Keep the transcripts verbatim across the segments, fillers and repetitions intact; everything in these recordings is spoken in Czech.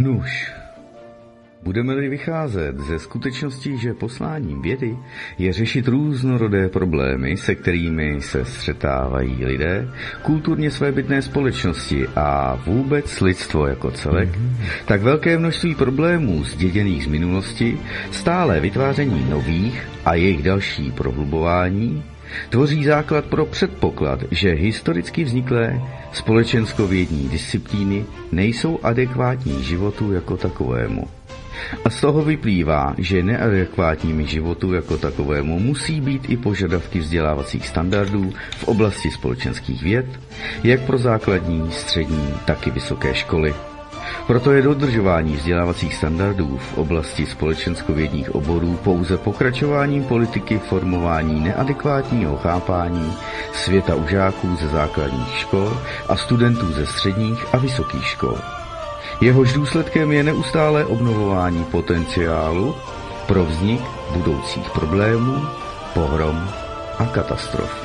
Nuž, budeme-li vycházet ze skutečnosti, že posláním vědy je řešit různorodé problémy, se kterými se střetávají lidé, kulturně svébytné společnosti a vůbec lidstvo jako celek, mm-hmm. tak velké množství problémů zděděných z minulosti, stále vytváření nových a jejich další prohlubování, tvoří základ pro předpoklad, že historicky vzniklé společenskovědní disciplíny nejsou adekvátní životu jako takovému. A z toho vyplývá, že neadekvátními životu jako takovému musí být i požadavky vzdělávacích standardů v oblasti společenských věd, jak pro základní, střední, tak i vysoké školy. Proto je dodržování vzdělávacích standardů v oblasti společenskovědních oborů pouze pokračováním politiky formování neadekvátního chápání světa u žáků ze základních škol a studentů ze středních a vysokých škol. Jehož důsledkem je neustálé obnovování potenciálu pro vznik budoucích problémů, pohrom a katastrof.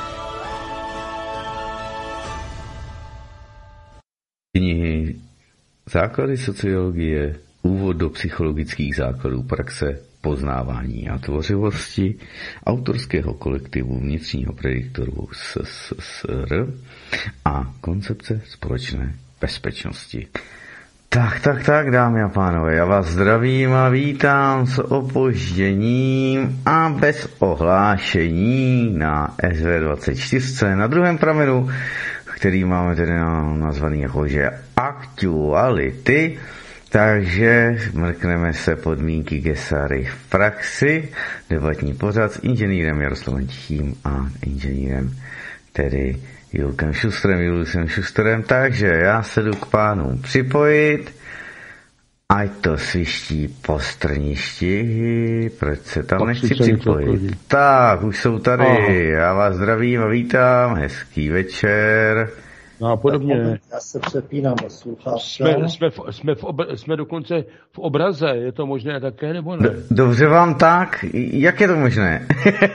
Knihy Základy sociologie, úvod do psychologických základů praxe, poznávání a tvořivosti autorského kolektivu vnitřního prediktoru S S S R a koncepce společné bezpečnosti. Tak, tak, tak, dámy a pánové, já vás zdravím a vítám s opožděním a bez ohlášení na S V dvacet čtyři na druhém pramenu, který máme tedy nazvaný jako že aktuality, takže mrkneme se podmínky Gesary v praxi, debatní pořad s inženýrem Jaroslavem Tichým a inženýrem tedy Julkem Šustrem, Juliusem Šustrem, takže já se jdu k pánům připojit, ať to sviští po strništi, proč se tam Pak nechci připojit. Tak, už jsou tady, Aha. Já vás zdravím a vítám, hezký večer. No a podobně. Já se přepínám do sluchátka. Jsme, jsme, v, jsme, v obra, jsme dokonce v obraze, je to možné také, nebo ne? Dobře vám tak, jak je to možné?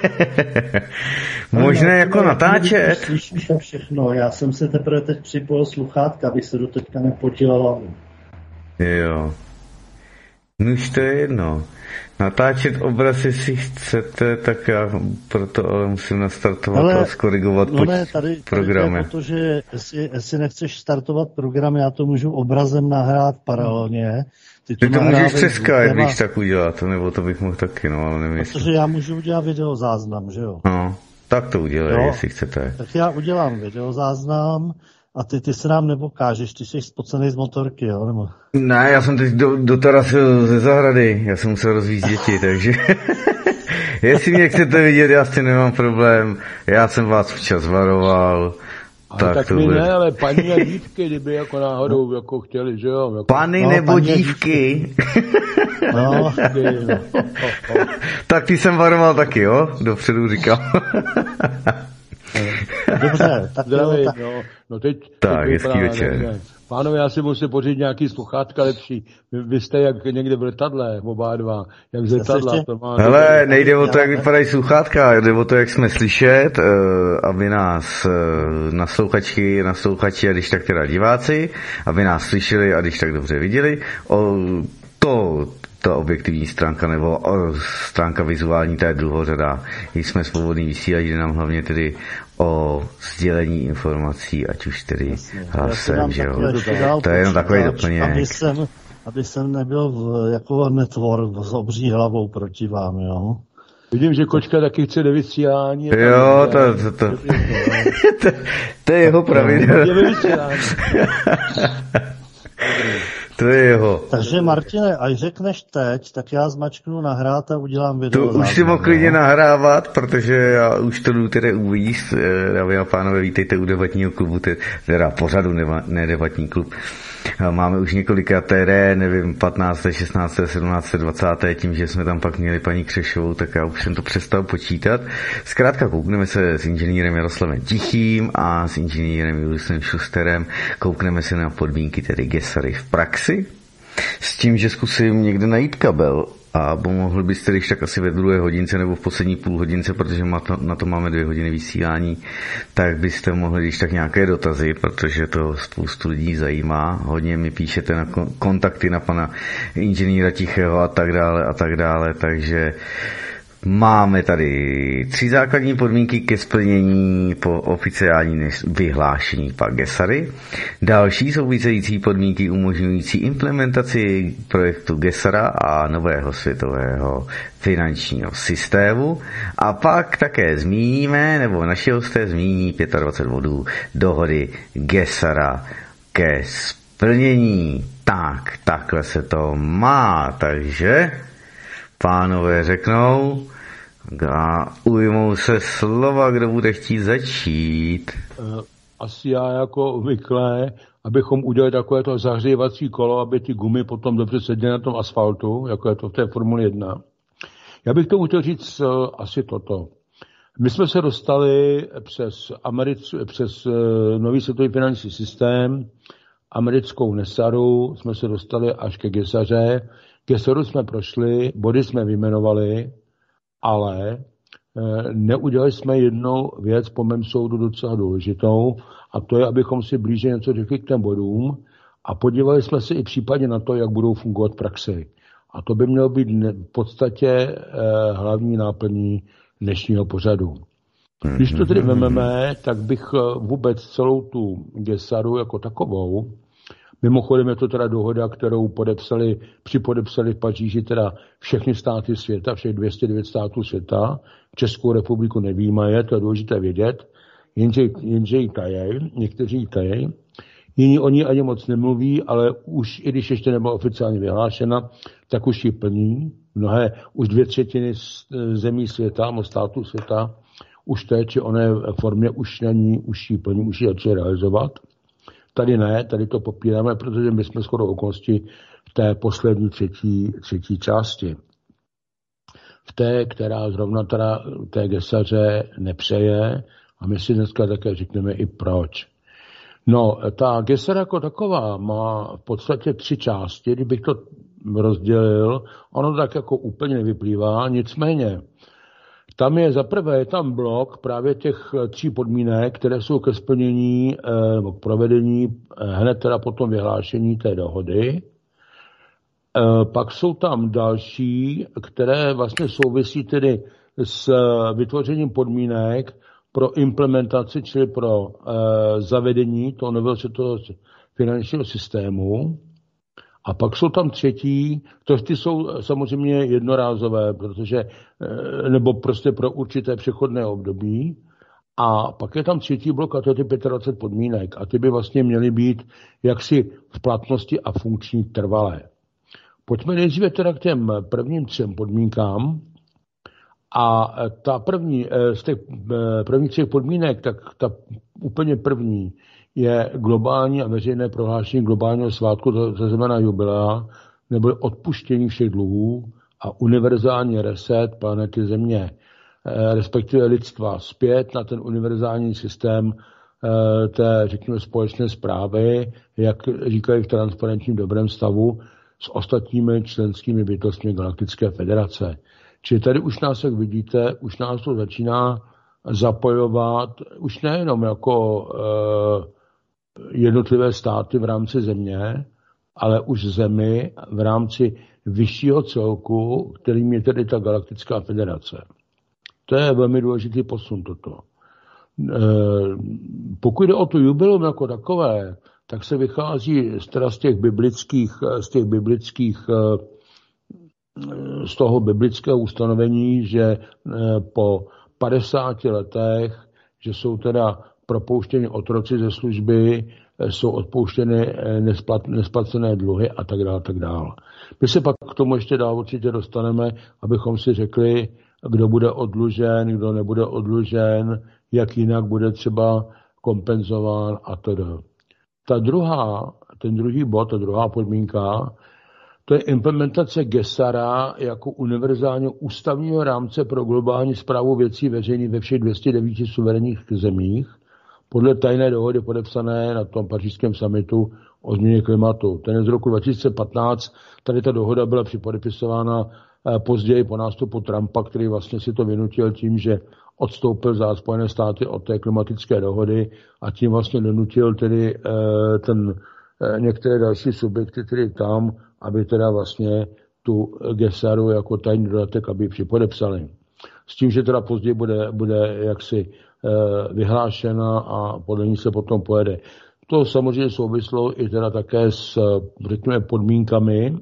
Možné no, jako natáčet? Slyšíš to všechno, já jsem se teprve teď připojil sluchátka, abych se do teďka nepotil hlavu. Jo. Nuž to je jedno. Natáčet obraz, jestli chcete, tak já proto ale musím nastartovat ale, a skorigovat no ne, tady, programy. Tady protože jestli, jestli nechceš startovat program, já to můžu obrazem nahrát paralelně. Ty to, Ty to můžeš přes Skype, když tak udělat, nebo to bych mohl taky, no ale nevím. Protože já můžu udělat videozáznam, že jo? No, tak to udělej, jo, jestli chcete. Tak já udělám videozáznam. A ty, ty se nám nepokážeš, ty jsi spocený z motorky, jo? Nebo... Ne, já jsem teď do, dotarazil ze zahrady, já jsem musel rozvíjet děti, takže jestli mě chcete vidět, já s tím nemám problém, já jsem vás včas varoval. Ale tak, tak my bude... ne, ale paní a dívky, kdyby jako náhodou jako chtěli, že jo? Jako... Pany no, nebo dívky? No, no. Tak ty jsem varoval taky, jo? Dopředu říkal. Dobře, tak Zdravím, tak... no, no teď... Tak, hezký večer. Pánové, já si musím pořídit nějaký sluchátka lepší. Vy, vy jste jak někde v letadle, oba dva. Jak z letadla. Ještě... Hele, nejde o to, jak vypadají sluchátka, jde o to, jak jsme slyšet, aby nás naslouchačky, naslouchači a když tak teda diváci, aby nás slyšeli a když tak dobře viděli. O to... ta objektivní stránka nebo stránka vizuální, ta je druhořadá. Když jsme svobodný vysílač, jde nám hlavně tedy o sdělení informací, ať už tedy jasně, hlasem, že jo. To je jenom takový doplněk. Aby jsem, aby jsem nebyl v, jako netvor s obří hlavou proti vám, jo. Vidím, že kočka taky chce do vysílání. Jo, to, to, to, to, to je jeho pravidel. Je ve vysílání. To je jeho. Takže Martine, až řekneš teď, tak já zmačknu nahrát a udělám video. To už si mohl klidně nahrávat, protože já už to jdu tedy uvíct. Dámy a pánové, vítejte u debatního klubu, teda pořadu, ne debatní klub. Máme už několikáté, nevím, patnácté, šestnácté, sedmnácté, dvacáté tím, že jsme tam pak měli paní Křešovou, tak já už jsem to přestal počítat. Zkrátka koukneme se s inženýrem Jaroslavem Tichým a s inženýrem Juliusem Šusterem, koukneme se na podmínky tedy Gesary v praxi S tím, že zkusím někde najít kabel a mohl byste když tak asi ve druhé hodince nebo v poslední půl hodince, protože na to máme dvě hodiny vysílání, tak byste mohli když tak nějaké dotazy, protože to spoustu lidí zajímá. Hodně mi píšete na kontakty na pana inženýra Tichého a tak dále a tak dále, takže máme tady tři základní podmínky ke splnění po oficiální vyhlášení pak Gesary. Další související podmínky umožňující implementaci projektu Gesara a nového světového finančního systému. A pak také zmíníme, nebo naši hosté zmíní dvacet pět bodů dohody Gesara ke splnění. Tak, takhle se to má, takže pánové řeknou a ujmou se slova, kdo bude chtít začít. Asi já jako obvykle, abychom udělali takové to zahřívací kolo, aby ty gumy potom dobře seděly na tom asfaltu, jako je to v té Formule jedna. Já bych tomu chtěl říct asi toto. My jsme se dostali přes, Americ, přes nový světový finanční systém, americkou Nesaru, jsme se dostali až ke Gesaře. Gesaru jsme prošli, body jsme vyjmenovali, ale neudělali jsme jednu věc po mém soudu docela důležitou, a to je, abychom si blíže něco řekli k těm bodům a podívali jsme se i případně na to, jak budou fungovat v praxi. A to by mělo být v podstatě hlavní náplní dnešního pořadu. Když to tedy vememe, tak bych vůbec celou tu Gesaru jako takovou, mimochodem je to teda dohoda, kterou podepsali, připodepsali v Paříži teda všechny státy světa, všech dvě stě devět států světa, Českou republiku nevýjímaje, to je důležité vědět, jenže, jenže ji tají, někteří ji tají, jiní o ní ani moc nemluví, ale už, i když ještě nebyla oficiálně vyhlášena, tak už ji plní. Mnohé, už dvě třetiny zemí světa, států světa, už té či oné formě už není, už ji plní, už ji začali realizovat. Tady ne, tady to popíráme, protože my jsme shodou okolností v té poslední třetí, třetí části. V té, která zrovna teda té Gesaře nepřeje, a my si dneska také řekneme i proč. No, ta Gesara jako taková má v podstatě tři části, kdybych to rozdělil, ono tak jako úplně nevyplývá, nicméně tam je zaprvé je tam blok právě těch tří podmínek, které jsou ke splnění nebo k provedení hned teda po tom vyhlášení té dohody. Pak jsou tam další, které vlastně souvisí tedy s vytvořením podmínek pro implementaci, čili pro zavedení toho nového světového finančního systému. A pak jsou tam třetí, to ty jsou samozřejmě jednorázové, protože, nebo prostě pro určité přechodné období. A pak je tam třetí blok, a to je ty dvacet pět podmínek. A ty by vlastně měly být jaksi v platnosti a funkční trvalé. Pojďme nejdříve teda k těm prvním třem podmínkám. A ta první, z těch prvních třech podmínek, tak ta úplně první je globální a veřejné prohlášení globálního svátku, to znamená jubilea, nebo odpuštění všech dluhů a univerzální reset planety Země, respektive lidstva zpět na ten univerzální systém té, řekněme, společné správy, jak říkají v transparentním dobrém stavu, s ostatními členskými bytostmi Galaktické federace. Čili tady už nás, jak vidíte, už nás to začíná zapojovat, už nejenom jako jednotlivé státy v rámci země, ale už zemi v rámci vyššího celku, kterým je tedy ta Galaktická federace. To je velmi důležitý posun toto. Pokud jde o tu jubileum jako takové, tak se vychází teda z těch biblických, z těch biblických, z toho biblického ustanovení, že po padesáti letech, že jsou teda propouštěni otroci ze služby, jsou odpouštěny nesplat, nesplacené dluhy a tak dále, tak dále. My se pak k tomu ještě dál určitě dostaneme, abychom si řekli, kdo bude odlužen, kdo nebude odlužen, jak jinak bude třeba kompenzován a teda. Ta druhá, ten druhý bod, ta druhá podmínka, to je implementace Gesara jako univerzálního ústavního rámce pro globální správu věcí veřejných ve všech dvě stě devět suverénních zemích, podle tajné dohody podepsané na tom pařížském summitu o změně klimatu. Ten je z roku dva tisíce patnáct, tady ta dohoda byla připodepisována později po nástupu Trumpa, který vlastně si to vynutil tím, že odstoupil za Spojené státy od té klimatické dohody a tím vlastně donutil tedy ten, některé další subjekty tedy tam, aby teda vlastně tu Gesaru jako tajný dodatek, aby připodepsali. S tím, že teda později bude, bude jaksi vyhlášena a podle ní se potom pojede. To samozřejmě souvislo i teda také s, řekněme, podmínkami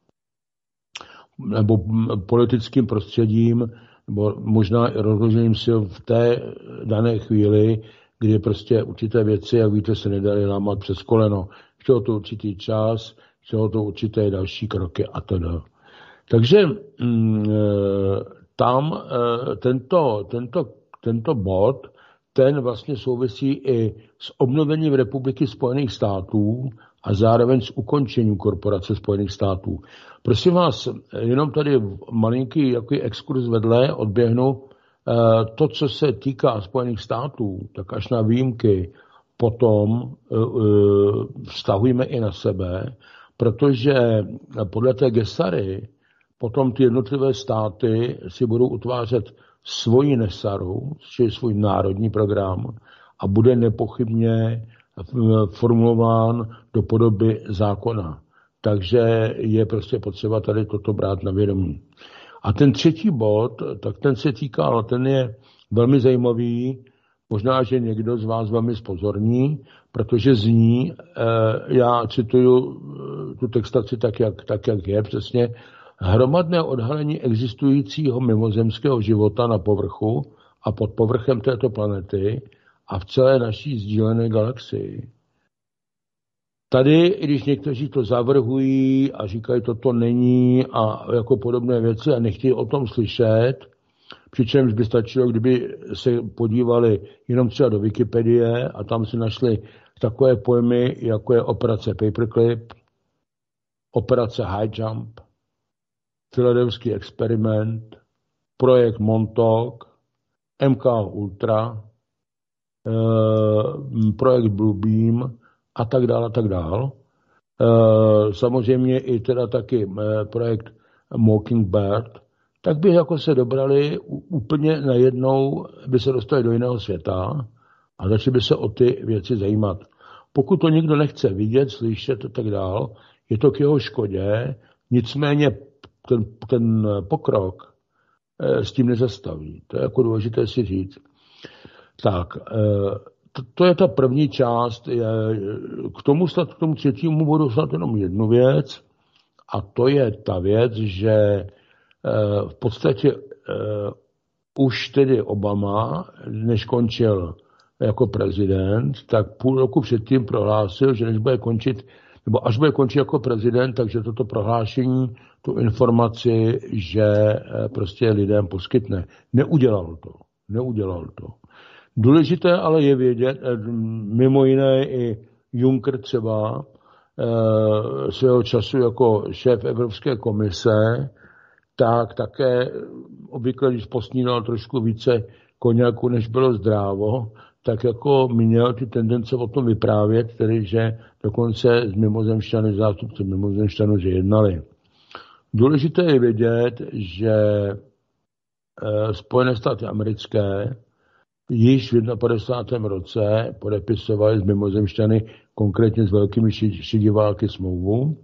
nebo politickým prostředím, nebo možná i rozložením sil v té dané chvíli, kdy prostě určité věci, jak víte, se nedaly lámat přes koleno. Chtělo to určitý čas, chtělo to určité další kroky a teda. Takže mm, tam tento, tento, tento bod, ten vlastně souvisí i s obnovením Republiky Spojených států a zároveň s ukončením korporace Spojených států. Prosím vás, jenom tady malinký jaký exkurs vedle odběhnu. To, co se týká Spojených států, tak až na výjimky potom vztahujeme i na sebe, protože podle té Gesary potom ty jednotlivé státy si budou utvářet svoji Nesaru, čili svůj národní program a bude nepochybně formulován do podoby zákona. Takže je prostě potřeba tady toto brát na vědomí. A ten třetí bod, tak ten se týká, ten je velmi zajímavý, možná, že někdo z vás velmi zpozorní, protože zní, já cituju tu textaci tak, jak, tak, jak je přesně, hromadné odhalení existujícího mimozemského života na povrchu a pod povrchem této planety a v celé naší sdílené galaxii. Tady, i když někteří to zavrhují a říkají, toto není a jako podobné věci a nechtějí o tom slyšet, přičemž by stačilo, kdyby se podívali jenom třeba do Wikipedie a tam si našli takové pojmy, jako je operace Paperclip, operace High Jump, Filadelfský experiment, projekt Montauk, M K Ultra, eh, projekt Bluebeam a tak dále, a tak dále. Eh, samozřejmě i teda taky eh, projekt Mockingbird, tak by jako se dobrali úplně najednou, by se dostali do jiného světa a začali by se o ty věci zajímat. Pokud to někdo nechce vidět, slyšet a tak dále, je to k jeho škodě, nicméně ten, ten pokrok s tím nezastaví. To je jako důležité si říct. Tak, to, to je ta první část. K tomu, k tomu třetímu budu snad jenom jednu věc a to je ta věc, že v podstatě už tedy Obama, než končil jako prezident, tak půl roku předtím prohlásil, že než bude končit, nebo až bude končit jako prezident, takže toto prohlášení, tu informaci, že prostě lidem poskytne. Neudělal to. Neudělal to. Důležité ale je vědět, mimo jiné i Juncker třeba svého času jako šéf Evropské komise, tak také obvykle, když posnídal trošku více koněku, než bylo zdrávo, tak jako měl ty tendence o tom vyprávět, tedy že dokonce z mimozemšťany, zástupci mimozemšťanů, že jednali. Důležité je vědět, že Spojené státy americké již v padesátém prvním roce podepisovali s mimozemšťany, konkrétně s velkými šidiváky smlouvu.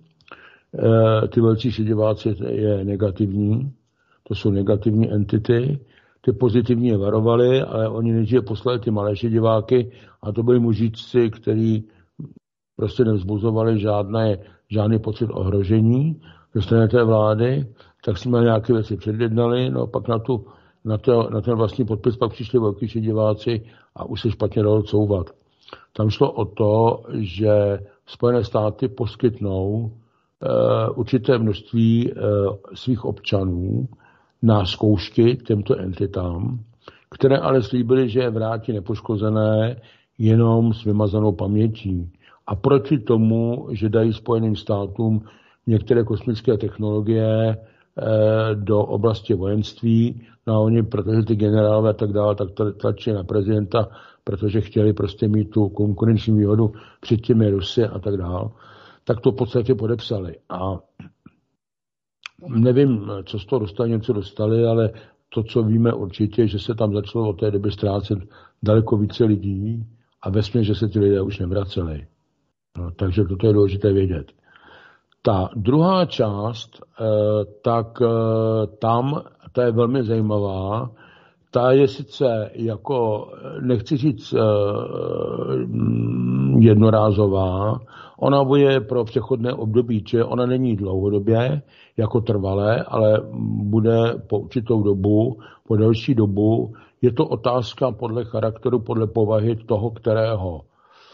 Ty velcí šidiváci je negativní, to jsou negativní entity, ty pozitivní je varovali, ale oni nejdříve poslali ty malé šidiváky a to byli mužičci, kteří prostě nevzbuzovali žádné, žádný pocit ohrožení ze strany té vlády, tak jsme nějaké věci předjednali, no a pak na, tu, na, to, na ten vlastní podpis pak přišli velký šidiváci a už se špatně dalo couvat. Tam šlo o to, že Spojené státy poskytnou uh, určité množství uh, svých občanů na zkoušky těmto entitám, které ale slíbily, že je vrátí nepoškozené jenom s vymazanou pamětí. A proti tomu, že dají Spojeným státům některé kosmické technologie, do oblasti vojenství, no a oni, protože ty generálové a tak dále, tak tlačí na prezidenta, protože chtěli prostě mít tu konkurenční výhodu před těmi Rusy a tak dále, tak to v podstatě podepsali. A nevím, co z toho dostali, něco dostali, ale to, co víme určitě, že se tam začalo od té doby ztrácet daleko více lidí a vesměs, že se ti lidé už nevraceli. No, takže toto je důležité vědět. Ta druhá část, eh, tak eh, tam, ta je velmi zajímavá, ta je sice jako, nechci říct, eh, jednorázová, ona bude pro přechodné období, čiže ona není dlouhodobě, jako trvalé, ale bude po určitou dobu, po delší dobu. Je to otázka podle charakteru, podle povahy toho, kterého,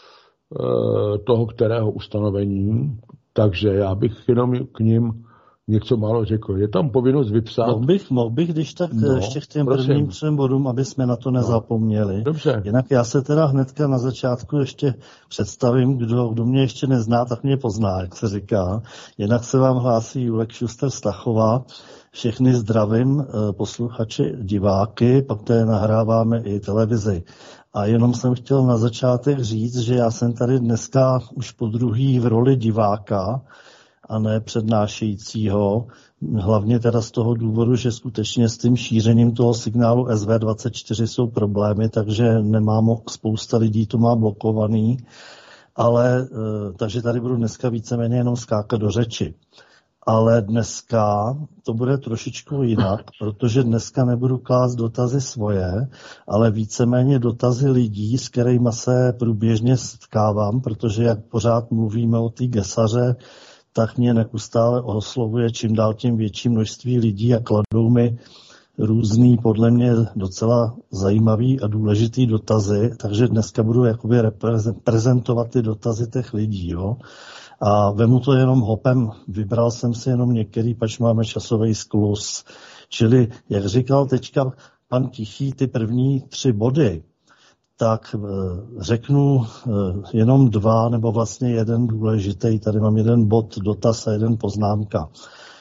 toho, kterého ustanovení. Takže já bych jenom k ním něco málo řekl. Je tam povinnost vypsat. Mohl bych, mohl bych když tak no, ještě k těm prosím. prvním třem bodům, aby jsme na to nezapomněli. Dobře. Jinak já se teda hnedka na začátku ještě představím, kdo, kdo mě ještě nezná, tak mě pozná, jak se říká. Jinak se vám hlásí Julek Šuster Stachová. Všechny zdravím posluchači, diváky, pak tady nahráváme i televizi. A jenom jsem chtěl na začátek říct, že já jsem tady dneska už po druhý v roli diváka, a ne přednášejícího, hlavně teda z toho důvodu, že skutečně s tím šířením toho signálu S V dvacet čtyři jsou problémy, takže nemám, spousta lidí to má blokovaný, ale takže tady budu dneska víceméně jenom skákat do řeči. Ale dneska to bude trošičku jinak, protože dneska nebudu klást dotazy svoje, ale víceméně dotazy lidí, s kterými se průběžně setkávám, protože jak pořád mluvíme o té gesaře, tak mě neustále oslovuje čím dál tím větší množství lidí a kladou mi různý, podle mě docela zajímavý a důležitý dotazy, takže dneska budu jakoby prezentovat ty dotazy těch lidí, jo. A vemu to jenom hopem, vybral jsem si jenom některý, pač máme časový skluz. Čili, jak říkal teďka pan Tichý, ty první tři body, tak řeknu jenom dva, nebo vlastně jeden důležitý. Tady mám jeden bod, dotaz a jeden poznámka.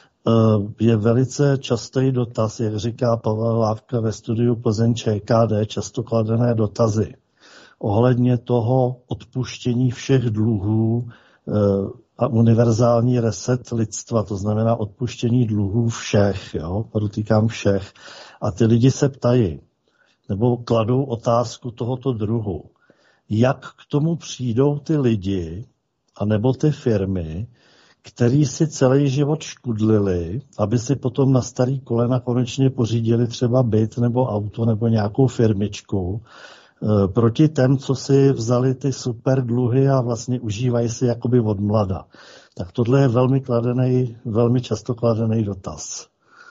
Je velice častý dotaz, jak říká Pavel Lávka ve studiu Plzeň Č K D, často kladené dotazy ohledně toho odpuštění všech dluhů a univerzální reset lidstva, to znamená odpuštění dluhů všech, jo, podotýkám všech. A ty lidi se ptají, nebo kladou otázku tohoto druhu. Jak k tomu přijdou ty lidi, anebo ty firmy, který si celý život škudlili, aby si potom na starý kolena konečně pořídili třeba byt nebo auto nebo nějakou firmičku, proti těm, co si vzali ty super dluhy a vlastně užívají si jakoby od mlada. Tak tohle je velmi kladený, velmi často kladený dotaz.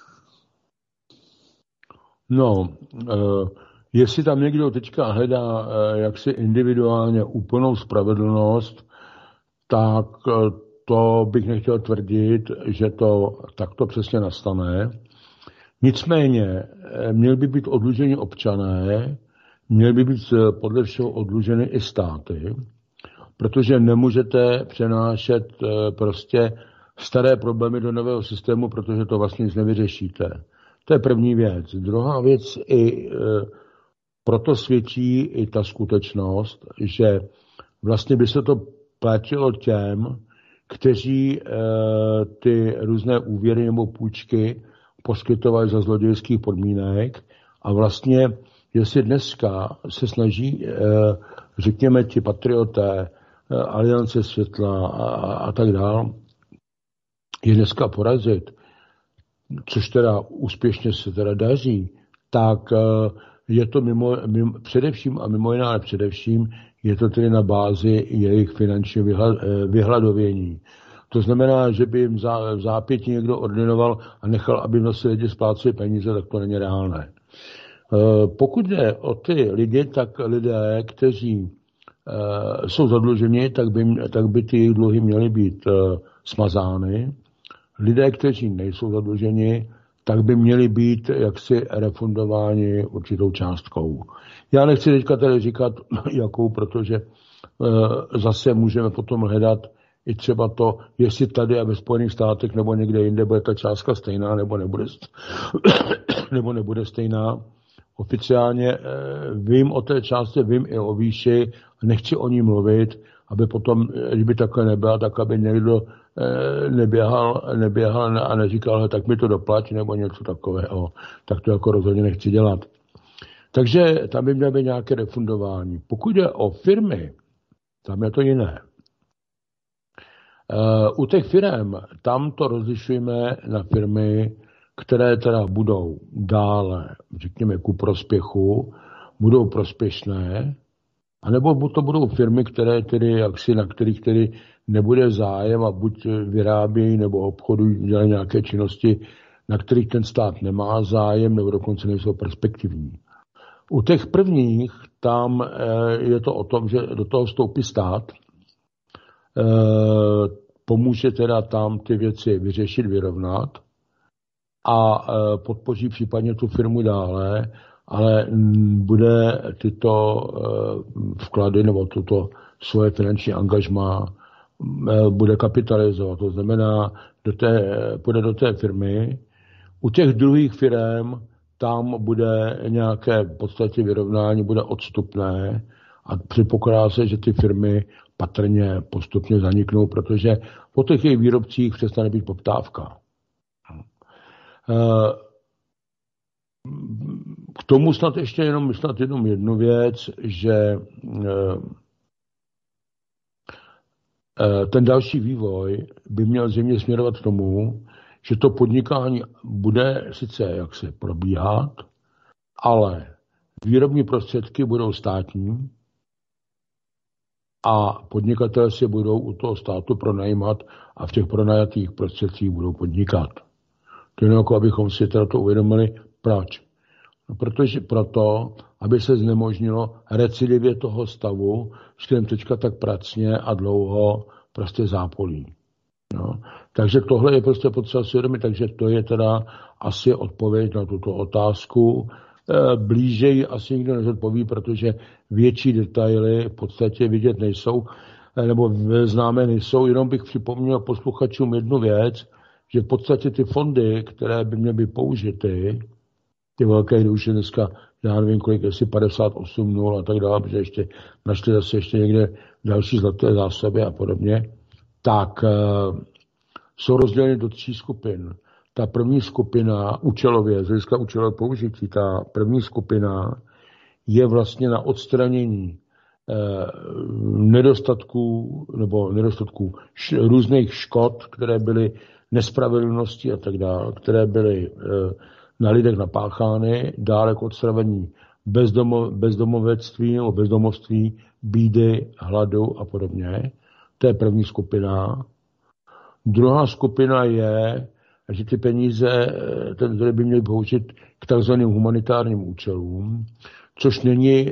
No, uh... jestli tam někdo teďka hledá jaksi individuálně úplnou spravedlnost, tak to bych nechtěl tvrdit, že to takto přesně nastane. Nicméně měl by být odluženi občané, měl by být podle všeho odluženy i státy, protože nemůžete přenášet prostě staré problémy do nového systému, protože to vlastně nic nevyřešíte. To je první věc. Druhá věc i proto svědčí i ta skutečnost, že vlastně by se to platilo těm, kteří e, ty různé úvěry nebo půjčky poskytovali za zlodějských podmínek a vlastně, jestli dneska se snaží, e, řekněme, ti patrioté, e, Aliance světla a, a tak dále, je dneska porazit, což teda úspěšně se teda daří, tak e, je to mimo, mimo, především a mimo jiné, ale především je to tedy na bázi jejich finančního vyhladovění. To znamená, že by jim v zápětí někdo ordinoval a nechal, aby nosili lidi spláceli peníze, tak to není reálné. Pokud jde o ty lidi, tak lidé, kteří jsou zadluženi, tak by, tak by ty dluhy měly být smazány. Lidé, kteří nejsou zadluženi, tak by měli být jaksi refundováni určitou částkou. Já nechci teďka tady říkat, jakou, protože e, zase můžeme potom hledat i třeba to, jestli tady a ve Spojených státech nebo někde jinde bude ta částka stejná, nebo nebude, nebo nebude stejná. Oficiálně vím o té částce, vím i o výši, nechci o ní mluvit, aby potom, kdyby takhle nebyla, tak aby někdo neběhal, neběhal a neříkal, tak mi to doplať, nebo něco takového. Tak to jako rozhodně nechci dělat. Takže tam by mělo být nějaké refundování. Pokud jde o firmy, tam je to jiné. U těch firm, tam to rozlišujeme na firmy, které teda budou dále, řekněme, ku prospěchu, budou prospěšné, anebo to budou firmy, které tedy, jaksi, na kterých tedy nebude zájem a buď vyrábějí nebo obchodují, dělají nějaké činnosti, na kterých ten stát nemá zájem, nebo dokonce nejsou perspektivní. U těch prvních tam je to o tom, že do toho vstoupí stát, pomůže teda tam ty věci vyřešit, vyrovnat a podpoří případně tu firmu dále, ale bude tyto vklady nebo tuto svoje finanční angažmá bude kapitalizovat. To znamená, do té, půjde do té firmy. U těch druhých firm tam bude nějaké v podstatě vyrovnání, bude odstupné a předpokládá se, že ty firmy patrně postupně zaniknou, protože po těch jejich výrobcích přestane být poptávka. K tomu snad ještě jenom myslet jenom jednu věc, že ten další vývoj by měl zřejmě směrovat k tomu, že to podnikání bude sice jaksi probíhat, ale výrobní prostředky budou státní a podnikatelé si budou u toho státu pronajímat a v těch pronajatých prostředcích budou podnikat. To je jako, abychom si teda to uvědomili. Proč? No, protože proto, aby se znemožnilo recidivě toho stavu, s kterým teďka tak pracně a dlouho prostě zápolí. No. Takže tohle je prostě potřeba si uvědomit, takže to je teda asi odpověď na tuto otázku. E, blíže asi nikdo nezodpoví, protože větší detaily v podstatě vidět nejsou, nebo známé nejsou. Jenom bych připomněl posluchačům jednu věc, že v podstatě ty fondy, které by měly být použity, ty velké, kdy už je dneska, já nevím kolik, jestli padesát osm nul a tak dále, protože ještě našli zase ještě někde další zlaté zásoby a podobně, tak e, jsou rozděleny do tří skupin. Ta první skupina účelově, z hlediska účelové použití, ta první skupina je vlastně na odstranění eh, nedostatků nebo nedostatků š, různých škod, které byly nespravedlnosti a tak dále, které byly eh, na lidech napáchány, dále k odstranění bezdomo, bezdomovectví nebo bezdomovství, bídy, hladu a podobně. To je první skupina. Druhá skupina je, že ty peníze, ten zdroj by měly použít k takzvaným humanitárním účelům, což není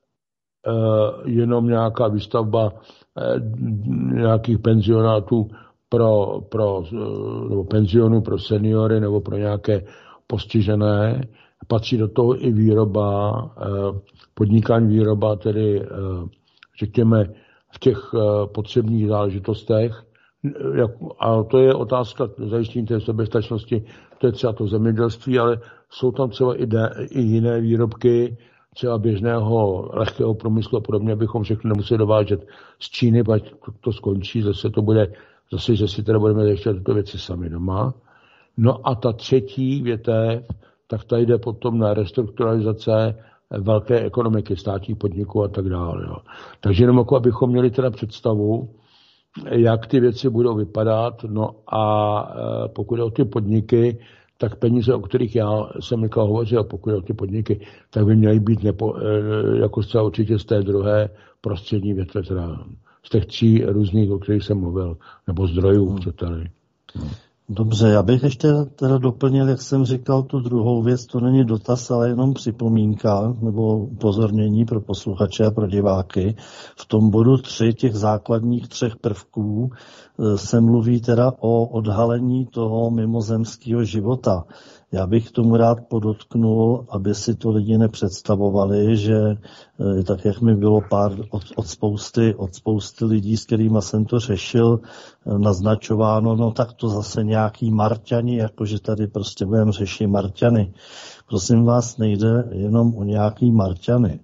uh, jenom nějaká výstavba uh, nějakých penzionátů pro, pro, uh, nebo penzionů pro seniory nebo pro nějaké postižené. Patří do toho i výroba, uh, podnikání výroba, tedy uh, řekněme v těch uh, potřebných záležitostech. A to je otázka zajištění té soběstačnosti, to je třeba to zemědělství, ale jsou tam třeba i, de, i jiné výrobky, třeba běžného lehkého průmyslu a podobně, abychom všechno nemuseli dovážet z Číny, ať to, to skončí, zase to bude, zase, že si teda budeme zajišťovat tyto věci sami doma. No a ta třetí větev, tak ta jde potom na restrukturalizace velké ekonomiky, státních podniků a tak dále. Jo. Takže jenom jako abychom měli teda představu, jak ty věci budou vypadat. No a pokud je o ty podniky, tak peníze, o kterých já jsem někdo hovořil, pokud je o ty podniky, tak by měly být nepo, jako zcela určitě z té druhé prostřední větve, teda z těch tří různých, o kterých jsem mluvil, nebo zdrojů, co tady. No. Dobře, já bych ještě teda doplnil, jak jsem říkal, tu druhou věc, to není dotaz, ale jenom připomínka nebo upozornění pro posluchače a pro diváky. V tom bodu tři těch základních třech prvků se mluví teda o odhalení toho mimozemského života. Já bych tomu rád podotknul, aby si to lidi nepředstavovali, že tak, jak mi bylo pár od, od, spousty, od spousty lidí, s kterými jsem to řešil, naznačováno, no tak to zase nějaký Marťani, jakože tady prostě budeme řešit Marťany. Prosím vás, nejde jenom o nějaký Marťany.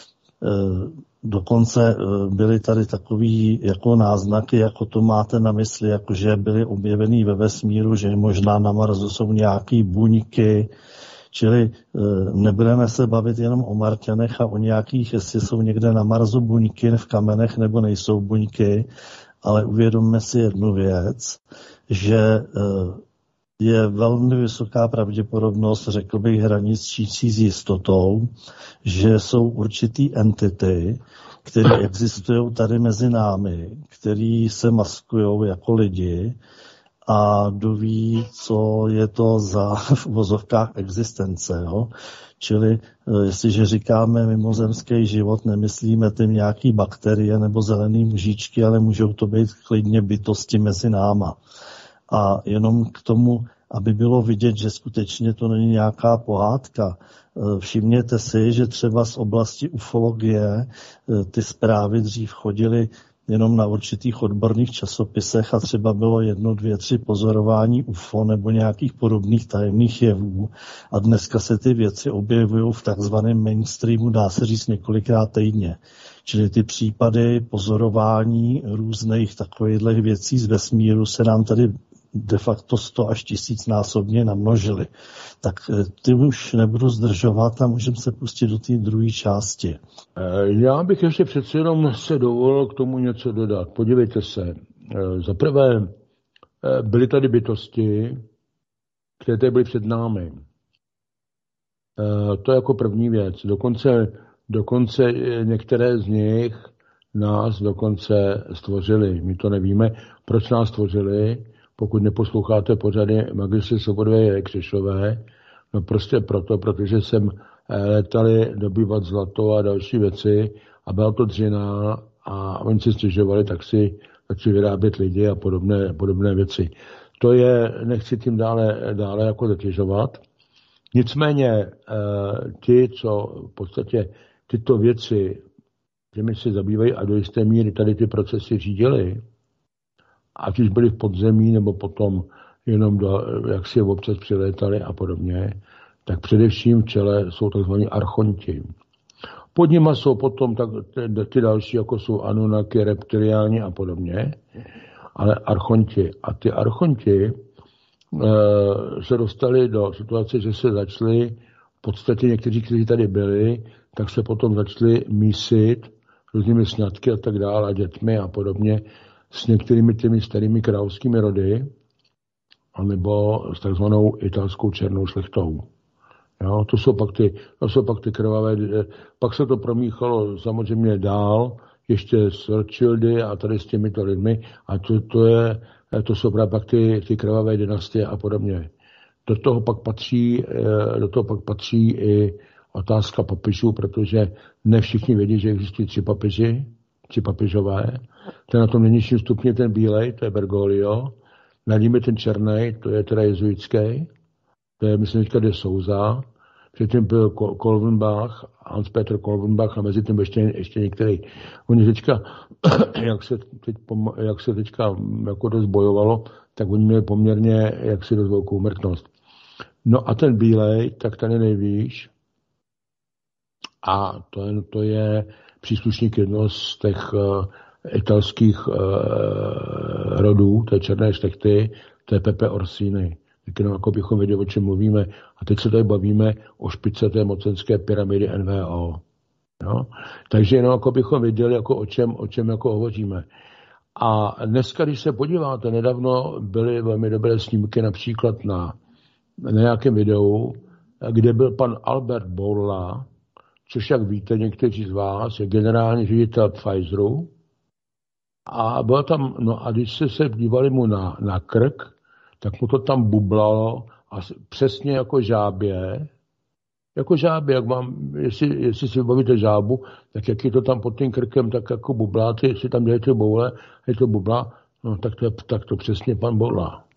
Dokonce byly tady takový jako náznaky, jako to máte na mysli, jakože byly objevený ve vesmíru, že možná na Marsu jsou nějaký buňky, čili nebudeme se bavit jenom o Marťanech a o nějakých, jestli jsou někde na Marsu buňky v kamenech nebo nejsou buňky, ale uvědomme si jednu věc, že je velmi vysoká pravděpodobnost, řekl bych hraničící s jistotou, že jsou určitý entity, které existují tady mezi námi, který se maskují jako lidi a doví, co je to za v uvozovkách existence. Jo? Čili jestliže říkáme mimozemský život, nemyslíme tím nějaký bakterie nebo zelený mužičky, ale můžou to být klidně bytosti mezi náma. A jenom k tomu, aby bylo vidět, že skutečně to není nějaká pohádka. Všimněte si, že třeba z oblasti ufologie ty zprávy dřív chodily jenom na určitých odborných časopisech a třeba bylo jedno, dvě, tři pozorování U F O nebo nějakých podobných tajemných jevů. A dneska se ty věci objevují v takzvaném mainstreamu, dá se říct několikrát týdně. Čili ty případy pozorování různých takovýchhle věcí z vesmíru se nám tady de facto sto až tisícnásobně namnožily. Tak ty už nebudu zdržovat a můžeme se pustit do té druhé části. Já bych ještě přece jenom se dovolil k tomu něco dodat. Podívejte se. Za prvé, byly tady bytosti, které tady byly před námi. To je jako první věc. Dokonce, dokonce některé z nich nás dokonce stvořili. My to nevíme, proč nás stvořili. Pokud neposloucháte pořady magistry Svobodové Křešové, no prostě proto, protože jsem letali dobývat zlato a další věci a byla to dřina a oni si stěžovali, tak si, tak si vyrábět lidi a podobné, podobné věci. To je, nechci tím dále, dále jako zatěžovat. Nicméně ti, co v podstatě tyto věci, těmi se zabývají a do jisté míry tady ty procesy řídili, ať už byli v podzemí, nebo potom jenom do, jak si občas přilétali a podobně, tak především v čele jsou tzv. Archonti. Pod nimi jsou potom tak, ty, ty další, jako jsou Anunnaki, reptiliáni a podobně, ale Archonti. A ty Archonti e, se dostali do situace, že se začali, v podstatě někteří, kteří tady byli, tak se potom začali mísit různými sňatky a tak dále, a dětmi a podobně, s některými těmi starými královskými rody, anebo s takzvanou italskou černou šlechtou. Jo, to jsou pak ty, to jsou pak ty krvavé, pak se to promíchalo samozřejmě dál, ještě s Rothschildy a tady s těmito lidmi, a to, to, je, to jsou právě pak ty, ty krvavé dynastie a podobně. Do toho pak patří, do toho pak patří i otázka papežů, protože ne všichni vědí, že existují tři papeži, tři papežové. Ten na tom nejnižším stupni, ten bílej, to je Bergoglio. Nad ním je ten černej, to je teda jezuitský. To je, myslím, teďka de Souza. Předtím byl Kolvenbach, Hans-Peter Kolvenbach a mezi tím ještě, ještě některý. Oni teďka, jak se, teď, jak se teďka jako dost bojovalo, tak oni měli poměrně jaksi dost velkou úmrtnost. No a ten bílej, tak ten je nejvýš. A to je, to je příslušník jednoho z těch uh, italských uh, rodů, té černé šlechty, to je Pepe Orsini. Tak jenom jako bychom věděli, o čem mluvíme. A teď se tady bavíme o špičce té mocenské pyramidy N W O. No? Takže jenom jako bychom věděli, jako o čem, o čem jako hovoříme. A dneska, když se podíváte, nedávno byly velmi dobré snímky například na, na nějakém videu, kde byl pan Albert Bourla, což, jak víte, někteří z vás, je generální ředitel Pfizeru. A byl tam, no a když se se dívali mu na, na krk, tak mu to tam bublalo a přesně jako žábě, jako žábě, jak mám, jestli, jestli si vybavíte žábu, tak jak je to tam pod tím krkem, tak jako bublá, ty, jestli tam dělají ty boule, je to bubla, no tak to, je, tak to přesně pan Bourla.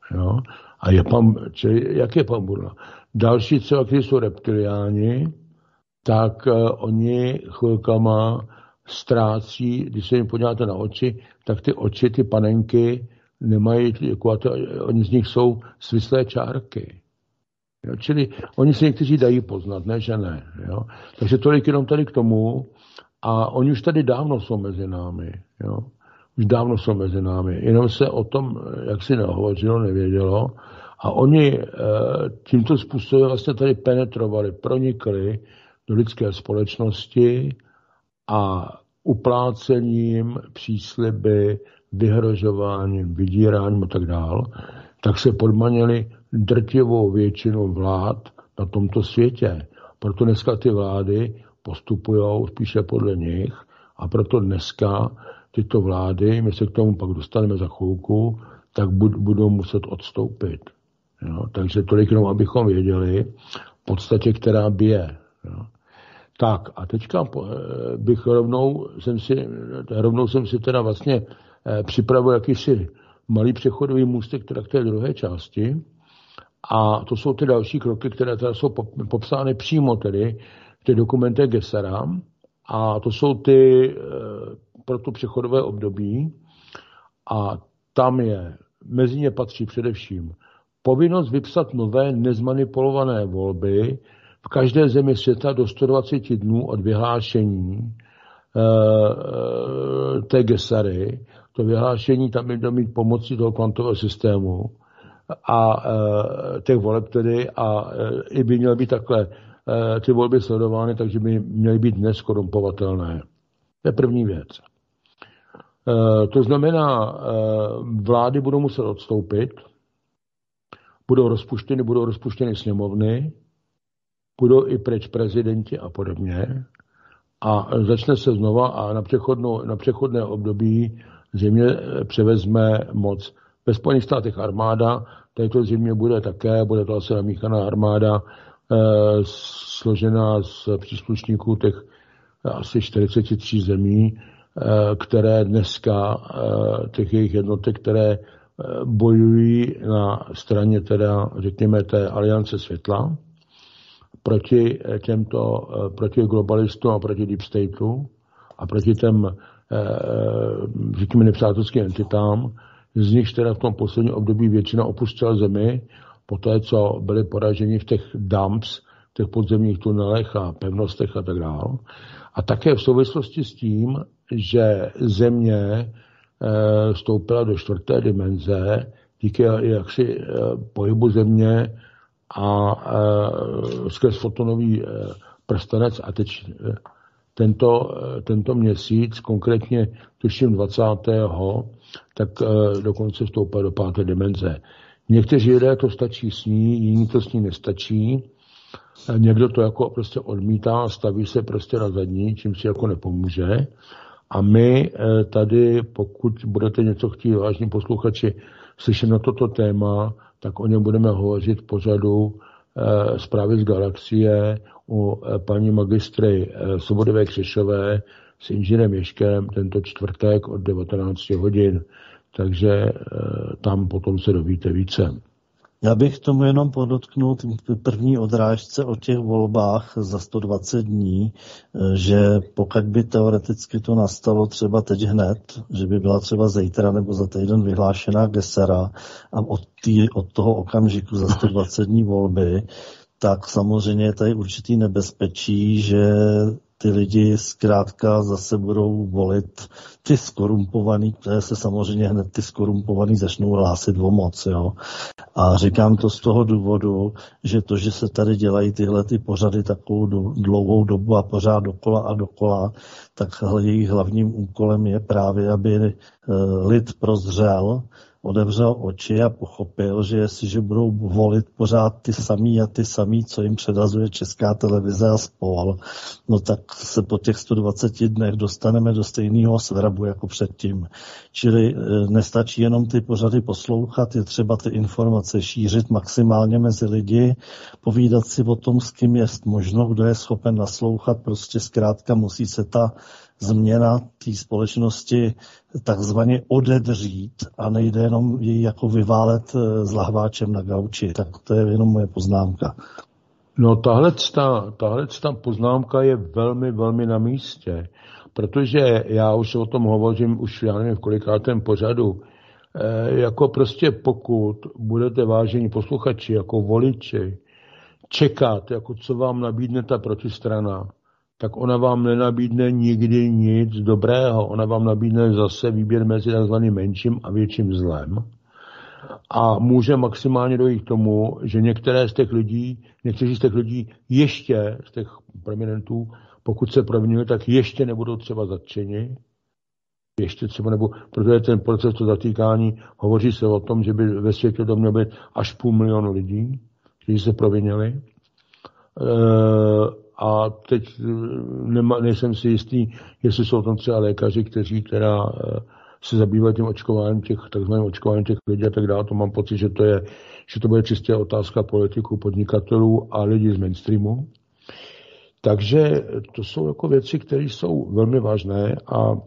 Jo? A je pan, čili, jak je pan Burla? Další třeba, kteří jsou reptiliáni, tak uh, oni chvilkama ztrácí, když se jim podíváte na oči, tak ty oči, ty panenky nemají, jako to, oni z nich jsou svislé čárky. Jo? Čili oni se někteří dají poznat, ne, že ne. Jo? Takže tolik jenom tady k tomu. A oni už tady dávno jsou mezi námi. Jo? Už dávno jsou mezi námi. Jenom se o tom, jak si nehovořilo, nevědělo. A oni e, tímto způsobem vlastně tady penetrovali, pronikli do lidské společnosti a uplácením, přísliby, vyhrožováním, vydíráním a tak dál, tak se podmanili drtivou většinu vlád na tomto světě. Proto dneska ty vlády postupují spíše podle nich a proto dneska tyto vlády, my se k tomu pak dostaneme za chvilku, tak budou muset odstoupit. Jo? Takže tolik jenom, abychom věděli v podstatě, která by je. Jo? Tak a teďka bych rovnou jsem si, rovnou jsem si teda vlastně připravil jakýsi malý přechodový můstek teda k té druhé části a to jsou ty další kroky, které teda jsou popsány přímo tedy v těch dokumentech Gesera a to jsou ty pro to přechodové období a tam je, mezi ně patří především povinnost vypsat nové nezmanipulované volby v každé zemi světa do sto dvacet dnů od vyhlášení e, té Gesery. To vyhlášení tam by mělo mít pomocí toho kvantového systému a e, těch voleb tedy a e, i by měly být takhle e, ty volby sledovány, takže by měly být neskorumpovatelné. To je první věc. E, to znamená, e, vlády budou muset odstoupit, budou rozpuštěny, budou rozpuštěny sněmovny, budou i pryč prezidenti a podobně a začne se znova a na, na přechodné období země převezme moc. Ve Spojených státech armáda, této země bude také, bude to asi namíchaná armáda eh, složená z příslušníků těch asi čtyřicet tři zemí, eh, které dneska, eh, těch jejich jednotek, které eh, bojují na straně teda, řekněme, té aliance světla, proti těmto, proti globalistům a proti deep stateu a proti těm, řekněme, nepřátelským entitám, z nichž teda v tom posledním období většina opustila zemi, po té, co byli poraženi v těch dumps, v těch podzemních tunelech a pevnostech a tak dále. A také v souvislosti s tím, že země vstoupila do čtvrté dimenze, díky jaksi pohybu země a e, skrz fotonový e, prstenec a teď e, tento, e, tento měsíc, konkrétně tuším dvacátého tak e, dokonce vstoupá do páté dimenze. Někteří lidé to stačí sní, jiní to sní nestačí. E, někdo to jako prostě odmítá, staví se prostě na zadní, čím si jako nepomůže. A my e, tady, pokud budete něco chtít, vážní posluchači, slyšet na toto téma, tak o něm budeme hovořit v pořadu e, Zprávy z galaxie u e, paní magistry e, Svobodové Křešové s inženýrem Ježkem tento čtvrtek od devatenáct hodin. Takže e, tam potom se dovíte více. Já bych tomu jenom podotknul první odrážce o těch volbách za sto dvacet dní, že pokud by teoreticky to nastalo třeba teď hned, že by byla třeba zítra nebo za týden vyhlášená Gesera a od, tý, od toho okamžiku za sto dvacet dní volby, tak samozřejmě je tady určitý nebezpečí, že ty lidi zkrátka zase budou volit ty skorumpovaný, které se samozřejmě hned ty skorumpovaný začnou hlásit o moc, jo. A říkám to z toho důvodu, že to, že se tady dělají tyhle ty pořady takovou dlouhou dobu a pořád dokola a dokola, tak jejich hlavním úkolem je právě, aby lid prozřel, otevřel oči a pochopil, že jestliže budou volit pořád ty samý a ty samý, co jim předazuje Česká televize a spol, no tak se po těch sto dvaceti dnech dostaneme do stejného svrabu jako předtím. Čili nestačí jenom ty pořady poslouchat, je třeba ty informace šířit maximálně mezi lidi, povídat si o tom, s kým je možno, kdo je schopen naslouchat, prostě zkrátka musí se ta změna té společnosti takzvaně odedřít a nejde jenom ji jako vyválet s lahváčem na gauči. Tak to je jenom moje poznámka. No tahle ta poznámka je velmi, velmi na místě, protože já už o tom hovořím už já nevím v kolikátém pořadu, e, jako prostě pokud budete vážení posluchači, jako voliči, čekat, jako co vám nabídne ta protistrana, tak ona vám nenabídne nikdy nic dobrého. Ona vám nabídne zase výběr mezi takzvaným menším a větším zlem. A může maximálně dojít k tomu, že některé z těch lidí, někteří z těch lidí ještě, z těch prominentů, pokud se provinili, tak ještě nebudou třeba zatčeni. Ještě třeba nebo, protože ten proces to zatýkání, hovoří se o tom, že by ve světě to mělo být až půl milionu lidí, kteří se provinili. E, a teď nema, nejsem si jistý, jestli jsou tam třeba lékaři, kteří teda se zabývají tím očkováním těch, takzvaným očkováním těch lidí a tak dále. To mám pocit, že to je, že to bude čistě otázka politiků, podnikatelů a lidí z mainstreamu. Takže to jsou jako věci, které jsou velmi vážné a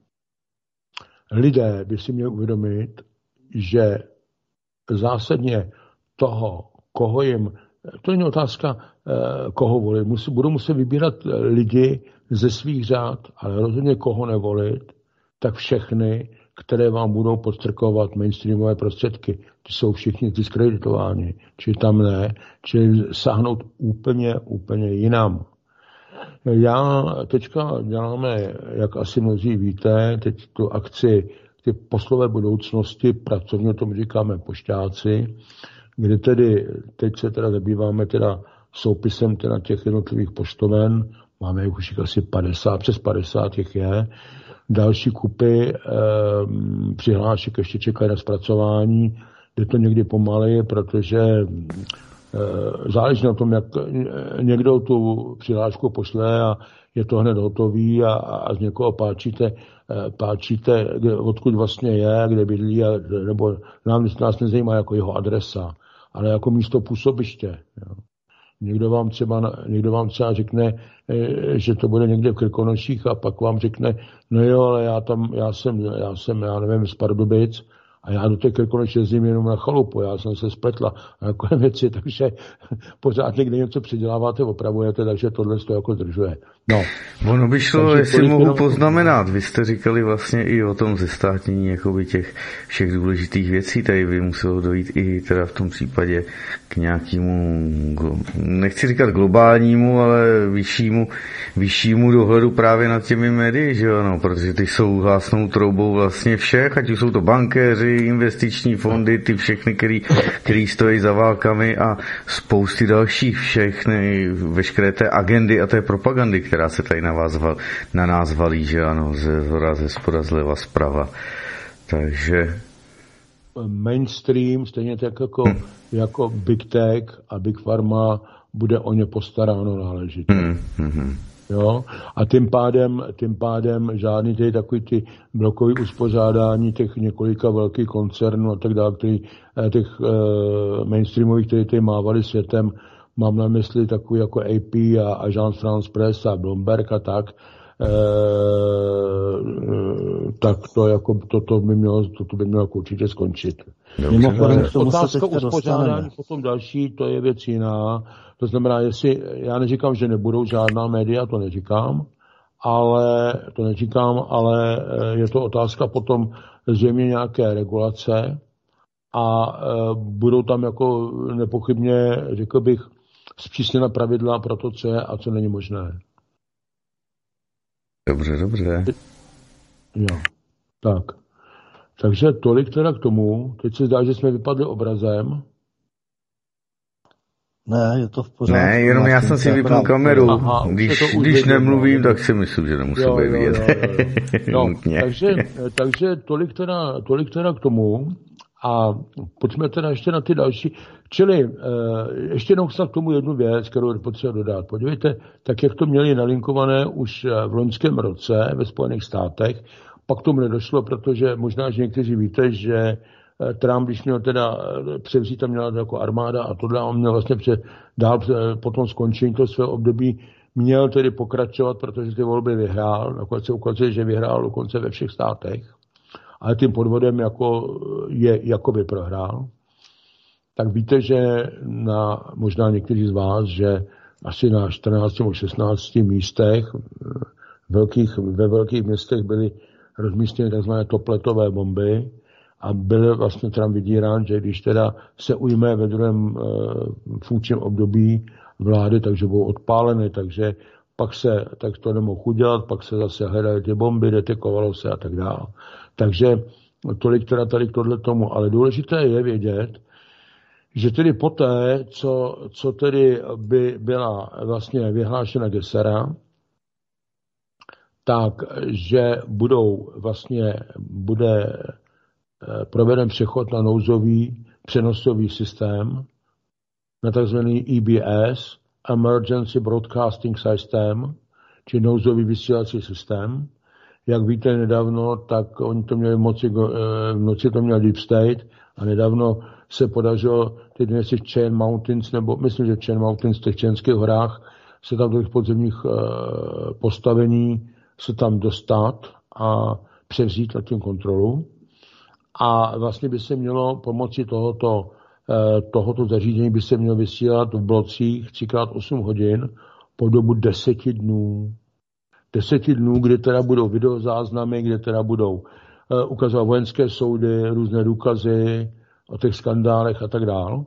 lidé by si měli uvědomit, že zásadně toho, koho jim, to není otázka, koho volit, musí, budou muset vybírat lidi ze svých řád, ale rozhodně koho nevolit, tak všechny, které vám budou podstrkovat mainstreamové prostředky, ty jsou všichni diskreditováni, či tam ne, či sáhnout úplně, úplně jinam. Já teďka děláme, jak asi mnozí víte, teď tu akci ty poslové budoucnosti, pracovně tomu říkáme pošťáci, kde tedy teď se teda zabýváme teda soupisem teda těch jednotlivých poštoven, máme už asi padesát, přes padesát těch je, další kupy e, přihlášek ještě čekají na zpracování, je to někdy pomalej, protože e, záleží na tom, jak někdo tu přihlášku pošle a je to hned hotový a, a z někoho páčíte, páčíte, odkud vlastně je, kde bydlí, a, nebo nám nás nezajímá jako jeho adresa, ale jako místo působiště. Jo. Někdo vám třeba, někdo vám třeba řekne, že to bude někde v Krkonoších a pak vám řekne, no jo, ale já tam, já jsem, já jsem, já nevím, z Pardubic a já do té Krkonoše jezdím jenom na chalupu, já jsem se spletla a takové věci, takže pořád někde něco předěláváte, opravujete, takže tohle to jako zdržuje. No. Ono by šlo, jestli mohu jenom poznamenat, vy jste říkali vlastně i o tom zestátnění jakoby těch všech důležitých věcí, tady by muselo dojít i teda v tom případě k nějakému, nechci říkat globálnímu, ale vyššímu, vyššímu dohledu právě nad těmi médii, že ano, protože ty jsou hlásnou troubou vlastně všech, ať už jsou to bankéři, investiční fondy, ty všechny, který, který stojí za válkami a spousty dalších všechny, veškeré té agendy a té propagandy, která se tady na, vás, na nás valí, že ano, ze zhora, ze spoda, zleva, zprava. Takže mainstream, stejně tak jako, hmm. jako Big Tech a Big Pharma bude o ně postaráno náležitě. Hmm. Hmm. Jo? A tím pádem, tím pádem žádný ty takový ty blokový uspořádání těch několika velkých koncernů a tak dále, který, těch uh, mainstreamových, který tady mávali světem, mám na mysli takový jako A P a Agence France Presse a Bloomberg a tak, e, tak to jako toto by mělo, toto by mělo jako určitě skončit. Mimochodem, otázka uspořádání potom další, to je věc jiná. To znamená, jestli, já neříkám, že nebudou žádná média, to neříkám, ale to neříkám, ale je to otázka potom zřejmě nějaké regulace a e, budou tam jako nepochybně, řekl bych, zpřísněna pravidla pro to, co je a co není možné. Dobře, dobře. Jo, tak. Takže tolik teda k tomu. Teď se zdá, že jsme vypadli obrazem. Ne, je to v pořádku. Ne, jenom já jsem si vypnul kameru. Aha, když když nemluvím, tak si myslím, že nemusím být vidět. No, takže, takže tolik teda, tolik teda k tomu. A pojďme teda ještě na ty další. Čili ještě jednou snad k tomu jednu věc, kterou je potřeba dodat. Podívejte, tak jak to měli nalinkované už v loňském roce ve Spojených státech, pak tomu nedošlo, protože možná, že někteří víte, že Trump, když měl teda převzít, tam měla jako armáda a tohle, on měl vlastně pře, dál po tom skončení toho svého období, měl tedy pokračovat, protože ty volby vyhrál, nakonec se ukazuje, že vyhrál dokonce ve všech státech, ale tím podvodem jako je jakoby prohrál. Tak víte, že na, možná někteří z vás, že asi na čtrnácti nebo šestnácti místech velkých, ve velkých městech byly rozmístěny tzv. Topletové bomby a byl vlastně Trump vydírán, že když teda se ujme ve druhém e, funkčním období vlády, takže budou odpáleny, takže pak se, tak to nemohl udělat, pak se zase hledaly ty bomby, detekovalo se a tak dále. Takže tolik teda tady k tohle tomu, ale důležité je vědět, že tedy poté, co, co tedy by byla vlastně vyhlášena Gesera, tak, že budou vlastně, bude proveden přechod na nouzový přenosový systém, na tzv. E B S, Emergency Broadcasting System, či nouzový vysílací systém. Jak víte nedávno, tak oni to měli v moci, v noci to měl Deep State a nedávno se podařilo ty dnes Chain Mountains, nebo myslím, že Chain Mountains v těch Čenských horách, se tam do těch podzemních postavení se tam dostat a převzít nad tím kontrolu. A vlastně by se mělo pomocí tohoto, tohoto zařízení by se mělo vysílat v blocích třikrát osm hodin po dobu deseti dnů. Deseti dnů, kdy teda budou videozáznamy, kde teda budou ukazovat vojenské soudy, různé důkazy o těch skandálech a tak dál.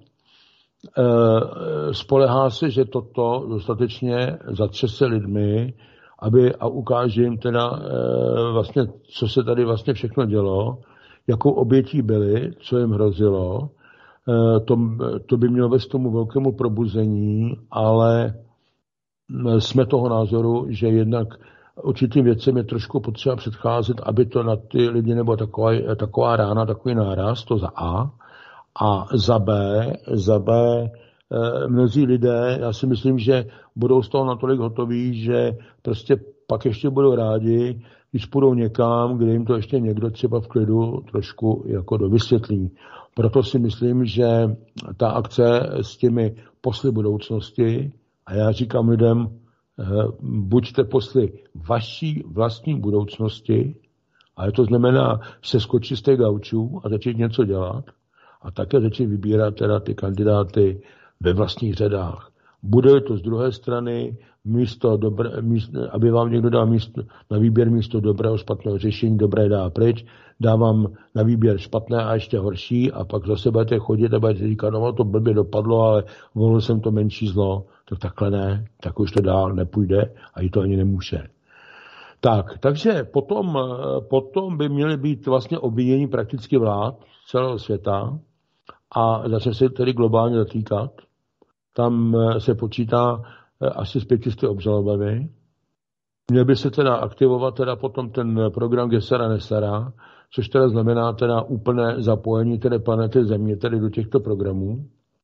Spolehá se, že toto dostatečně zatřese lidmi, aby a ukáže jim teda vlastně, co se tady vlastně všechno dělo, jakou obětí byli, co jim hrozilo. To, to by mělo vést tomu velkému probuzení, ale jsme toho názoru, že jednak určitým věcem je trošku potřeba předcházet, aby to na ty lidi nebyla taková, taková rána, takový náraz, to za A. A za B, za B, mnozí lidé, já si myslím, že budou z toho natolik hotoví, že prostě pak ještě budou rádi, když půjdou někam, kde jim to ještě někdo třeba v klidu trošku jako dovysvětlí. Proto si myslím, že ta akce s těmi posly budoucnosti, a já říkám lidem, buďte posly vaší vlastní budoucnosti, ale to znamená se skočit z těch gaučů a začít něco dělat a také začít vybírat teda ty kandidáty ve vlastních řadách. Bude to z druhé strany místo dobré, místo, aby vám někdo dal místo, na výběr místo dobrého, špatného řešení, dobré dá pryč, dávám na výběr špatné a ještě horší a pak zase budete chodit a budete říkat, no to blbě dopadlo, ale volil jsem to menší zlo. Tak takhle ne, tak už to dál nepůjde a i to ani nemůže. Tak, takže potom, potom by měly být vlastně obvinění prakticky vlád celého světa a začne se tedy globálně dotýkat. Tam se počítá asi s pětisty obžalobami. Měl by se teda aktivovat teda potom ten program Gesera Nesera, což teda znamená teda úplné zapojení tedy planety Země tedy do těchto programů.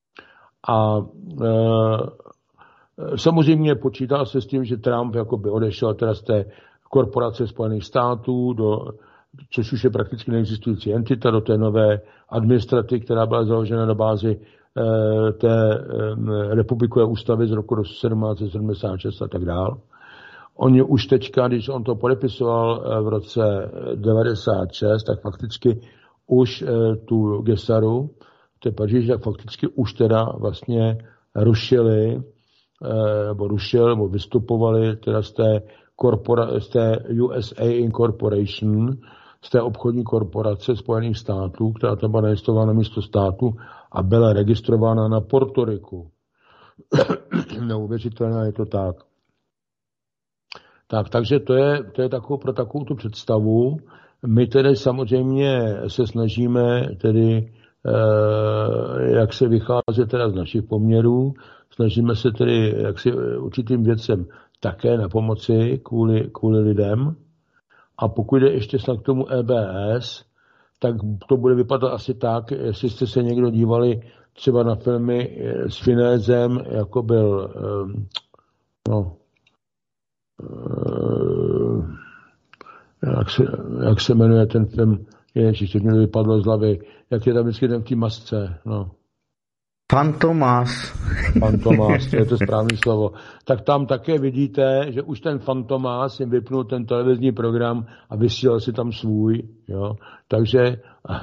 A e, samozřejmě počítá se s tím, že Trump jakoby odešel teda z té korporace Spojených států, do, což už je prakticky neexistující entita, do té nové administrativy, která byla založena na bázi e, té e, republikové ústavy z roku sedmnáct set sedmdesát šest a tak dál. On je už teďka, když on to podepisoval v roce devadesát šest, tak fakticky už e, tu Gesaru, té Paříži, tak fakticky už teda vlastně rušili, e, nebo rušil, nebo vystupovali teda z té, korpora, z té U S A Incorporation, z té obchodní korporace Spojených států, která tam byla nainstalována na místo státu a byla registrována na Portoriku. Neuvěřitelné je to tak. Tak, takže to je, to je takovou, pro takovou tu představu. My tedy samozřejmě se snažíme tedy, eh, jak se vycházet teda z našich poměrů, snažíme se tedy jak si určitým věcem také na pomoci kvůli, kvůli lidem. A pokud jde ještě snad k tomu E B S, tak to bude vypadat asi tak, jestli jste se někdo dívali třeba na filmy s Finézem, jako byl eh, no, Jak se, jak se jmenuje ten film, ježiš, teď mi vypadlo z hlavy, jak je tam vždycky ten v té masce, no. Fantomas. Fantomas, to je to správné slovo. Tak tam také vidíte, že už ten Fantomas jim vypnul ten televizní program a vysílal si tam svůj. Jo? Takže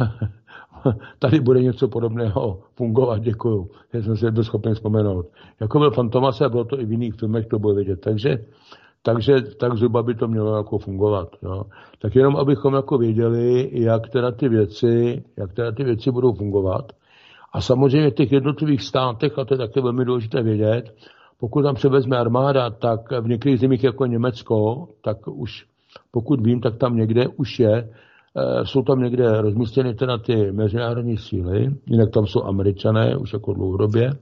tady bude něco podobného fungovat, děkuju. Já jsem si byl schopen vzpomenout. Jako byl Fantomas a bylo to i v jiných filmech, to bylo vidět. Takže, takže tak zhruba by to mělo jako fungovat. Jo? Tak jenom abychom jako věděli, jak teda ty věci, jak teda ty věci budou fungovat. A samozřejmě v těch jednotlivých státech, a to je také velmi důležité vědět, pokud tam převezme armáda, tak v některých zemích jako Německo, tak už, pokud vím, tak tam někde už je, jsou tam někde rozmístěny teda ty mezinárodní síly, jinak tam jsou Američané už jako dlouhodobě.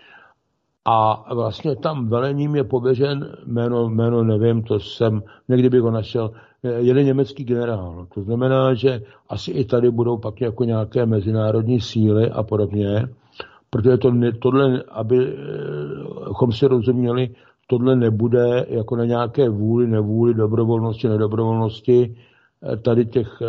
A vlastně tam velením je pověřen, jméno, jméno nevím, to jsem, někdy bych ho našel, jeden německý generál. To znamená, že asi i tady budou pak jako nějaké mezinárodní síly a podobně, protože to, tohle, abychom si rozuměli, tohle nebude jako na nějaké vůli, nevůli, dobrovolnosti, nedobrovolnosti tady těch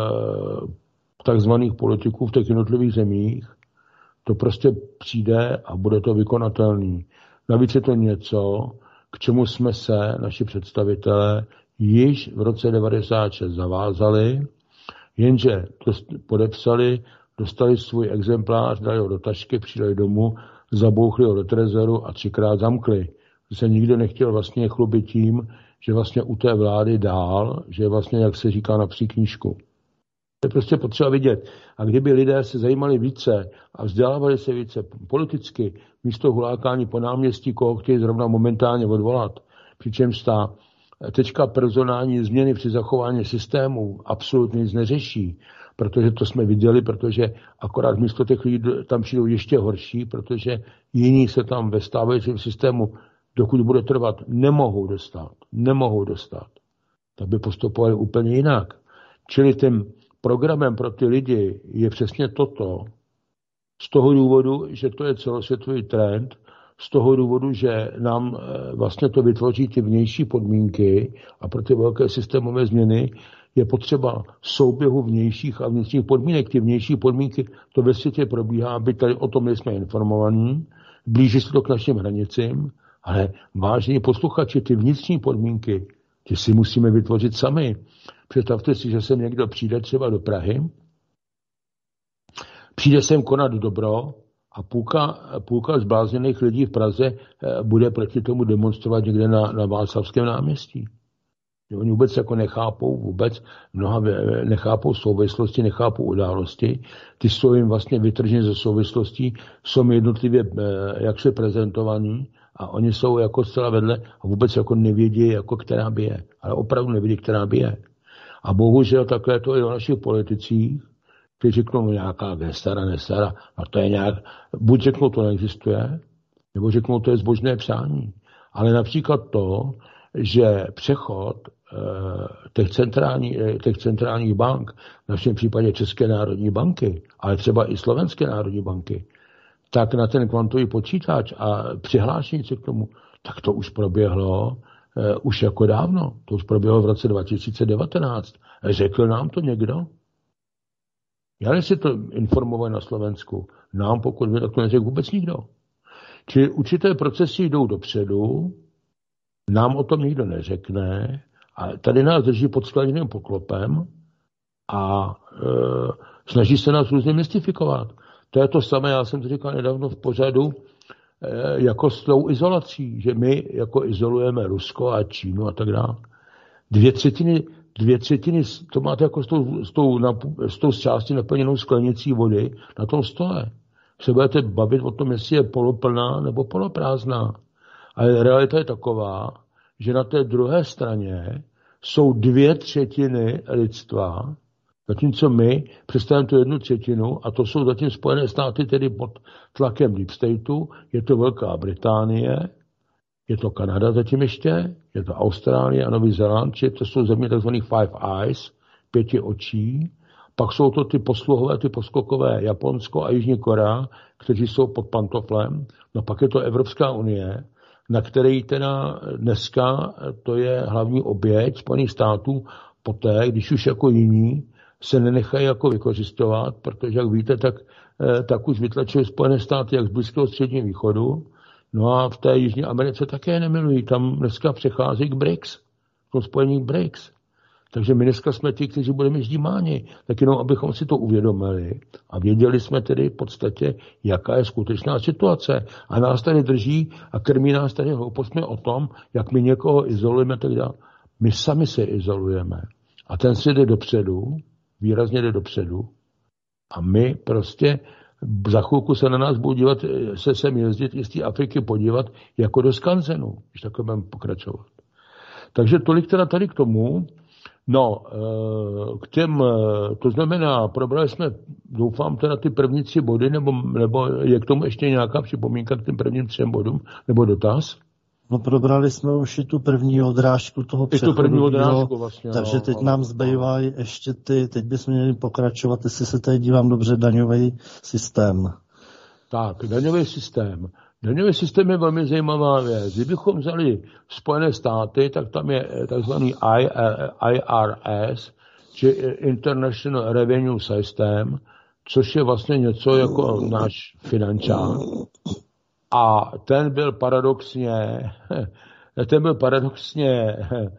takzvaných politiků v těch jednotlivých zemích. To prostě přijde a bude to vykonatelný. Navíc je to něco, k čemu jsme se, naši představitelé, již v roce devadesát šest zavázali, jenže to podepsali, dostali svůj exemplář, dali ho do tašky, přidali domů, zabouchli ho do trezoru a třikrát zamkli. Se nikdo nechtěl vlastně chlubit tím, že vlastně u té vlády dál, že vlastně, jak se říká, napsí knížku. To je prostě potřeba vidět. A kdyby lidé se zajímali více a vzdělávali se více politicky, místo hulákání po náměstí, koho chtějí zrovna momentálně odvolat, přičemž ta teďka personální změny při zachování systému absolutně nic neřeší, protože to jsme viděli, protože akorát místo těch lidí tam přijdou ještě horší, protože jiní se tam ve stávajícím systému, dokud bude trvat, nemohou dostat. Nemohou dostat. Tak by postupovali úplně jinak. Čili tím programem pro ty lidi je přesně toto. Z toho důvodu, že to je celosvětový trend, z toho důvodu, že nám vlastně to vytvoří ty vnější podmínky a pro ty velké systémové změny je potřeba souběhu vnějších a vnitřních podmínek. Ty vnější podmínky, to ve světě probíhá, aby tady o tom nejsme informovaní, blíží se to k našim hranicím, ale vážení posluchači, ty vnitřní podmínky, ty si musíme vytvořit sami. Představte si, že sem někdo přijde třeba do Prahy, přijde sem konat dobro a půlka, půlka zblázněných lidí v Praze bude proti tomu demonstrovat někde na, na Václavském náměstí. Oni vůbec jako nechápou, vůbec mnoha nechápou souvislosti, nechápou události. Ty jsou jim vlastně vytrženy ze souvislostí, jsou jednotlivě jak se prezentovaní a oni jsou jako zcela vedle a vůbec jako nevědí, jako která by je. Ale opravdu nevědí, která by je. A bohužel takhle to i o našich politicích, kteří řeknou, no nějaká gestara, nestara, a to je nějak, buď řeknou, to neexistuje, nebo řeknou, to je zbožné přání. Ale například to, že přechod eh, těch, centrální, těch centrálních bank, v našem případě České národní banky, ale třeba i Slovenské národní banky, tak na ten kvantový počítač a přihlášení se k tomu, tak to už proběhlo eh, už jako dávno. To už proběhlo v roce dva tisíce devatenáct. Řekl nám to někdo? Já nejsi to informovali na Slovensku. Nám, pokud by, tak to neřekl vůbec nikdo. Čili určité procesy jdou dopředu, nám o tom nikdo neřekne a tady nás drží pod skleným poklopem a e, snaží se nás různě mystifikovat. To je to samé, já jsem to říkal nedávno v pořadu, e, jako s tou izolací, že my jako izolujeme Rusko a Čínu a tak dále. Dvě třetiny, dvě třetiny, to máte jako s tou, s tou, na, s tou částí naplněnou sklenicí vody na tom stole. Se budete bavit o tom, jestli je poloplná nebo poloprázdná. Ale realita je taková, že na té druhé straně jsou dvě třetiny lidstva, zatímco my představíme tu jednu třetinu, a to jsou zatím Spojené státy, tedy pod tlakem Deep Stateu, je to Velká Británie, je to Kanada zatím ještě, je to Austrálie a Nový Zéland, či to jsou země tzv. Five Eyes, pěti očí, pak jsou to ty posluhové, ty poskokové Japonsko a Jižní Korea, kteří jsou pod pantoflem, no pak je to Evropská unie, na který teda dneska to je hlavní oběť Spojených států poté, když už jako jiní se nenechají jako vykořistovat, protože jak víte, tak tak už vytlačili Spojené státy jak z Blízkého středního východu. No a v té Jižní Americe také nemilují. Tam dneska přechází k B R I C S, k spojení B R I C S. Takže my dneska jsme ti, kteří budeme ždímáni. Tak jenom, abychom si to uvědomili a věděli jsme tedy v podstatě, jaká je skutečná situace. A nás tady drží a krmí nás tady hloupostmi o tom, jak my někoho izolujeme, tak dále. My sami se izolujeme. A ten si jde dopředu, výrazně jde dopředu. A my prostě za chvilku se na nás budou dívat, se sem jezdit i z té Afriky podívat jako do skanzenu, když takhle budeme pokračovat. Takže tolik teda tady k tomu. No, k těm, to znamená, probrali jsme, doufám, teda ty první tři body, nebo, nebo je k tomu ještě nějaká připomínka k těm prvním třem bodům, nebo dotaz? No, probrali jsme už i tu první odrážku toho přechodu. I tu první odrážku vlastně. Takže no, teď no, nám zbývají no. ještě ty, teď bychom měli pokračovat, jestli se tady dívám dobře, daňový systém. Tak, daňový systém. Daňový systém je velmi zajímavá věc. Kdybychom vzali Spojené státy, tak tam je takzvaný I R S, či International Revenue System, což je vlastně něco jako náš finančák. A ten byl paradoxně, ten byl paradoxně e,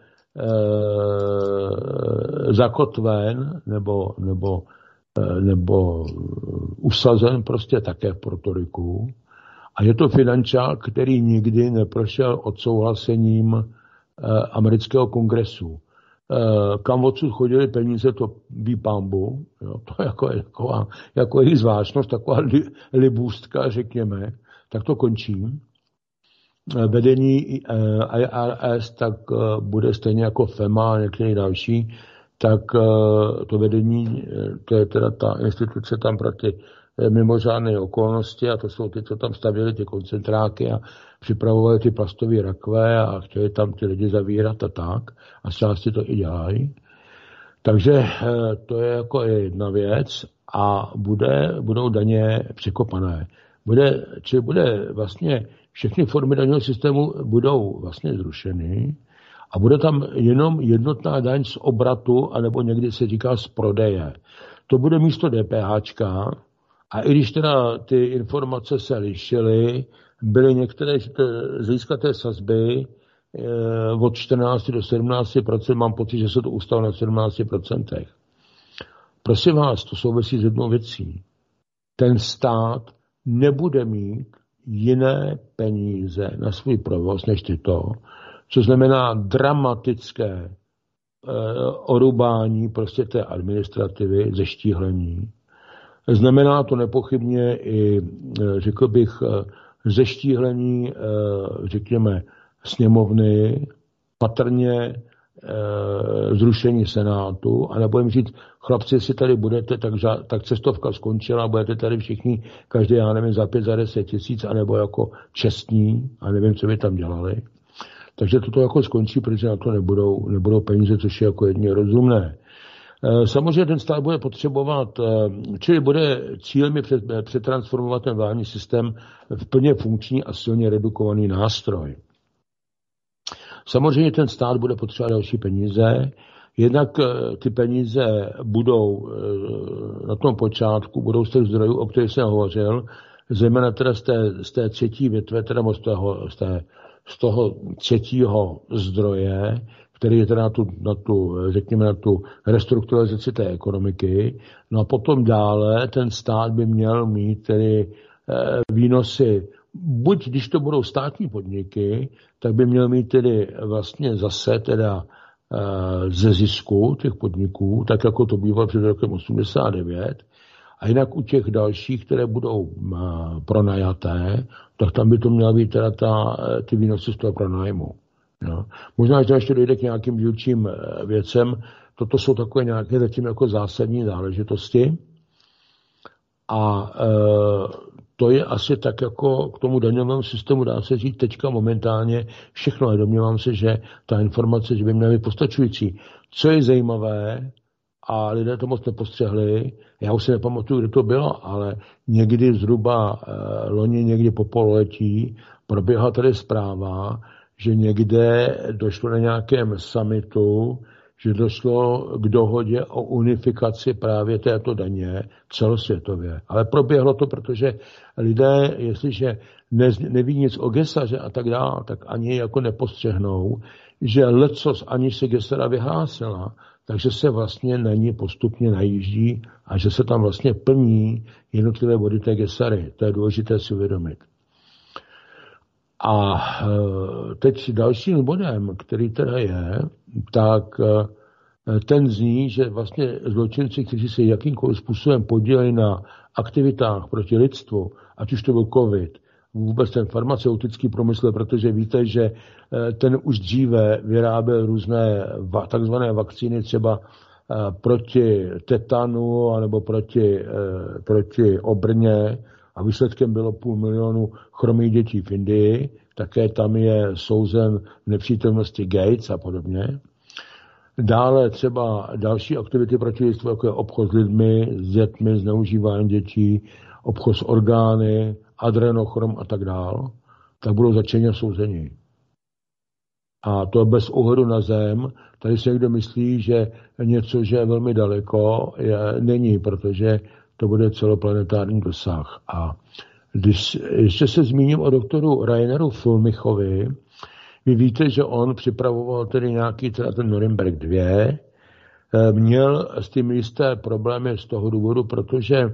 zakotven, nebo, nebo, e, nebo usazen prostě také v Puerto Riku. A je to finančák, který nikdy neprošel odsouhlasením e, amerického kongresu. E, kam odsud chodili peníze, to ví pánbu. Jo, to jako je taková, jako jejich zvláštnost, taková li, libůstka, řekněme. Tak to končím. Vedení I R S tak bude stejně jako FEMA a některé další, tak to vedení, to je teda ta instituce tam pro ty mimořádné okolnosti a to jsou ty, co tam stavěli ty koncentráky a připravovali ty plastové rakve a chtěli tam ty lidi zavírat a tak. A z části to i dělají. Takže to je jako jedna věc a bude, budou daně překopané. Bude, či bude vlastně všechny formy daňového systému budou vlastně zrušeny a bude tam jenom jednotná daň z obratu, anebo někdy se říká z prodeje. To bude místo DPHčka a i když teda ty informace se lišily, byly některé z hlediska té sazby od čtrnáct do sedmnáct procent, mám pocit, že se to ustalo na sedmnáct procent. Prosím vás, to souvisí s jednou věcí. Ten stát nebude mít jiné peníze na svůj provoz než tyto, co znamená dramatické e, orubání prostě té administrativy, zeštíhlení. Znamená to nepochybně i, řekl bych, zeštíhlení, e, řekněme, sněmovny, patrně zrušení senátu, a nebo jim říct, chlapci, jestli tady budete, tak, tak cestovka skončila, budete tady všichni, každý, já nevím, za pět, za deset tisíc, anebo jako čestní, a nevím, co by tam dělali. Takže toto jako skončí, protože na to nebudou, nebudou peníze, což je jako jedině rozumné. Samozřejmě ten stát bude potřebovat, čili bude cílem je přetransformovat ten vládní systém v plně funkční a silně redukovaný nástroj. Samozřejmě ten stát bude potřebovat další peníze, jednak ty peníze budou na tom počátku, budou z těch zdrojů, o kterých jsem hovořil, zejména teda z té, z té třetí větve, teda z toho, z, té, z toho třetího zdroje, který je teda na tu, na tu, řekněme, na tu restrukturalizaci té ekonomiky. No a potom dále ten stát by měl mít tedy výnosy, buď když to budou státní podniky, tak by měl mít tedy vlastně zase teda ze zisku těch podniků, tak jako to bývalo před rokem osmdesát devět, a jinak u těch dalších, které budou pronajaté, tak tam by to měla být teda ta, ty výnosy z toho pronájmu. No. Možná, že ještě dojde k nějakým dílčím věcem, toto jsou takové nějaké zatím jako zásadní záležitosti a e, to je asi tak jako k tomu daňovému systému dá se říct teďka momentálně všechno, ale domnívám se, že ta informace, že by měla být postačující. Co je zajímavé, a lidé to moc nepostřehli, já už si nepamatuju, kde to bylo, ale někdy zhruba eh, loni, někdy po pololetí proběhla tady zpráva, že někde došlo na nějakém summitu, že došlo k dohodě o unifikaci právě této daně celosvětově. Ale proběhlo to, protože lidé, jestliže ne, neví nic o Gesaře a tak dále, tak ani jako nepostřehnou, že lecos aniž se Gesara vyhlásila, takže se vlastně na ní postupně najíždí a že se tam vlastně plní jednotlivé body té Gesary. To je důležité si uvědomit. A teď dalším bodem, který teda je, tak ten zní, že vlastně zločinci, kteří se jakýmkoliv způsobem podílejí na aktivitách proti lidstvu, ať už to byl covid, vůbec ten farmaceutický průmysl, protože víte, že ten už dříve vyráběl různé takzvané vakcíny třeba proti tetanu anebo proti, proti obrně a výsledkem bylo půl milionu chromých dětí v Indii, také tam je souzen v nepřítomnosti Gates a podobně. Dále třeba další aktivity proti lidstvu, jako je obchod s lidmi, s dětmi, zneužívání dětí, obchod s orgány, adrenochrom a tak dál, tak budou začeni a souzeni. A to bez ohledu na zem. Tady si někdo myslí, že něco, že je velmi daleko, je, není, protože to bude celoplanetární dosah. A když ještě se zmíním o doktoru Raineru Fulmichovi, vy víte, že on připravoval tedy nějaký teda ten Norimberg dva, měl s tím jisté problémy z toho důvodu, protože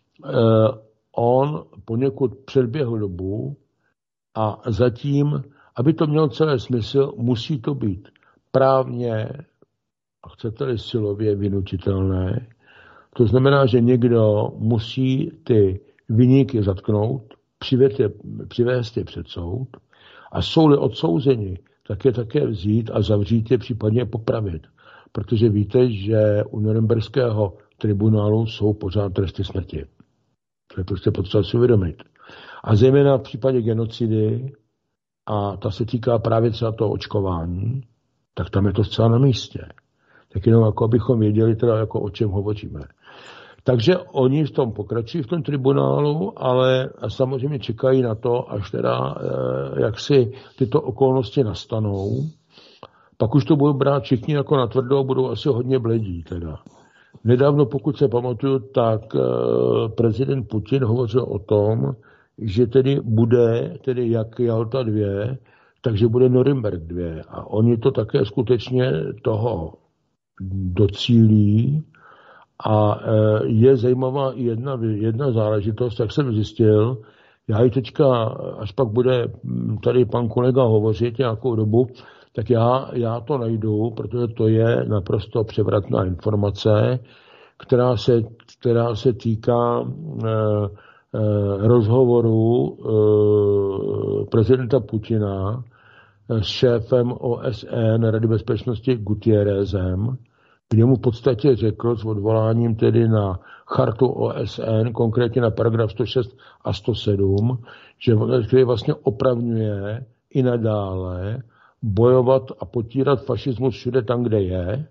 on poněkud předběhl dobu a zatím, aby to mělo celé smysl, musí to být právně, a chcete-li silově, vynutitelné. To znamená, že někdo musí ty viníky zatknout, přivést je, přivést je před soud a jsou-li odsouzeni, tak je také vzít a zavřít je, případně popravit. Protože víte, že u Norimberského tribunálu jsou pořád tresty smrti. To je prostě potřeba si uvědomit. A zejména v případě genocidy, a ta se týká právě třeba toho očkování, tak tam je to zcela na místě. Tak jenom jako abychom věděli teda, jako o čem hovoříme. Takže oni v tom pokračují v tom tribunálu, ale samozřejmě čekají na to, až teda jak si tyto okolnosti nastanou. Pak už to budou brát všichni jako natvrdo, budou asi hodně bledí teda. Nedávno, pokud se pamatuju, tak prezident Putin hovořil o tom, že tedy bude, tedy jak Jalta dva, takže bude Norimberg dva. A oni to také skutečně toho docílí. A je zajímavá i jedna, jedna záležitost, jak jsem zjistil, já ji teďka, až pak bude tady pan kolega hovořit nějakou dobu, tak já, já to najdu, protože to je naprosto převratná informace, která se, která se týká eh, eh, rozhovoru eh, prezidenta Putina s šéfem O S N Rady bezpečnosti Gutierrezem, kde mu v podstatě řekl s odvoláním tedy na chartu O S N, konkrétně na paragraf sto šest a sto sedm, že vlastně opravňuje i nadále bojovat a potírat fašismus všude tam, kde je,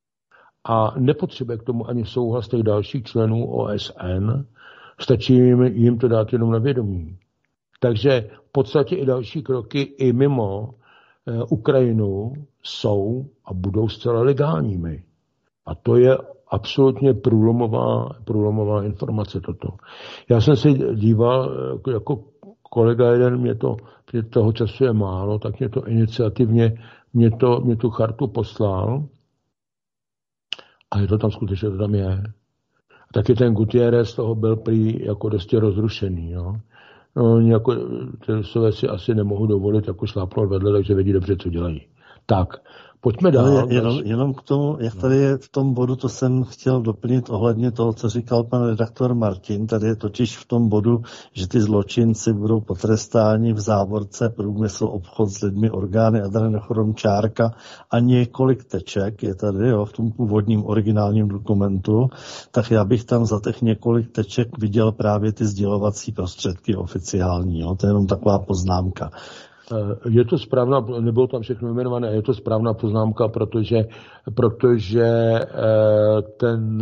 a nepotřebuje k tomu ani souhlas těch dalších členů O S N, stačí jim, jim to dát jenom na vědomí. Takže v podstatě i další kroky i mimo eh, Ukrajinu jsou a budou zcela legálními. A to je absolutně průlomová, průlomová informace toto. Já jsem se díval, jako kolega jeden, mě to, mě toho času je málo, tak mě to iniciativně, mě, to, mě tu chartu poslal a je to tam skutečně, to tam je. A taky ten Gutierrez toho byl prý jako dosti rozrušený. Jo. No, jako, ty Rusové si asi nemohou dovolit jako šlápnout vedle, takže vědí dobře, co dělají. Tak, pojďme dál. Jenom, jenom k tomu, jak tady je v tom bodu, to jsem chtěl doplnit ohledně toho, co říkal pan redaktor Martin. Tady je totiž v tom bodu, že ty zločinci budou potrestáni v závorce průmysl, obchod s lidmi, orgány, adrenochrom, čárka a několik teček je tady, jo, v tom původním originálním dokumentu. Tak já bych tam za těch několik teček viděl právě ty sdělovací prostředky oficiální. Jo. To je jenom taková poznámka. Je to správná, nebylo tam všechno jmenované, je to správná poznámka, protože, protože ten,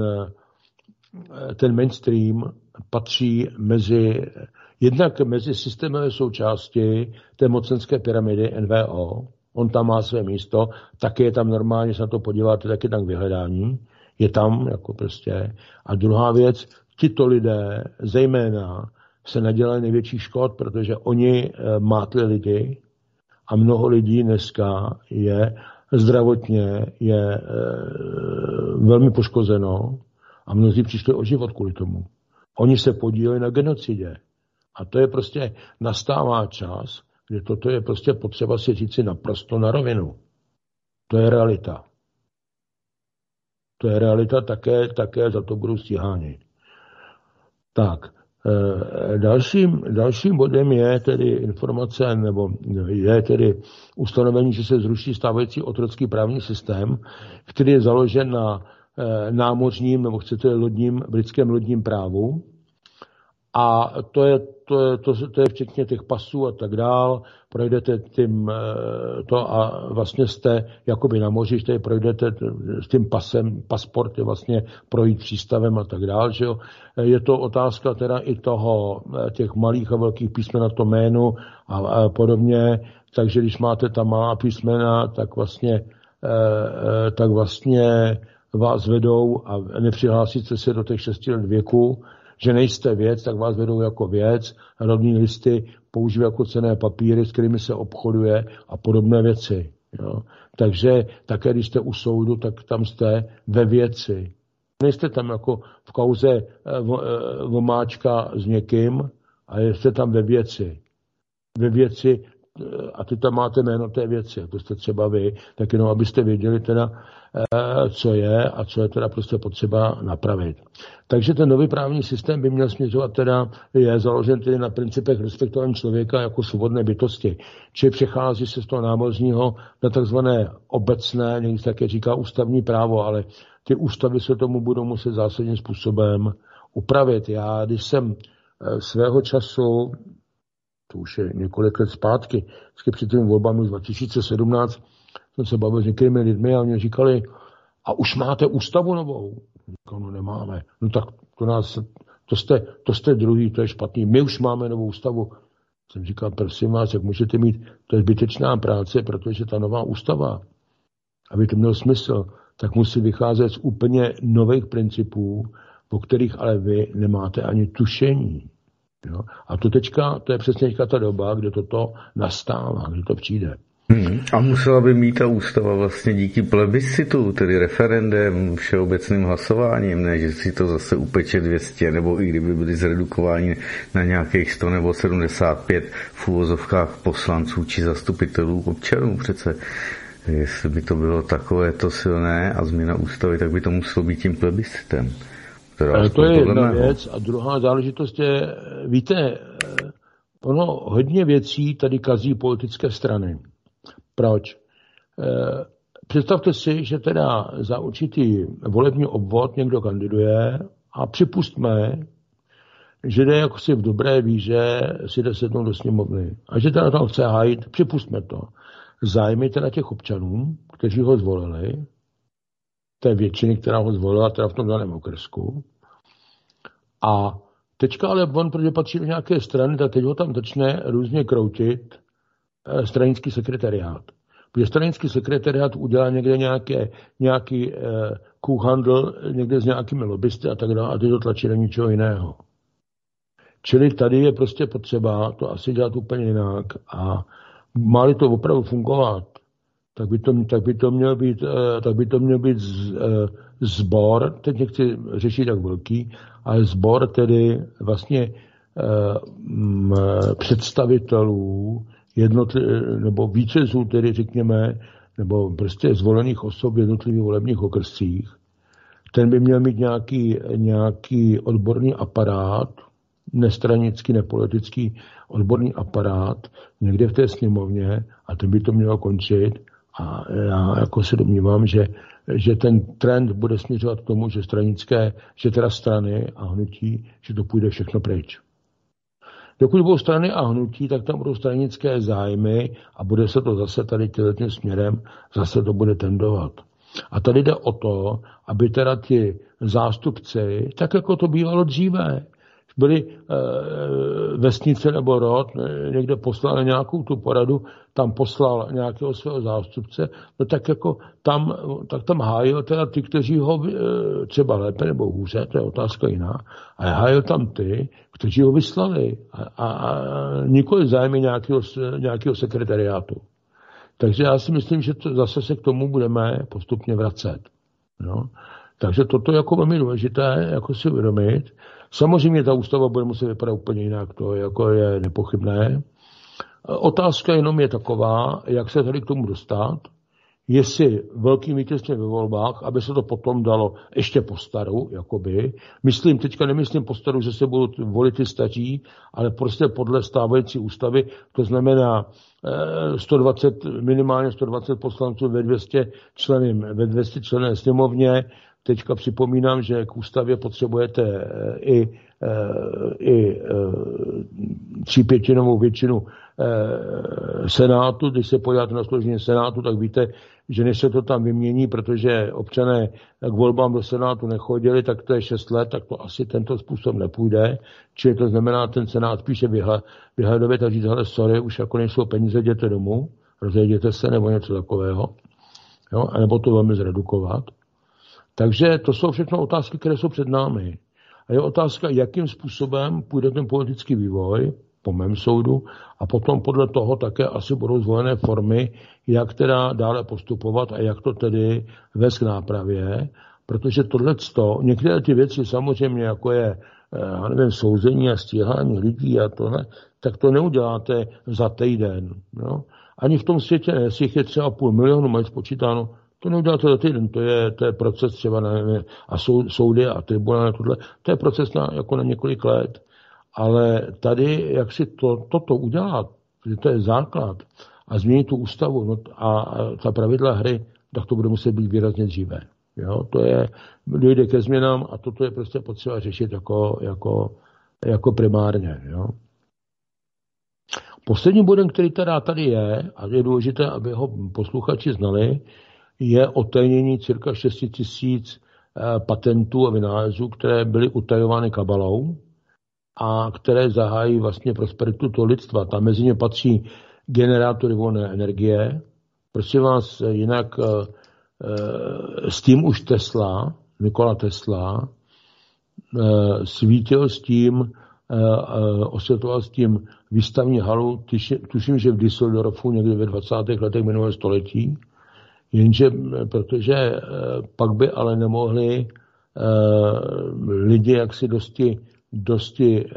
ten mainstream patří mezi, jednak mezi systémové součásti té mocenské pyramidy N V O, on tam má své místo, taky je tam normálně, se na to podíváte, taky tam k vyhledání, je tam jako prostě. A druhá věc, tito lidé zejména se nadělali největší škod, protože oni mátli lidi a mnoho lidí dneska je zdravotně je e, velmi poškozeno a mnozí přišli o život kvůli tomu. Oni se podíleli na genocidě. A to je prostě nastává čas, kdy toto je prostě potřeba si říci naprosto na rovinu. To je realita. To je realita, také, také za to budou stíháni. Tak, e, dalším, dalším bodem je tedy informace, nebo je tedy ustanovení, že se zruší stávající otrocký právní systém, který je založen na e, námořním, nebo chcete lodním, britském lodním právu. A to je, to, je, to, to je včetně těch pasů a tak dál. Projdete tím to a vlastně jste jakoby na moři, tady projdete s tím pasem, pasport je vlastně projít přístavem a tak dál. Že jo? Je to otázka teda i toho, těch malých a velkých písmen na to jménu a, a podobně. Takže když máte tam malá písmena, tak vlastně, tak vlastně vás vedou a nepřihlásíte se do těch šesti let věku, že nejste věc, tak vás vedou jako věc, rodní listy používají jako cenné papíry, s kterými se obchoduje a podobné věci. Jo. Takže také, když jste u soudu, tak tam jste ve věci. Nejste tam jako v kauze vomáčka s někým, ale jste tam ve věci. Ve věci a ty tam máte jméno té věci, a to jste třeba vy, tak jenom abyste věděli teda, co je a co je teda prostě potřeba napravit. Takže ten nový právní systém by měl směřovat teda, je založen tedy na principech respektování člověka jako svobodné bytosti. Čili přechází se z toho námořního na takzvané obecné, někdy také říká ústavní právo, ale ty ústavy se tomu budou muset zásadním způsobem upravit. Já, když jsem svého času, to už je několik let zpátky, vždycky před těmi volbami dva tisíce sedmnáct, jsem se bavil s některými lidmi a oni říkali, a už máte ústavu novou? Říkal, no nemáme. No tak to nás, to jste, to jste druhý, to je špatný. My už máme novou ústavu. Jsem říkal, prosím vás, jak můžete mít, to je zbytečná práce, protože ta nová ústava, aby to měl smysl, tak musí vycházet z úplně nových principů, po kterých ale vy nemáte ani tušení. Jo? A to teďka, to je přesně teďka ta doba, kde toto nastává, kde to přijde. Hmm. A musela by mít ta ústava vlastně díky plebiscitu, tedy referendem, všeobecným hlasováním, ne, že si to zase upeče dvě stě, nebo i kdyby byli zredukováni na nějakých sto nebo sedmdesát pět v úvozovkách poslanců či zastupitelů občanů přece. Jestli by to bylo takovéto silné a změna ústavy, tak by to muselo být tím plebiscitem. To je jedna věc a druhá záležitost je, víte, ono hodně věcí tady kazí politické strany. Proč? Představte si, že teda za určitý volební obvod někdo kandiduje a připustme, že jde jako si v dobré víře si jde sednout do sněmovny a že teda tam chce hájit, připustme to. Zájmy teda těch občanů, kteří ho zvolili, té většiny, která ho zvolila teda v tom daném okrsku. A teďka ale on, protože patří do nějaké strany, tak teď ho tam začne různě kroutit eh, stranický sekretariát. Protože stranický sekretariát udělá někde nějaké, nějaký eh, kůhandl, někde s nějakými lobbysty a tak dále a teď to tlačí do ničeho jiného. Čili tady je prostě potřeba to asi dělat úplně jinak a má-li to opravdu fungovat, tak by to, tak by to měl být, tak by to měl být sbor, teď nechci řešit jak velký, ale sbor tedy vlastně představitelů jednotli, nebo vítězů, tedy řekněme, nebo prostě zvolených osob v jednotlivých volebních okrscích. Ten by měl mít nějaký, nějaký odborný aparát, nestranický, nepolitický odborný aparát někde v té sněmovně a ten by to mělo končit. A já jako se domnívám, že, že ten trend bude směřovat k tomu, že stranické, že teda strany a hnutí, že to půjde všechno pryč. Dokud budou strany a hnutí, tak tam budou stranické zájmy a bude se to zase tady tím směrem, zase to bude tendovat. A tady jde o to, aby teda ti zástupci, tak jako to bývalo dříve, byly e, vesnice nebo rod, někde poslal nějakou tu poradu, tam poslal nějakého svého zástupce, no tak jako tam, tak tam hájil teda ty, kteří ho e, třeba lépe nebo hůře, to je otázka jiná, a hájil tam ty, kteří ho vyslali a, a, a nikoli zájmy nějakého, nějakého sekretariátu. Takže já si myslím, že to, zase se k tomu budeme postupně vracet. No. Takže toto je jako velmi důležité, jako si uvědomit. Samozřejmě ta ústava bude muset vypadat úplně jinak, to jako je nepochybné. Otázka jenom je taková, jak se tady k tomu dostat, jestli velkým vítězstvím ve volbách, aby se to potom dalo ještě po staru, jakoby. Myslím, teďka nemyslím po staru, že se budou volit ty staří, ale prostě podle stávající ústavy, to znamená sto dvacet, minimálně sto dvacet poslanců ve dvě stě členy, ve dvě stě členné sněmovně. Teďka připomínám, že k ústavě potřebujete i, i třípětinovou většinu Senátu. Když se podíváte na složení Senátu, tak víte, že než se to tam vymění, protože občané k volbám do Senátu nechodili, tak to je šest let, tak to asi tento způsob nepůjde. Čili to znamená, ten Senát spíše vyhledovat a říct, hele, sorry, už jako nejsou peníze, jděte domů, rozejděte se nebo něco takového. Jo? A nebo to velmi zredukovat. Takže to jsou všechno otázky, které jsou před námi. A je otázka, jakým způsobem půjde ten politický vývoj, po mém soudu, a potom podle toho také asi budou zvolené formy, jak teda dále postupovat a jak to tedy vést k nápravě, protože tohleto, některé ty věci samozřejmě, jako je, já nevím, souzení a stíhání lidí a tohle, tak to neuděláte za týden. No? Ani v tom světě, jestli jich je třeba půl milionu, mají spočítáno, to neuděláte za týden, to je, to je proces třeba na, a sou, soudy a tribunály, tohle, to je proces na, jako na několik let. Ale tady, jak si to, toto udělat, že to je základ, a změnit tu ústavu no, a, a ta pravidla hry, tak to bude muset být výrazně dříve. Jo? To je, dojde ke změnám a toto je prostě potřeba řešit jako, jako, jako primárně. Jo? Posledním bodem, který teda tady je, a je důležité, aby ho posluchači znali, je otajnění cirka šest tisíc patentů a vynálezů, které byly utajovány kabalou a které zahájí vlastně prosperitu toho lidstva. Tam mezi ně patří generátory volné energie. Prosím vás, jinak s tím už Tesla, Nikola Tesla, svítil s tím, osvětloval s tím výstavní halu, tuším, že v Düsseldorfu někdy ve dvacátých letech minulého století, jenže protože pak by ale nemohli lidi jaksi dosti, dosti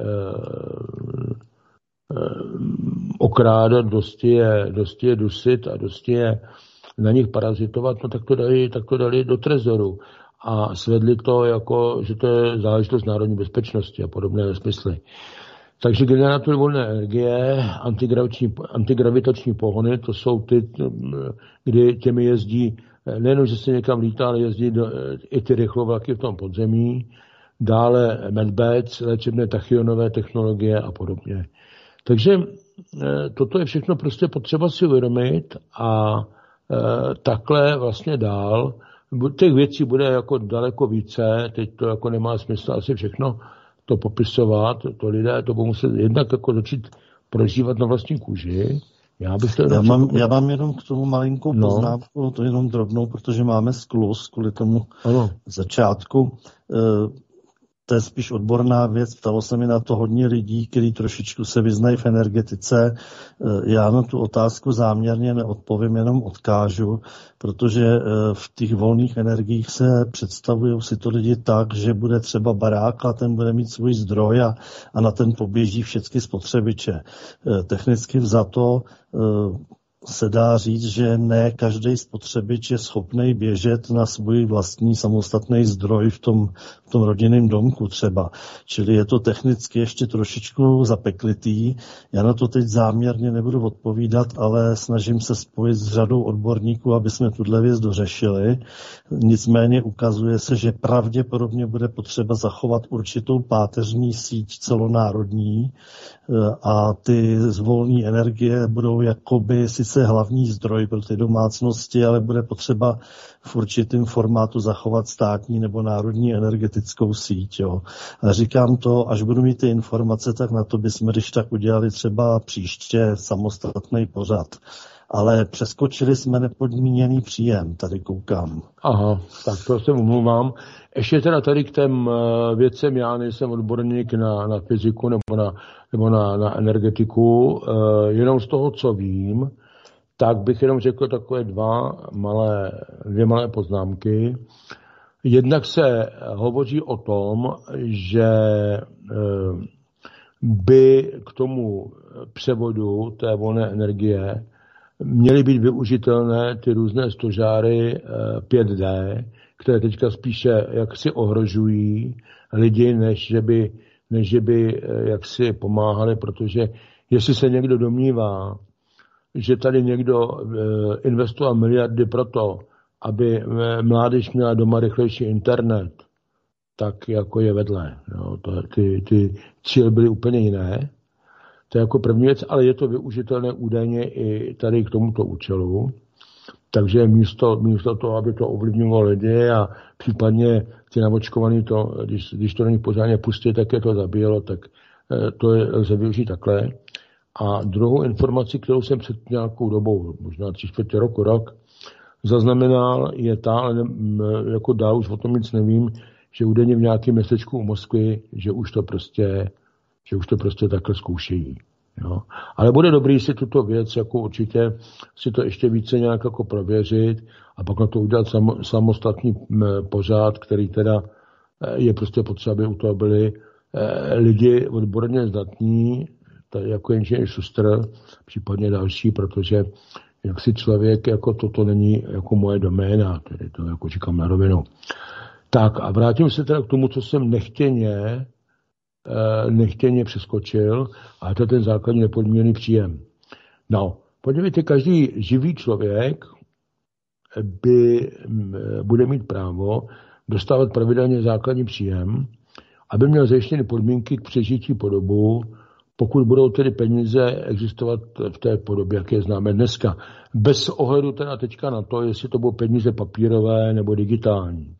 okrádat, dosti je, dosti je dusit a dosti je na nich parazitovat, no tak to dali, tak to dali do trezoru a svedli to jako, že to je záležitost národní bezpečnosti a podobné nesmysly. Takže generátory volné energie, antigravitační, antigravitační pohony, to jsou ty, kdy těmi jezdí, nejenom, že se někam lítá, ale jezdí do, i ty rychlovlaky v tom podzemí, dále medbeds, léčebné tachionové technologie a podobně. Takže toto je všechno prostě potřeba si uvědomit a takhle vlastně dál. Těch věcí bude jako daleko více, teď to jako nemá smysl asi všechno to popisovat, to lidé to budou muset jednak jako začít prožívat na vlastní kůži. Já, bych to já, mám, já mám jenom k tomu malinkou no. poznámku, to jenom drobnou, protože máme skluz kvůli tomu ano. začátku. To je spíš odborná věc, ptalo se mi na to hodně lidí, kteří trošičku se vyznají v energetice. Já na tu otázku záměrně neodpovím, jenom odkážu, protože v těch volných energiích se představují si to lidi tak, že bude třeba barák a ten bude mít svůj zdroj a, a na ten poběží všechny spotřebiče. Technicky vzato se dá říct, že ne každý spotřebič je schopný běžet na svůj vlastní samostatný zdroj v tom, v tom rodinném domku třeba. Čili je to technicky ještě trošičku zapeklitý. Já na to teď záměrně nebudu odpovídat, ale snažím se spojit s řadou odborníků, aby jsme tuhle věc dořešili. Nicméně ukazuje se, že pravděpodobně bude potřeba zachovat určitou páteřní síť celonárodní a ty zvolné energie budou jakoby si sice hlavní zdroj pro ty domácnosti, ale bude potřeba v určitém formátu zachovat státní nebo národní energetickou síť. Jo. A říkám to, až budu mít ty informace, tak na to bychom, když tak udělali třeba příště samostatný pořad. Ale přeskočili jsme nepodmíněný příjem, tady koukám. Aha, tak to se omlouvám. Ještě teda tady k těm věcem, já nejsem odborník na, na fyziku nebo na, nebo na, na energetiku, jenom z toho, co vím, tak bych jenom řekl takové dva malé, dvě malé poznámky. Jednak se hovoří o tom, že by k tomu převodu té volné energie měly být využitelné ty různé stožáry pět dé, které teďka spíše jaksi ohrožují lidi, než že by, než že by jaksi pomáhali, protože jestli se někdo domnívá, že tady někdo investoval miliardy pro to, aby mládež měla doma rychlejší internet, tak jako je vedle. No, to, ty, ty cíle byly úplně jiné. To je jako první věc, ale je to využitelné údajně i tady k tomuto účelu. Takže místo, místo toho, aby to ovlivňovalo lidi a případně ty navočkovaný to, když, když to není pořádně pustí, tak je to zabíjelo, tak to je, lze využít takhle. A druhou informaci, kterou jsem před nějakou dobou, možná tři čtvrtě roku, rok, zaznamenal, je ta, ale ne, jako dál už o tom nic nevím, že údajně v nějakém městečku u Moskvy, že už to prostě, že už to prostě takhle zkoušejí. Jo. Ale bude dobrý si tuto věc jako určitě si to ještě více nějak jako prověřit a pak na to udělat sam, samostatný pořád, který teda je prostě potřeba, aby u toho byli eh, lidi odborně zdatní, jako inženýr Šustr, případně další, protože jak si člověk, jako toto není jako moje doména, tedy to jako říkám na rovinu. Tak a vrátím se teda k tomu, co jsem nechtěně nechtěně přeskočil, a to je ten základní nepodmíněný příjem. No, podívejte, každý živý člověk by, bude mít právo dostávat pravidelně základní příjem, aby měl zajištěny podmínky k přežití po dobu, pokud budou tedy peníze existovat v té podobě, jak je známe dneska. Bez ohledu teda teďka na to, jestli to budou peníze papírové nebo digitální.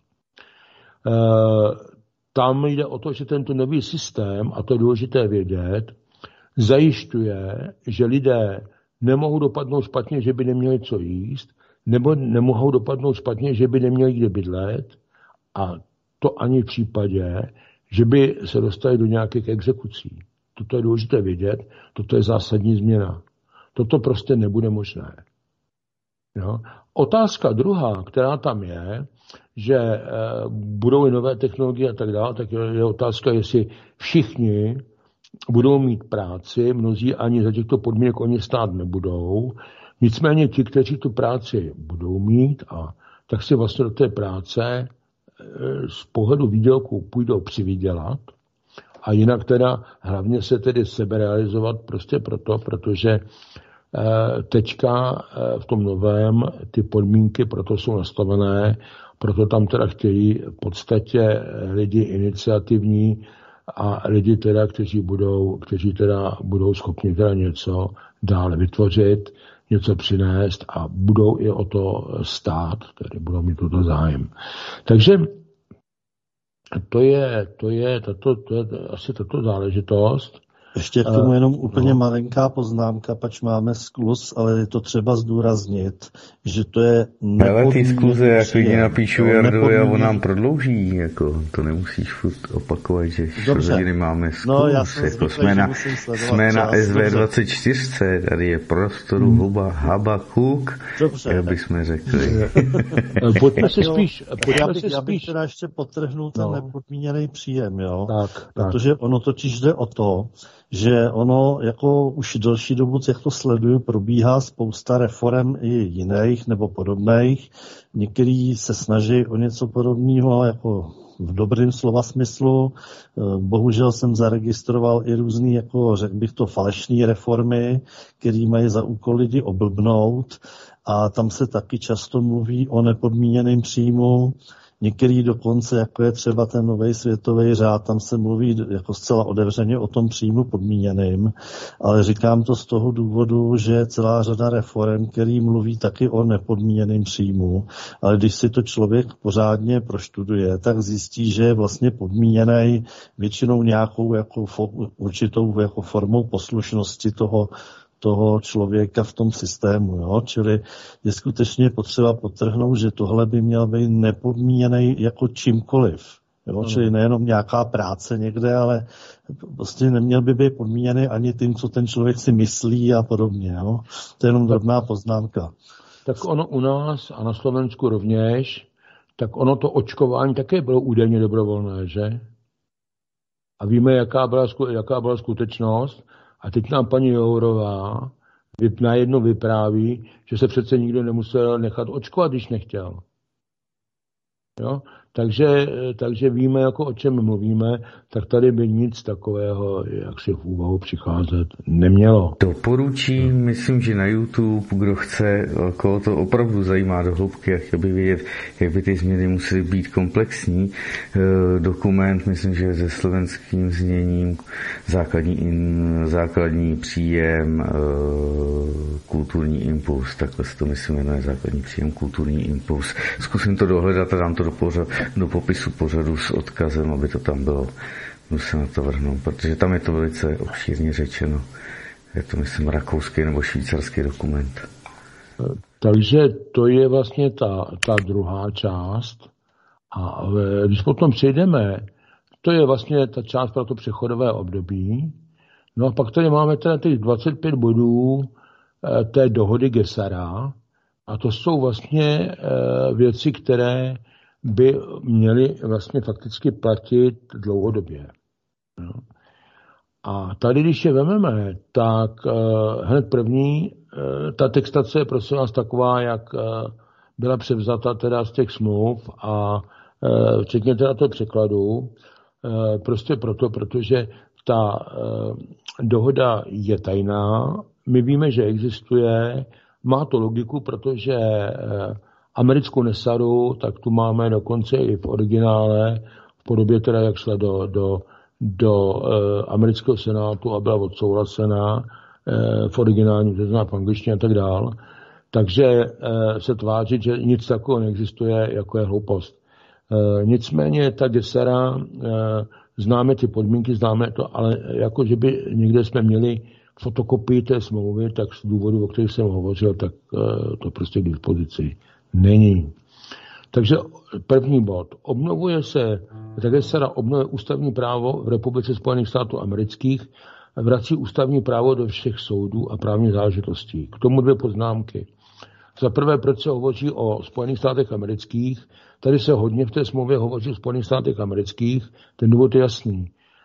Tam jde o to, že tento nový systém, a to je důležité vědět, zajišťuje, že lidé nemohou dopadnout špatně, že by neměli co jíst, nebo nemohou dopadnout špatně, že by neměli kde bydlet, a to ani v případě, že by se dostali do nějakých exekucí. Toto je důležité vědět, toto je zásadní změna. Toto prostě nebude možné. Jo? Otázka druhá, která tam je, že e, budou i nové technologie a tak dále, tak je, je otázka, jestli všichni budou mít práci, mnozí ani za těchto podmínek oni stát nebudou, nicméně ti, kteří tu práci budou mít, a tak si vlastně do té práce e, z pohledu výdělku půjdou přivydělat a jinak teda hlavně se tedy seberealizovat prostě proto, protože e, teďka e, v tom novém ty podmínky proto jsou nastavené. Proto tam teda chtějí v podstatě lidi iniciativní a lidi teda, kteří budou, kteří teda budou schopni teda něco dále vytvořit, něco přinést a budou i o to stát, tedy budou mít toto zájem. Takže to je, to je, tato, to je asi tato záležitost. Ještě k tomu jenom úplně no. malinká poznámka, pač máme skluz, ale je to třeba zdůraznit, že to je nepodmíněný. Ale ty skluze, jak lidi napíšu Jardovi a on nám prodlouží, jako to nemusíš furt opakovat, že hodiny máme skluz. No, já jsem jako jsme na, jsme na S V dvacet čtyři, tady je prostoru hmm. huba Habakuk, dobře, jak bychom řekli. Pojďme se spíš, já bych, já bych teda ještě podtrhnul ten no. nepodmíněný příjem, jo? Tak, protože tak. Ono totiž jde o to, že ono jako už delší dobu, jak to sleduju, probíhá spousta reforem i jiných nebo podobných. Některý se snaží o něco podobného, jako v dobrým slova smyslu. Bohužel jsem zaregistroval i různý, jako řekl bych to, falešné reformy, které mají za úkol lidi oblbnout. A tam se taky často mluví o nepodmíněném příjmu. Některý dokonce, jako je třeba ten nový světový řád, tam se mluví jako zcela otevřeně o tom příjmu podmíněným, ale říkám to z toho důvodu, že je celá řada reform, který mluví taky o nepodmíněným příjmu, ale když si to člověk pořádně proštuduje, tak zjistí, že je vlastně podmíněný většinou nějakou jako určitou jako formou poslušnosti toho toho člověka v tom systému. Jo? Čili je skutečně potřeba podtrhnout, že tohle by měl být nepodmíněný jako čímkoliv. Jo? Čili nejenom nějaká práce někde, ale prostě neměl by být podmíněný ani tím, co ten člověk si myslí a podobně. Jo? To je jenom drobná poznámka. Tak ono u nás a na Slovensku rovněž, tak ono to očkování také bylo údajně dobrovolné, že? A víme, jaká byla, jaká byla skutečnost. A teď nám paní Jourová najednou vypráví, že se přece nikdo nemusel nechat očkovat, když nechtěl. Jo? Takže, takže víme, jako o čem mluvíme, tak tady by nic takového, jak si v úvahu přicházet, nemělo. Doporučím, myslím, že na YouTube, kdo chce, koho to opravdu zajímá do hloubky a chtěl by vědět, jak by ty změny musely být komplexní, dokument, myslím, že se slovenským zněním základní, in, základní příjem, kulturní impuls, takhle se to myslím jmenuje, základní příjem, kulturní impuls. Zkusím to dohledat a dám to do pořadu, do popisu pořadu s odkazem, aby to tam bylo. Musím na to vrhnout, protože tam je to velice obšírně řečeno. Je to, myslím, rakouský nebo švýcarský dokument. Takže to je vlastně ta, ta druhá část. A když potom přejdeme, to je vlastně ta část pro to přechodové období. No a pak tady máme teda těch dvacet pět bodů té dohody Gesara. A to jsou vlastně věci, které by měly vlastně fakticky platit dlouhodobě. No. A tady, když je vememe, tak uh, hned první, uh, ta textace je prosím vás taková, jak uh, byla převzata teda z těch smluv a uh, včetně teda toho překladu, uh, prostě proto, protože ta uh, dohoda je tajná, my víme, že existuje, má to logiku, protože uh, americkou Nesaru, tak tu máme dokonce i v originále, v podobě teda, jak šla do, do, do uh, amerického senátu a byla odsouhlasená uh, v originálním, to znamená v angličtině a tak dál. Takže uh, se tvářit, že nic takového neexistuje, jako je hloupost. Uh, nicméně ta Gesara, uh, známe ty podmínky, známe to, ale jako, že by někde jsme měli fotokopii té smlouvy, tak z důvodu, o kterých jsem hovořil, tak uh, to prostě k dispozici není. Takže první bod. Obnovuje se, Gesara obnovuje ústavní právo v Republice Spojených států amerických, vrací ústavní právo do všech soudů a právních záležitostí. K tomu dvě poznámky. Za prvé, proč se hovoří o Spojených státech amerických. Tady se hodně v té smlouvě hovoří o Spojených státech amerických. Ten důvod je jasný.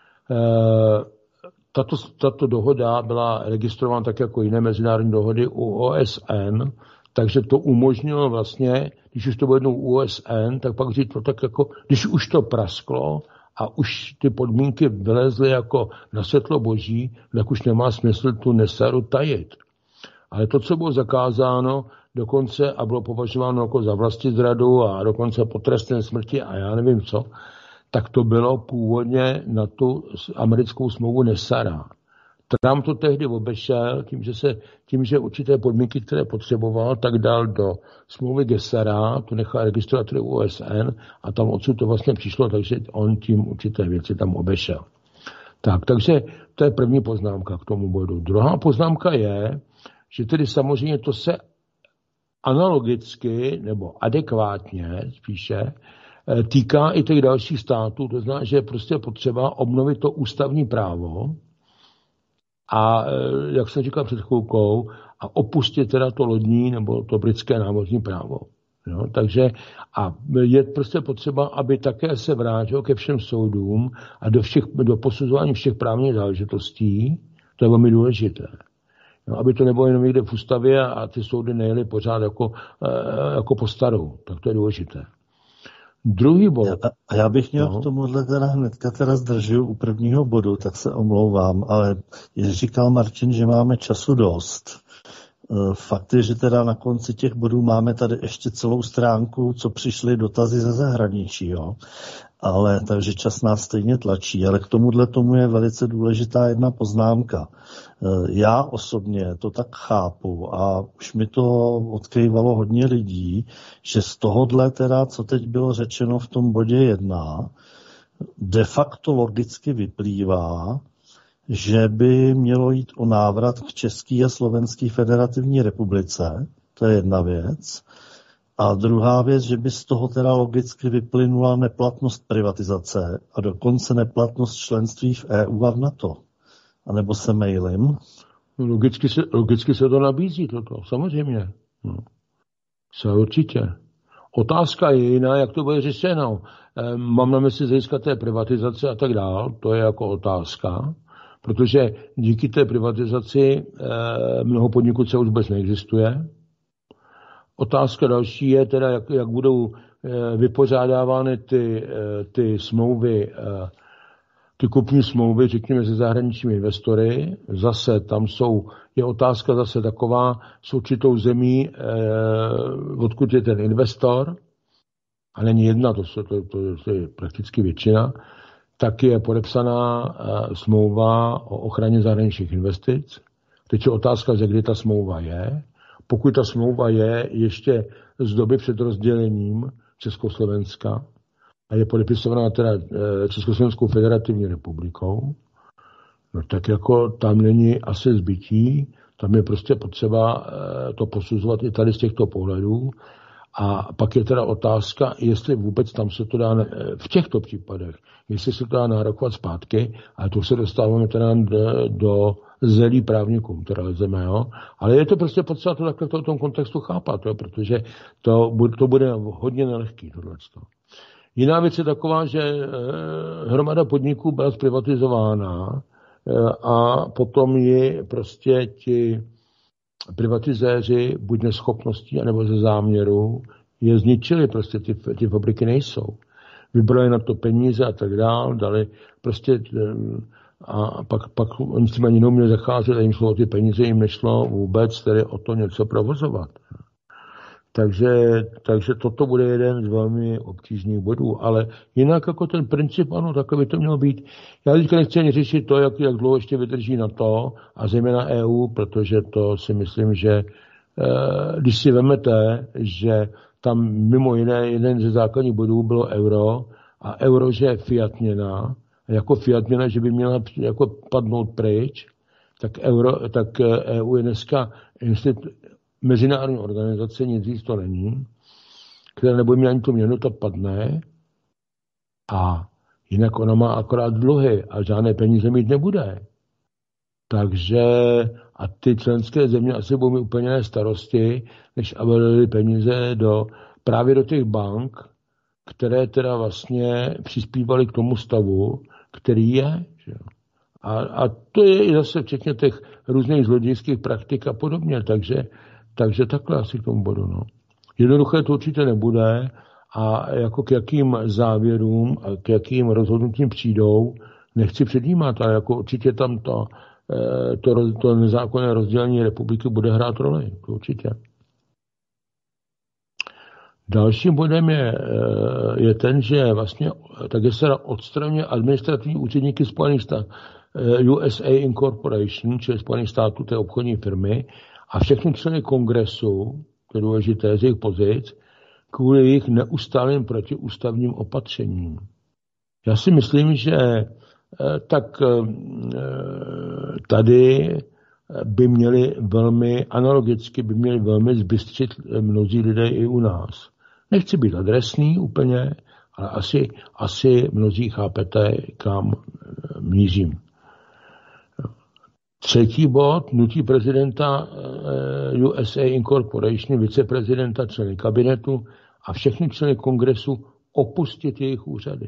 Tato, tato dohoda byla registrována tak jako jiné mezinárodní dohody u O S N, takže to umožnilo vlastně, když už to bylo jednou U S N, tak pak říct to tak jako, když už to prasklo a už ty podmínky vylezly jako na světlo boží, tak už nemá smysl tu Nesaru tajit. Ale to, co bylo zakázáno dokonce a bylo považováno jako za vlastizradu a dokonce potrestem smrti a já nevím co, tak to bylo původně na tu americkou smlouvu Nesara. Trump to tehdy obešel tím, že se, tím, že určité podmínky, které potřeboval, tak dal do smlouvy Gesara, to nechal registrovat u O S N a tam odsud to vlastně přišlo, takže on tím určité věci tam obešel. Tak, takže to je první poznámka k tomu bodu. Druhá poznámka je, že tedy samozřejmě to se analogicky nebo adekvátně spíše týká i těch dalších států, to znamená, že je prostě potřeba obnovit to ústavní právo a, jak jsem říkal před chvilkou, a opustit teda to lodní nebo to britské námořní právo. No, takže a je prostě potřeba, aby také se vrátilo ke všem soudům a do, všech, do posuzování všech právních záležitostí, to je velmi důležité. No, aby to nebylo jenom někde v ústavě a ty soudy nejeli pořád jako, jako po starou. Tak to je důležité. Druhý bod. A já bych měl no. k tomuhle teda hnedka teda zdržil u prvního bodu, tak se omlouvám, ale když říkal Martin, že máme času dost, Fakt je, že teda na konci těch bodů máme tady ještě celou stránku, co přišly dotazy ze zahraničí, jo. Ale takže čas nás stejně tlačí, ale k tomuhle tomu je velice důležitá jedna poznámka. Já osobně to tak chápu a už mi to odkrývalo hodně lidí, že z tohohle teda, co teď bylo řečeno v tom bodě jedna, de facto logicky vyplývá, že by mělo jít o návrat k České a Slovenské federativní republice, to je jedna věc. A druhá věc, že by z toho teda logicky vyplynula neplatnost privatizace a dokonce neplatnost členství v E U a v NATO. A nebo se mailim? Logicky se, logicky se to nabízí, toto, samozřejmě. No. Se určitě. Otázka je jiná, jak to bude řešeno. E, mám na mysli získat té privatizace a tak dál, to je jako otázka, protože díky té privatizaci e, mnoho podniků se už vůbec neexistuje. Otázka další je teda, jak, jak budou e, vypořádávány ty, e, ty smlouvy, e, ty kupní smlouvy, řekněme, se zahraničními investory. Zase tam jsou, je otázka zase taková, s určitou zemí, e, odkud je ten investor, a není jedna, to, to, to, to je prakticky většina, tak je podepsaná e, smlouva o ochraně zahraničních investic. Teď je otázka, že kdy ta smlouva je. Pokud ta smlouva je ještě z doby před rozdělením Československa a je podepisovaná teda Československou federativní republikou, no tak jako tam není asi zbytí, tam je prostě potřeba to posuzovat i tady z těchto pohledů. A pak je teda otázka, jestli vůbec tam se to dá, v těchto případech, jestli se to dá nárokovat zpátky, ale to se dostáváme teda do, do zelí právníkům, teda lezeme, jo. Ale je to prostě potřeba to takhle v tom kontextu chápat, jo, protože to, to bude hodně nelehký, tohleto. Jiná věc je taková, že eh, hromada podniků byla zprivatizována eh, a potom ji prostě ti privatizéři buď neschopností, anebo ze záměru je zničili, prostě ty, ty fabriky nejsou. Vybrali na to peníze a tak dál, dali prostě a pak, pak oni s tím ani neuměli zacházet a jim šlo o ty peníze, jim nešlo vůbec tedy o to něco provozovat. Takže, takže toto bude jeden z velmi obtížných bodů, ale jinak jako ten princip, ano, takový to mělo být. Já teďka nechci ani řešit to, jak, jak dlouho ještě vydrží NATO a zejména E U, protože to si myslím, že eh, když si vemete, že tam mimo jiné jeden ze základních bodů bylo euro a euro, že je fiat měna, a jako fiat měna, že by měla jako padnout pryč, tak, euro, tak E U je dneska institut, mezinárodní organizace, nic víc to není, která nebude mít ani tu měnu, to padne a jinak ona má akorát dluhy a žádné peníze mít nebude. Takže a ty členské země asi budou mít úplně starosti, než aby dali peníze do, právě do těch bank, které teda vlastně přispívaly k tomu stavu, který je. Že? A, a to je i zase včetně těch různých zlodějských praktik a podobně, takže Takže takhle asi k tomu bodu. No. Jednoduché to určitě nebude a jako k jakým závěrům a k jakým rozhodnutím přijdou, nechci předjímat, ale jako určitě tam to, to, to nezákonné rozdělení republiky bude hrát roli. To určitě. Dalším bodem je, je ten, že vlastně tak se odstraňuje administrativní úředníky Spojených států, U S A Incorporation, čili Spojených států té obchodní firmy, a všechny členy kongresu, to je důležité z jejich pozic, kvůli jejich neustálým protiústavním opatřením. Já si myslím, že tak tady by měli velmi, analogicky by měli velmi zbystřit mnozí lidé i u nás. Nechci být adresný úplně, ale asi, asi mnozí chápete, kam mířím. Třetí bod, nutí prezidenta U S A Incorporation, viceprezidenta, členy kabinetu a všechny členy kongresu opustit jejich úřady.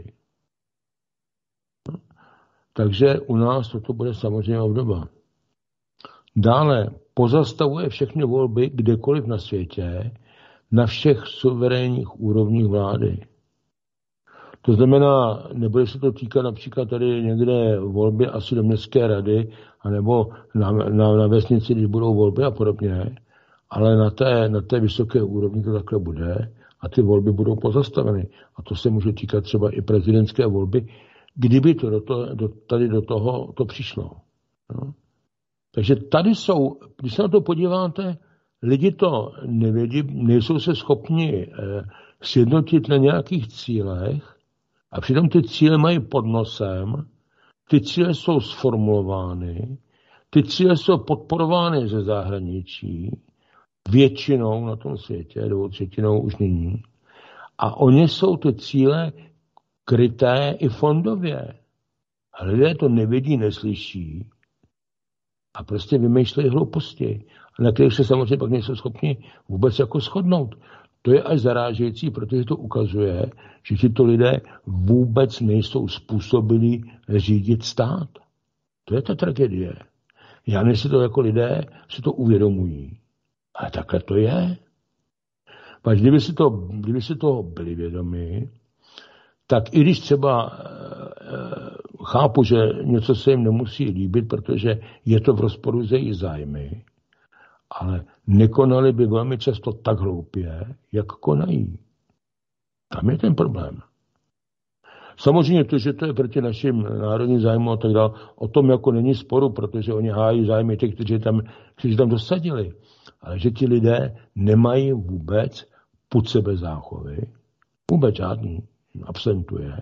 Takže u nás toto bude samozřejmě obdoba. Dále pozastavuje všechny volby kdekoliv na světě, na všech suverénních úrovních vlády. To znamená, nebude se to týkat například tady někde volby asi do městské rady, anebo na, na, na vesnici, když budou volby a podobně, ale na té, na té vysoké úrovni to takhle bude a ty volby budou pozastaveny. A to se může týkat třeba i prezidentské volby, kdyby to do to, do, tady do toho to přišlo. No. Takže tady jsou, když se na to podíváte, lidi to nevědí, nejsou se schopni eh, sjednotit na nějakých cílech a přitom ty cíle mají pod nosem, ty cíle jsou sformulovány, ty cíle jsou podporovány ze zahraničí, většinou na tom světě, dvou třetinou už nyní. A oni jsou ty cíle kryté i fondově. A lidé to nevidí, neslyší a prostě vymýšlejí hlouposti, na kterých se samozřejmě pak nejsou schopni vůbec jako shodnout. To je až zarážející, protože to ukazuje, že tyto lidé vůbec nejsou způsobili řídit stát. To je ta tragédie. Já než si to jako lidé si to uvědomují. Ale takhle to je. Pak kdyby si, to, kdyby si toho byli vědomi, tak i když třeba e, chápu, že něco se jim nemusí líbit, protože je to v rozporu s jejich zájmy, ale nekonali by velmi často tak hloupě, jak konají. Tam je ten problém. Samozřejmě to, že to je proti našim národním zájmům a tak dále, o tom jako není sporu, protože oni hájí zájmy těch, kteří tam, kteří tam dosadili. Ale že ti lidé nemají vůbec pod sebe záchovy, vůbec žádný, absentuje.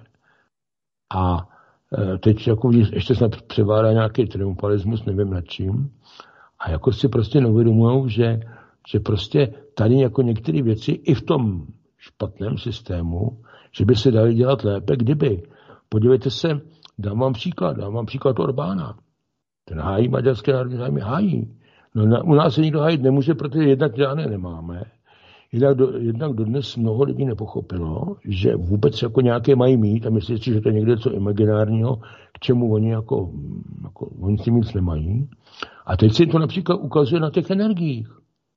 A teď jako ještě snad převádá nějaký triumfalismus, nevím nad čím, a jako si prostě neuvědomujou, že, že prostě tady jako některé věci i v tom špatném systému, že by se dali dělat lépe, kdyby. Podívejte se, dám vám příklad, dám vám příklad Orbána. Ten hájí maďarské národní zájmy, hájí. No na, u nás se nikdo hájit nemůže, protože jednak žádné nemáme. Jednak, do, jednak dodnes mnoho lidí nepochopilo, že vůbec jako nějaké mají mít a myslí si, že to je někde co imaginárního, k čemu oni jako, jako oni si nic nemají. A teď se to například ukazuje na těch energiích.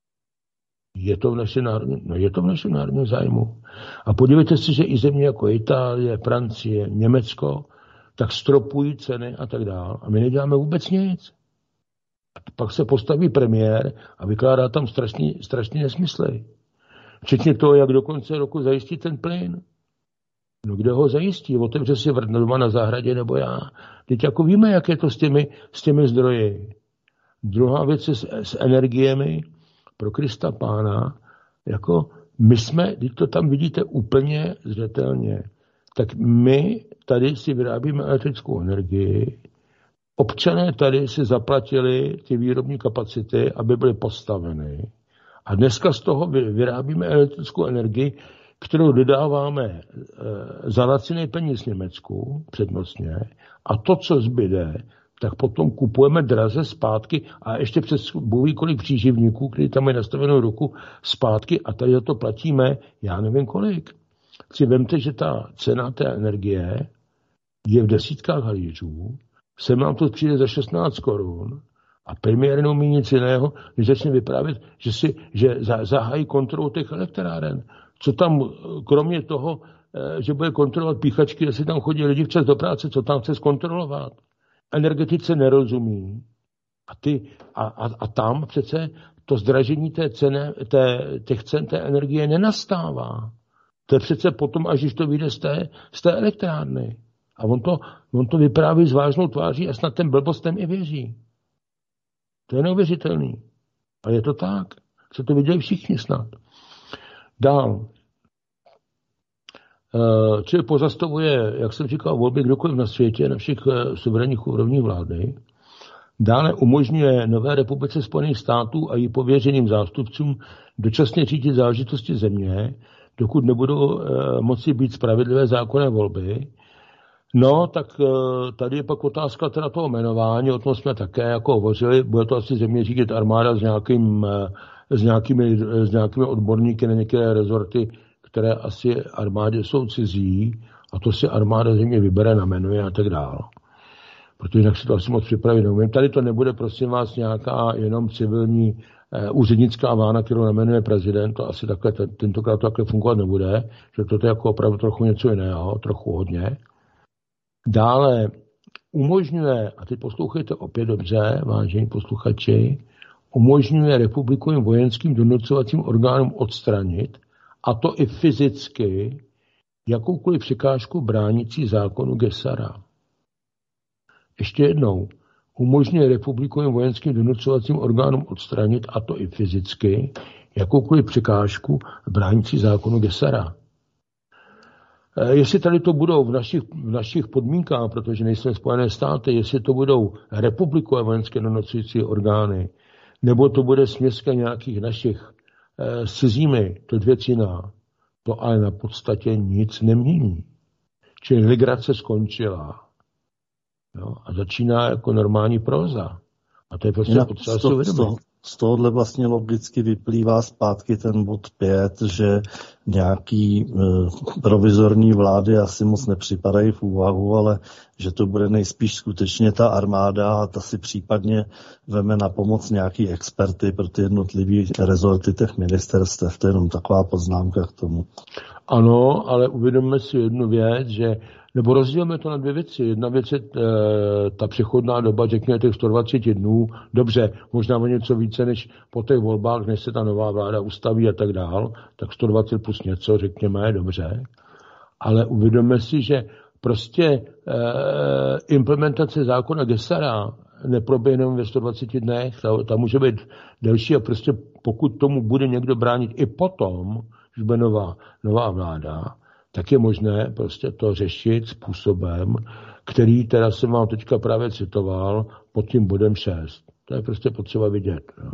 Je to v našem národním, no je to v našem národním zájmu. A podívejte si, že i země jako Itálie, Francie, Německo, tak stropují ceny a tak dále. A my neděláme vůbec nic. A pak se postaví premiér a vykládá tam strašný, strašný nesmysly. Včetně toho, jak do konce roku zajistí ten plyn. No kde ho zajistí? Otevře si vrt doma na zahradě nebo já. Teď jako víme, jak je to s těmi, s těmi zdroji. Druhá věc je s, s energiemi. Pro Krista Pána, jako my jsme, když to tam vidíte úplně zřetelně, tak my tady si vyrábíme elektrickou energii, občané tady si zaplatili ty výrobní kapacity, aby byly postaveny. A dneska z toho vyrábíme elektrickou energii, kterou dodáváme e, za laciný peníz Německu přednostně. A to, co zbyde, tak potom kupujeme draze zpátky a ještě přes bůh kolik příživníků, kteří tam mají nastavenou ruku zpátky a tady za to platíme, já nevím kolik. Si vemte, že ta cena té energie je v desítkách halířů, sem nám to přijde za šestnáct korun a premiér neumí nic jiného, než začne vyprávět, že, si, že zahájí kontrolu těch elektráren. Co tam, kromě toho, že bude kontrolovat píchačky, jestli tam chodí lidi včas do práce, co tam chce zkontrolovat. Energetice nerozumí. A, ty, a, a, a tam přece to zdražení té ceny, té, těch cen té energie nenastává. To je přece potom, až když to vyjde z té, z té elektrárny. A on to, on to vypráví s vážnou tváří a snad ten blbostem i věří. To je neuvěřitelný. Ale je to tak. Co to viděli všichni snad. Dál. Čili pozastavuje, jak jsem říkal, volby kdokoliv na světě, na všech suverénních úrovních vlády. Dále umožňuje Nové republice Spojených států a jí pověřeným zástupcům dočasně řídit záležitosti země, dokud nebudou moci být spravedlivé zákonné volby. No, tak tady je pak otázka teda toho jmenování, o tom jsme také jako hovořili, bude to asi země řídit armáda s, nějakým, s, nějakými, s nějakými odborníky na některé rezorty, které asi armádě jsou cizí, a to si armáda země vybere, namenuje a tak dále. Protože jinak si to asi moc připravit neumím. Tady to nebude, prosím vás, nějaká jenom civilní eh, úřednická vána, kterou namenuje prezident, to asi takhle, tentokrát to takhle fungovat nebude, že to je jako opravdu trochu něco jiného, trochu hodně. Dále umožňuje, a teď poslouchejte opět dobře, vážení posluchači, umožňuje republikovým vojenským donucovacím orgánům odstranit, a to i fyzicky, jakoukoliv překážku bránící zákonu Gesara. Ještě jednou, umožňuje republikovým vojenským donucovacím orgánům odstranit, a to i fyzicky, jakoukoliv překážku bránící zákonu Gesara. Jestli tady to budou v našich, v našich podmínkách, protože nejsme Spojené státy, jestli to budou republikové vojenské donucující orgány, nebo to bude směska nějakých našich eh, s cizími, to dvě jiná, to ale na podstatě nic nemění. Čili legrace skončila. Jo, a začíná jako normální próza. A to je prostě potřeba si uvědomit. Z tohohle vlastně logicky vyplývá zpátky ten bod pět, že nějaký e, provizorní vlády asi moc nepřipadají v úvahu, ale že to bude nejspíš skutečně ta armáda a ta si případně veme na pomoc nějaký experty pro ty jednotlivý rezorty těch ministerstev. To je jenom taková poznámka k tomu. Ano, ale uvědomme si jednu věc, že nebo rozdělíme to na dvě věci. Jedna věc je e, ta přechodná doba, řekněme těch sto dvacet dnů. Dobře, možná o něco více než po těch volbách, než se ta nová vláda ustaví a tak dál. Tak sto dvacet plus něco, řekněme, dobře. Ale uvědomme si, že prostě e, implementace zákona Gesara neproběhne ve sto dvaceti dnech. Ta, ta může být delší a prostě pokud tomu bude někdo bránit i potom, že bude nová, nová vláda, tak je možné prostě to řešit způsobem, který teda jsem vám teďka právě citoval pod tím bodem šest. To je prostě potřeba vidět. No.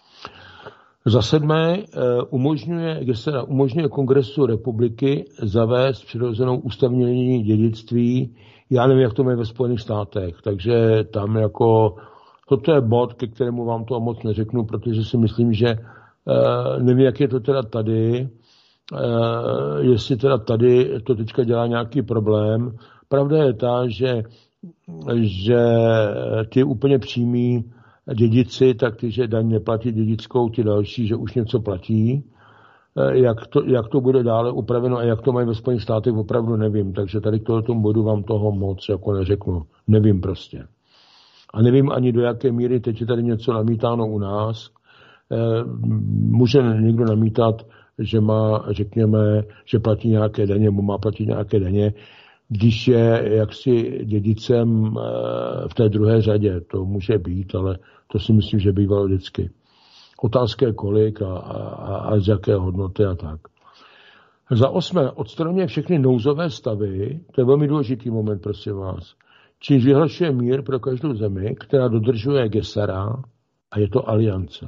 Za sedmé umožňuje, Gesara umožňuje Kongresu republiky zavést přirozenou ústavní linii dědictví. Já nevím, jak to mají ve Spojených státech, takže tam jako, toto je bod, ke kterému vám to moc neřeknu, protože si myslím, že nevím, jak je to teda tady, Uh, jestli teda tady to teďka dělá nějaký problém. Pravda je ta, že, že ty úplně přímí dědici, tak ty, že daň neplatí dědickou, ty další, že už něco platí. Uh, jak, to, jak to bude dále upraveno a jak to mají ve Spojených státech, opravdu nevím. Takže tady k tomuto bodu vám toho moc jako neřeknu. Nevím prostě. A nevím ani do jaké míry teď je tady něco namítáno u nás. Uh, může někdo namítat, že má, řekněme, že platí nějaké daně, nebo má platit nějaké daně, když je jaksi dědicem v té druhé řadě. To může být, ale to si myslím, že bývalo vždycky. Otázka je kolik a, a, a z jaké hodnoty a tak. Za osmé, odstraňuje všechny nouzové stavy, to je velmi důležitý moment, prosím vás, čímž vyhlašuje mír pro každou zemi, která dodržuje Gesara a je to aliance.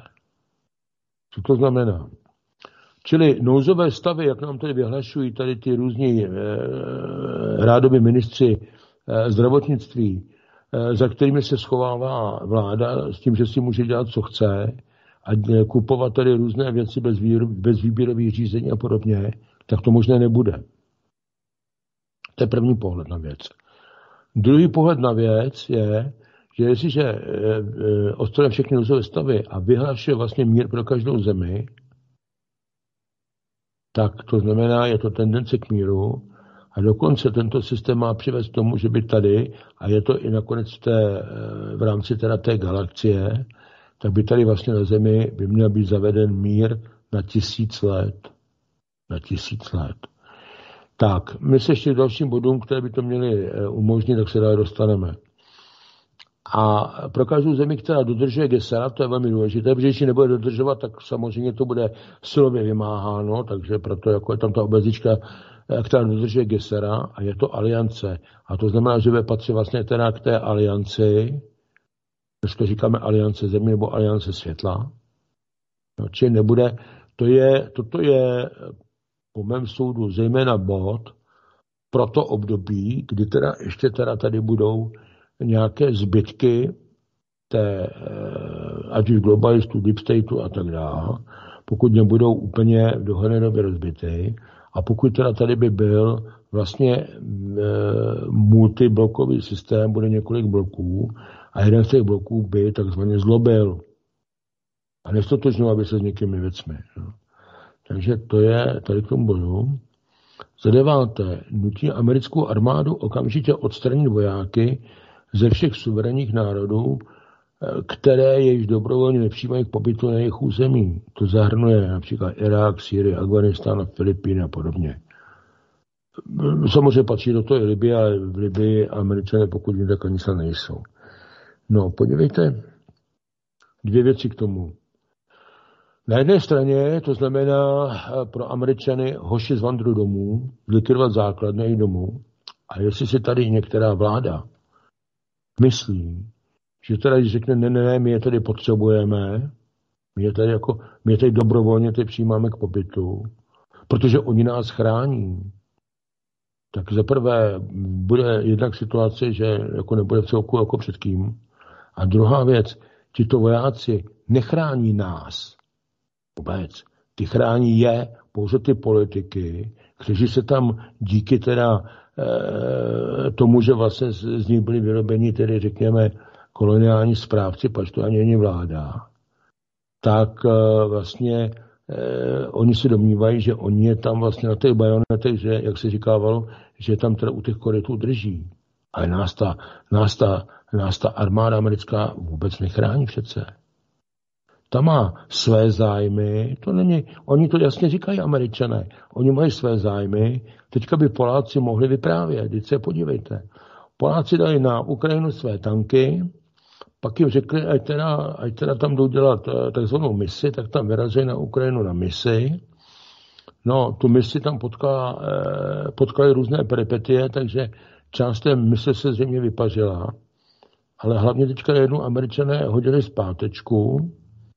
Co to znamená? Čili nouzové stavy, jak nám tady vyhlašují tady ty různí eh, rádoby ministři eh, zdravotnictví, eh, za kterými se schovává vláda s tím, že si může dělat, co chce a kupovat tady různé věci bez, výr, bez výběrových řízení a podobně, tak to možné nebude. To je první pohled na věc. Druhý pohled na věc je, že jestliže eh, eh, odstraňuje všechny nouzové stavy a vyhlašuje vlastně mír pro každou zemi, tak to znamená, je to tendence k míru a dokonce tento systém má přivést k tomu, že by tady, a je to i nakonec v, té, v rámci teda té galaxie, tak by tady vlastně na Zemi by měl být zaveden mír na tisíc let. Na tisíc let. Tak, my se ještě k dalším bodům, které by to měly umožnit, tak se dále dostaneme. A pro každou zemi, která dodržuje Gesara, to je velmi důležité, protože když ji nebude dodržovat, tak samozřejmě to bude silově vymáháno, takže proto jako je tam ta obezlička, která dodržuje Gesara a je to aliance. A to znamená, že bude patřit vlastně teda k té alianci, dneska říkáme aliance země nebo aliance světla, no, či nebude, to je, toto je po mém soudu zejména bod pro to období, kdy teda ještě teda tady budou nějaké zbytky té, ať už globalistů, deep stateu a tak dále, pokud nebudou úplně v dohledné době rozbity a pokud teda tady by byl vlastně e, multiblokový systém, bude několik bloků a jeden z těch bloků by takzvaně zlobil a nestotožňoval by se s někými věcmi. No. Takže to je tady k tomu bodu. Za deváté, nutí americkou armádu okamžitě odstranit vojáky ze všech suverénních národů které již dobrovolně nepřijímají k pobytu na jejich území. To zahrnuje například Irák, Sýrii, Afghánistán, Filipíny a podobně. Samozřejmě patří do toho i Libye, ale v Libii Američané, pokud vím, tak ani se nejsou. No, podívejte, dvě věci k tomu. Na jedné straně to znamená pro Američany hoši z vandru domů, zlikvidovat základny i domů. A jestli si tady některá vláda myslí, že teda když řekne, ne, ne, ne, my je tady potřebujeme, my je tady, jako, my je tady dobrovolně tady přijímáme k pobytu, protože oni nás chrání, tak zaprvé bude jednak situace, že jako nebude v celku jako před kým. A druhá věc, tito vojáci nechrání nás vůbec. Ty chrání je pouze ty politiky, kteří se tam díky teda e, tomu, že vlastně z, z nich byli vyrobeni, tedy řekněme, koloniální správci, pač to ani není vláda, tak e, vlastně e, oni si domnívají, že oni je tam vlastně na těch bajonetech, že, jak se říkávalo, že tam teda u těch korytů drží. Ale nás ta, nás ta, nás ta armáda americká vůbec nechrání přece. Ta má své zájmy, to není, oni to jasně říkají Američané, oni mají své zájmy, teďka by Poláci mohli vyprávět, teď se podívejte. Poláci dali na Ukrajinu své tanky, pak jim řekli, ať teda, ať teda tam jdou dělat takzvanou misi, tak tam vyrazili na Ukrajinu na misi. No, tu misi tam potká, potkali různé peripetie, takže část té mise se zřejmě vypařila. Ale hlavně teďka jednou Američané hodili zpátečku,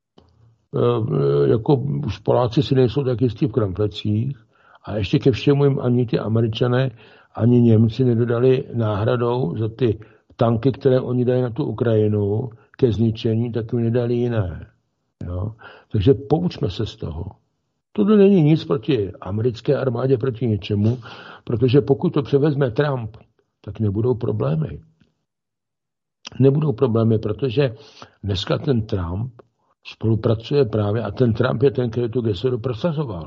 jako už Poláci si nejsou tak jistí v kramplecích a ještě ke všemu jim ani ty Američané, ani Němci nedodali náhradou za ty tanky, které oni dají na tu Ukrajinu ke zničení, tak jim nedali jiné. Jo? Takže poučme se z toho. Tohle není nic proti americké armádě, proti ničemu, protože pokud to převezme Trump, tak nebudou problémy. Nebudou problémy, protože dneska ten Trump spolupracuje právě, a ten Trump je ten, který tu Geseru prosazoval.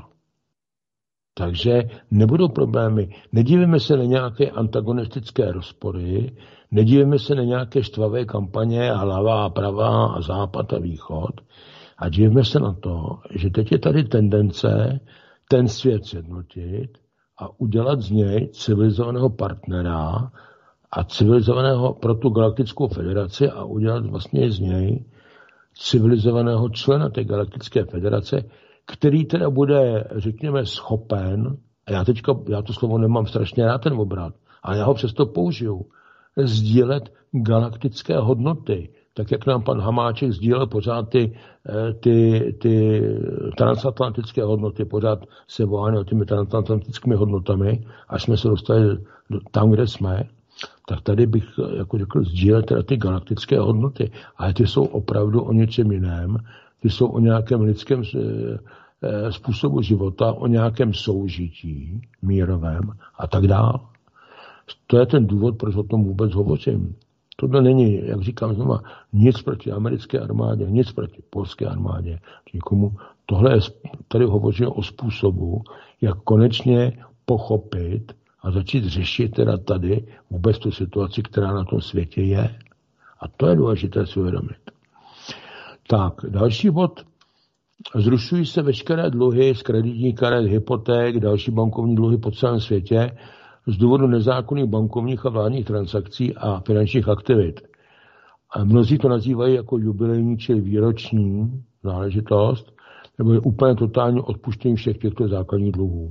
Takže nebudou problémy. Nedívíme se na nějaké antagonistické rozpory, nedívíme se na nějaké štvavé kampaně a levá a pravá a západ a východ a dívíme se na to, že teď je tady tendence ten svět sjednotit a udělat z něj civilizovaného partnera a civilizovaného pro tu galaktickou federaci a udělat vlastně z něj civilizovaného člena té galaktické federace, který teda bude, řekněme, schopen, a já teďka, já to slovo nemám strašně rád ten obrat, ale já ho přesto použiju, sdílet galaktické hodnoty, tak jak nám pan Hamáček sdílel pořád ty, ty, ty transatlantické hodnoty, pořád se voláme těmi transatlantickými hodnotami, až jsme se dostali tam, kde jsme, tak tady bych jako řekl sdílet teda ty galaktické hodnoty. Ale ty jsou opravdu o něčem jiném. Ty jsou o nějakém lidském způsobu života, o nějakém soužití mírovém a tak dále. To je ten důvod, proč o tom vůbec hovořím. Tohle není, jak říkám znova, nic proti americké armádě, nic proti polské armádě. Nikomu. Tohle je, tady hovořím o způsobu, jak konečně pochopit a začít řešit teda tady vůbec tu situaci, která na tom světě je. A to je důležité si uvědomit. Tak, další bod. Zrušují se veškeré dluhy z kreditních karet, hypoték, další bankovní dluhy po celém světě z důvodu nezákonných bankovních a vládních transakcí a finančních aktivit. A mnozí to nazývají jako jubilejní, čili výroční záležitost, nebo je úplně totální odpuštění všech těchto základních dluhů.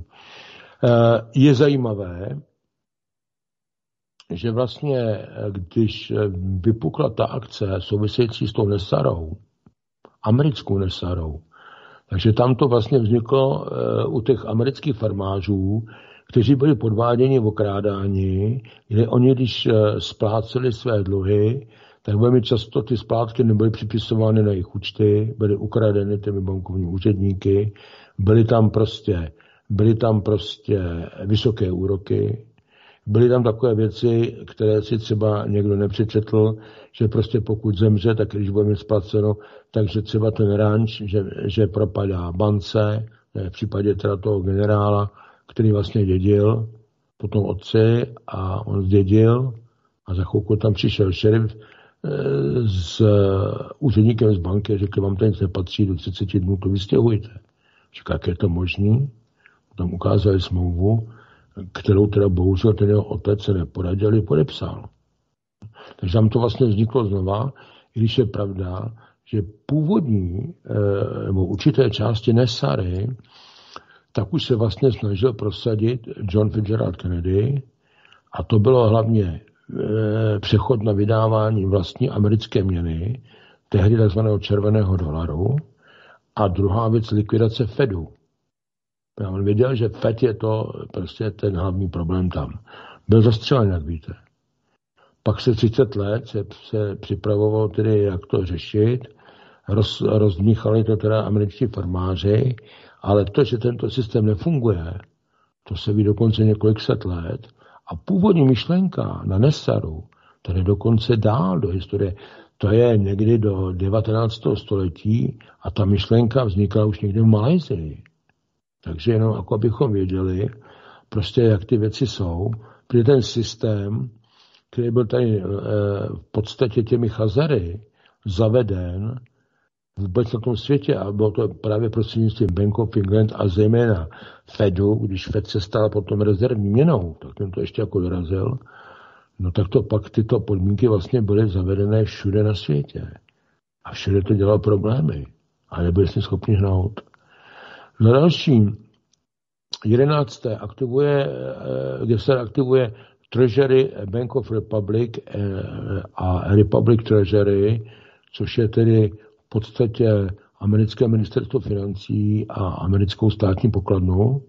Je zajímavé, že vlastně, když vypukla ta akce související s tou Nesarou, americkou Nesarou, takže tam to vlastně vzniklo u těch amerických farmářů, kteří byli podváděni, okrádáni, kde oni, když spláceli své dluhy, tak velmi často ty splátky nebyly připisovány na jejich účty, byly ukradeny těmi bankovní úředníky, byly tam prostě, byly tam prostě vysoké úroky, byly tam takové věci, které si třeba někdo nepřečetl, že prostě pokud zemře, tak když bude mít splaceno, takže třeba ten ranč, že, že propadá bance, v případě teda toho generála, který vlastně dědil po tom otci a on zdědil a za chvilku tam přišel šerif s úředníkem z banky, řekli, vám to nic nepatří, do třicet dnů to vystěhujte. Říká, jak je to možný? Tam ukázali smlouvu, kterou teda bohužel ten jeho otec se neporadil a podepsal. Takže tam to vlastně vzniklo znova, i když je pravda, že původní, nebo určité části Nessary, tak už se vlastně snažil prosadit John Fitzgerald Kennedy a to bylo hlavně přechod na vydávání vlastní americké měny, tehdy takzvaného červeného dolaru, a druhá věc likvidace Fedu. Já on věděl, že Fed je to prostě ten hlavní problém tam. Byl zastřelen, jak víte. Pak se třicet let se, se připravoval tedy, jak to řešit. Roz, rozdmíchali to teda američtí farmáři, ale to, že tento systém nefunguje, to se ví dokonce několik set let. A původní myšlenka na Nessaru, tedy dokonce dál do historie, to je někdy do devatenáctého století a ta myšlenka vznikla už někde v Malajsii. Takže jenom jako abychom věděli, prostě jak ty věci jsou, protože ten systém, který byl tady v podstatě těmi Chazary zaveden vůbec na tom světě, a bylo to právě prostřednictvím Bank of England a zejména Fedu, když Fed se stal potom rezervní měnou, tak ten to ještě jako dorazil, no tak to pak tyto podmínky vlastně byly zavedené všude na světě. A všude to dělalo problémy. A nebyli jsme schopni hnout. Za dalším, jedenácté aktivuje, kde se aktivuje Treasury Bank of Republic a Republic Treasury, což je tedy v podstatě americké ministerstvo financí a americkou státní pokladnu,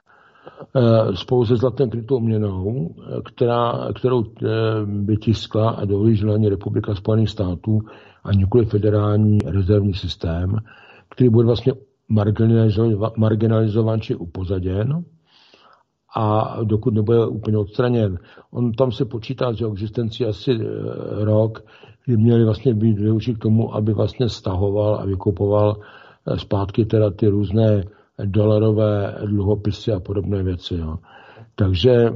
spolu se zlatem krytou měnou, která, kterou vytiskla a dohlížela ani Republika Spojených států a nikoli federální rezervní systém, který bude vlastně marginalizován či upozaděn a dokud nebude úplně odstraněn. On tam se počítá s jeho existencí asi rok, kdy měli vlastně být využít k tomu, aby vlastně stahoval a vykupoval zpátky teda ty různé dolarové dluhopisy a podobné věci. Jo. Takže,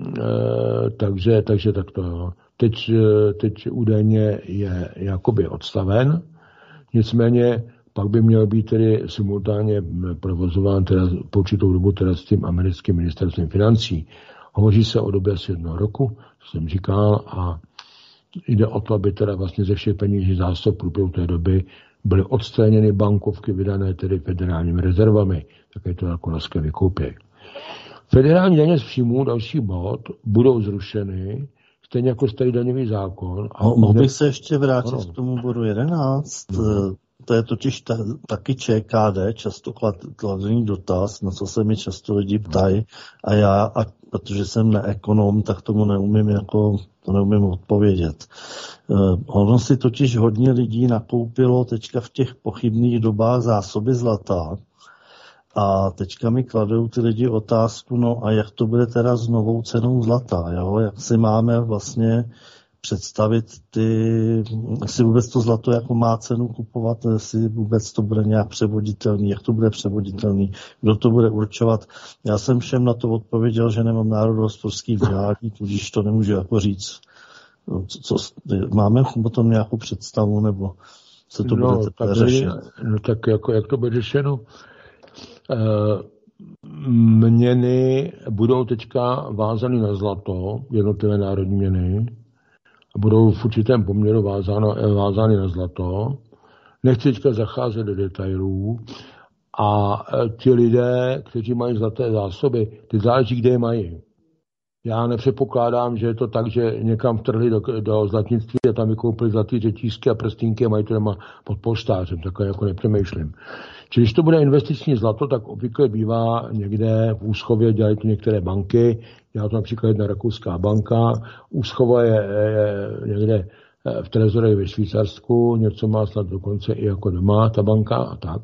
takže, takže takto. Jo. Teď, teď údajně je jakoby odstaven, nicméně pak by měl být tedy simultánně provozován teda po určitou dobu teda s tím americkým ministerstvem financí. Hovoří se o době asi jednoho roku, jsem říkal, a jde o to, aby teda vlastně ze všech peněžních zásob v průběhu té doby byly odstraněny bankovky vydané tedy federálními rezervami. Také to jako laské vykoupí. Federální daně z příjmů, další bod, budou zrušeny, stejně jako starý daňový zákon. A Mohl bych se ještě vrátit ano. k tomu bodu jedenáct. No. To je totiž ta, taky ČKD, často kladený dotaz, na co se mi často lidi ptají. A já, a protože jsem neekonom, tak tomu neumím, jako, to neumím odpovědět. Uh, ono si totiž hodně lidí nakoupilo teďka v těch pochybných dobách zásoby zlata. A teďka mi kladou ty lidi otázku, no a jak to bude teda s novou cenou zlata, jo? Jak si máme vlastně představit ty, jestli vůbec to zlato jako má cenu kupovat, jestli vůbec to bude nějak převoditelný, jak to bude převoditelný, kdo to bude určovat. Já jsem všem na to odpověděl, že nemám národohospodářský vzdělání, tudíž to nemůžu jako říct. Co, co, máme o tom nějakou představu, nebo se to no, bude tak řešit? No tak jako, jak to bude řešeno? Měny budou teďka vázány na zlato, jednotlivé národní měny, budou v určitém poměru vázáno, vázány na zlato. Nechci teďka zacházet do detailů. A ti lidé, kteří mají zlaté zásoby, ty záleží, kde je mají. Já nepředpokládám, že je to tak, že někam vtrhli do, do zlatnictví a tam vykoupili zlatý řetízky a prstínky a mají to doma pod polštářem. Takhle jako nepřemýšlím. Čili když to bude investiční zlato, tak obvykle bývá někde v úschově, dělají to některé banky, dělá to například jedna rakouská banka, úschova je, je někde v trezorech ve Švýcarsku, něco má snad dokonce i jako doma ta banka a tak.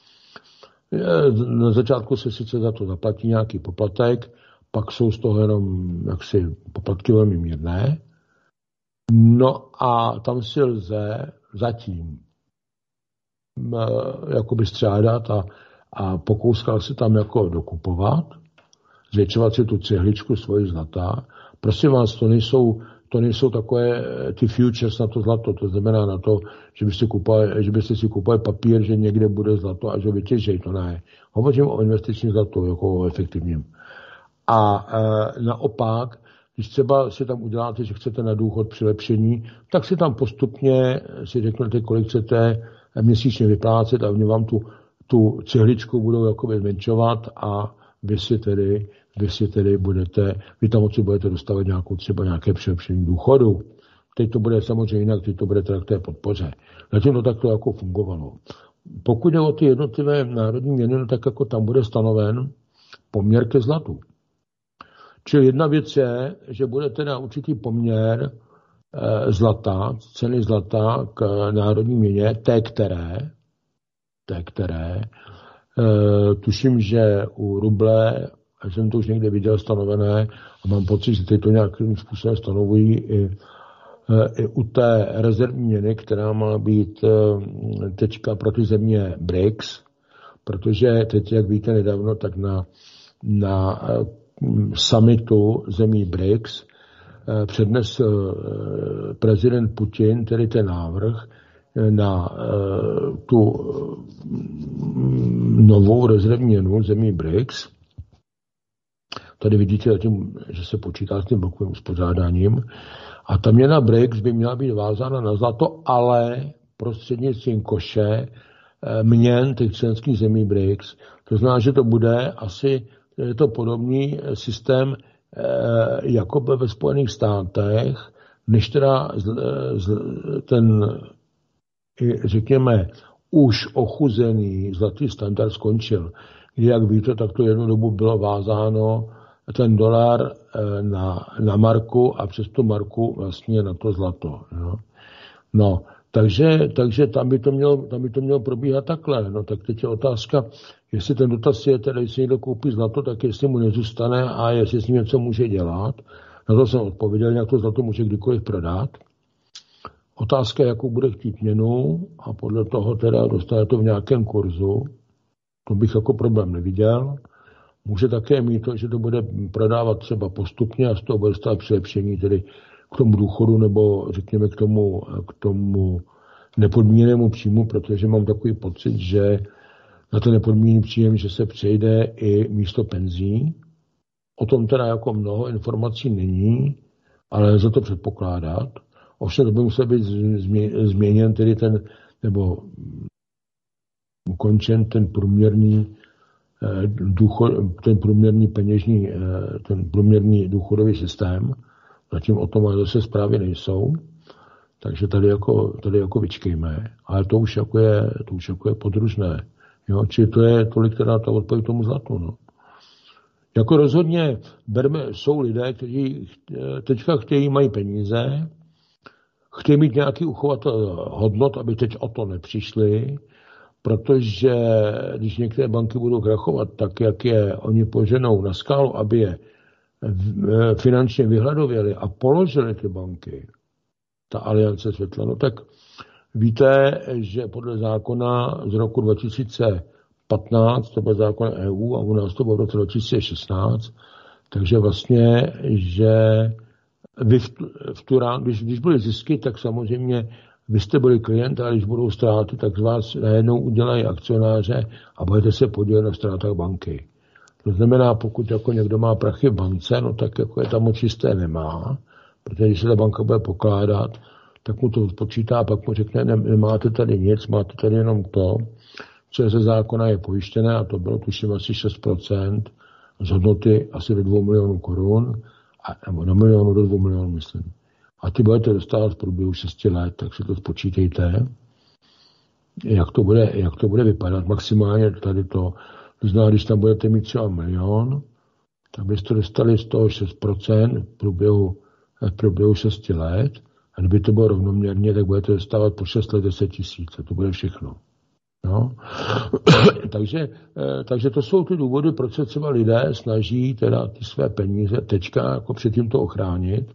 Na začátku se sice za to zaplatí nějaký poplatek, pak jsou z toho jenom jaksi poplatky velmi mírné. No a tam si lze zatím jakoby střádat a, a pokouskal se tam jako dokupovat, zvětšovat si tu cihličku svoji zlata. Prosím vás, to nejsou, to nejsou takové ty futures na to zlato, to znamená na to, že byste, kupali, že byste si kupovali papír, že někde bude zlato a že vytěžej, to ne. Hovořím o investičním zlatu, jako o efektivním. A e, naopak, když třeba si tam uděláte, že chcete na důchod přilepšení, tak si tam postupně si řeknete, kolik chcete měsíčně vyplácet a oni vám tu, tu cihličku budou jakoby zmenšovat a vy si tedy, vy si tedy budete, vy tam moci budete dostávat nějakou třeba nějaké přilepšení důchodu. Teď to bude samozřejmě jinak, teď to bude teda k té podpoře. Zatím to takto jako fungovalo. Pokud jde o ty jednotlivé národní měny, no tak jako tam bude stanoven poměr ke zlatu. Čili jedna věc je, že bude teda určitý poměr e, zlata, ceny zlata k národní měně, té které, té které, e, tuším, že u ruble, a jsem to už někde viděl stanovené, a mám pocit, že teď to nějakým způsobem stanovují i, e, i u té rezervní měny, která má být e, tečka pro ty země B R I C S, protože teď, jak víte nedávno, tak na, na summitu zemí B R I C S přednesl prezident Putin, tedy ten návrh na tu novou rezervní měnu zemí B R I C S. Tady vidíte, že se počítá s tím blokovým uspořádáním. A ta měna B R I C S by měla být vázána na zlato, ale prostřednictvím koše měn těch členských zemí B R I C S. To znamená, že to bude asi je to podobný systém jako ve Spojených státech, než teda ten, řekněme, už ochuzený zlatý standard skončil. Kdy, jak víte, tak to jednu dobu bylo vázáno ten dolar na, na marku a přes tu marku vlastně na to zlato. No, no takže, takže tam, by to mělo, tam by to mělo probíhat takhle. No tak teď je otázka, jestli ten dotaz je, teda jestli někdo koupí zlato, tak jestli mu nezůstane a jestli s ním něco může dělat. Na to jsem odpověděl, jak to zlato může kdykoliv prodat. Otázka, jakou bude chtít měnu a podle toho teda dostane to v nějakém kurzu. To bych jako problém neviděl. Může také mít to, že to bude prodávat třeba postupně a z toho bude stát přilepšení, tedy k tomu důchodu nebo řekněme k tomu, k tomu nepodmíněnému příjmu, protože mám takový pocit, že na ten nepodmíněný příjem, že se přejde i místo penzí. O tom teda jako mnoho informací není, ale lze to předpokládat. Ovšem to by musel být změněn tedy ten, nebo ukončen ten průměrný důchod, ten průměrný peněžní, ten průměrný důchodový systém. Zatím o tom ale zase zprávy nejsou. Takže tady jako, tady jako vyčkejme. Ale to už jako je, to už jako je podružné. Jo, čili to je tolik, která ta odpověď tomu zlatu. No. Jako rozhodně berme, jsou lidé, kteří teďka chtějí, mají peníze, chtějí mít nějaký uchovatel hodnot, aby teď o to nepřišli, protože když některé banky budou krachovat tak, jak je oni poženou na skálu, aby je finančně vyhladověli a položili ty banky, ta Aliance světla, no tak víte, že podle zákona z roku dva tisíce patnáct, to byl zákon E U a u nás to bylo v roce dva tisíce šestnáct, takže vlastně, že vy v tu, v tu rán, když, když byly zisky, tak samozřejmě vy jste byli klient, a když budou ztráty, tak z vás najednou udělají akcionáře a budete se podílet na ztrátách banky. To znamená, pokud jako někdo má prachy v bance, no tak jako je tam moc čisté nemá, protože když se ta banka bude pokládat, tak mu to počítá a pak mu řekne, ne, nemáte tady nic, máte tady jenom to, co je ze zákona je pojištěné, a to bylo tuším asi šest procent z hodnoty asi do dvou milionů korun, a, nebo na milionu do dvou milionů, myslím. A ty budete dostávat v průběhu šesti let, tak si to spočítejte, jak to bude, jak to bude vypadat. Maximálně tady to, to znamená, když tam budete mít třeba milion, tak byste dostali z toho šest procent v průběhu, v průběhu šesti let, a kdyby to bylo rovnoměrně, tak budete dostávat po šest let deset tisíc. A to bude všechno. No. takže, takže to jsou ty důvody, proč se třeba lidé snaží teda ty své peníze tečka jako předtím to ochránit.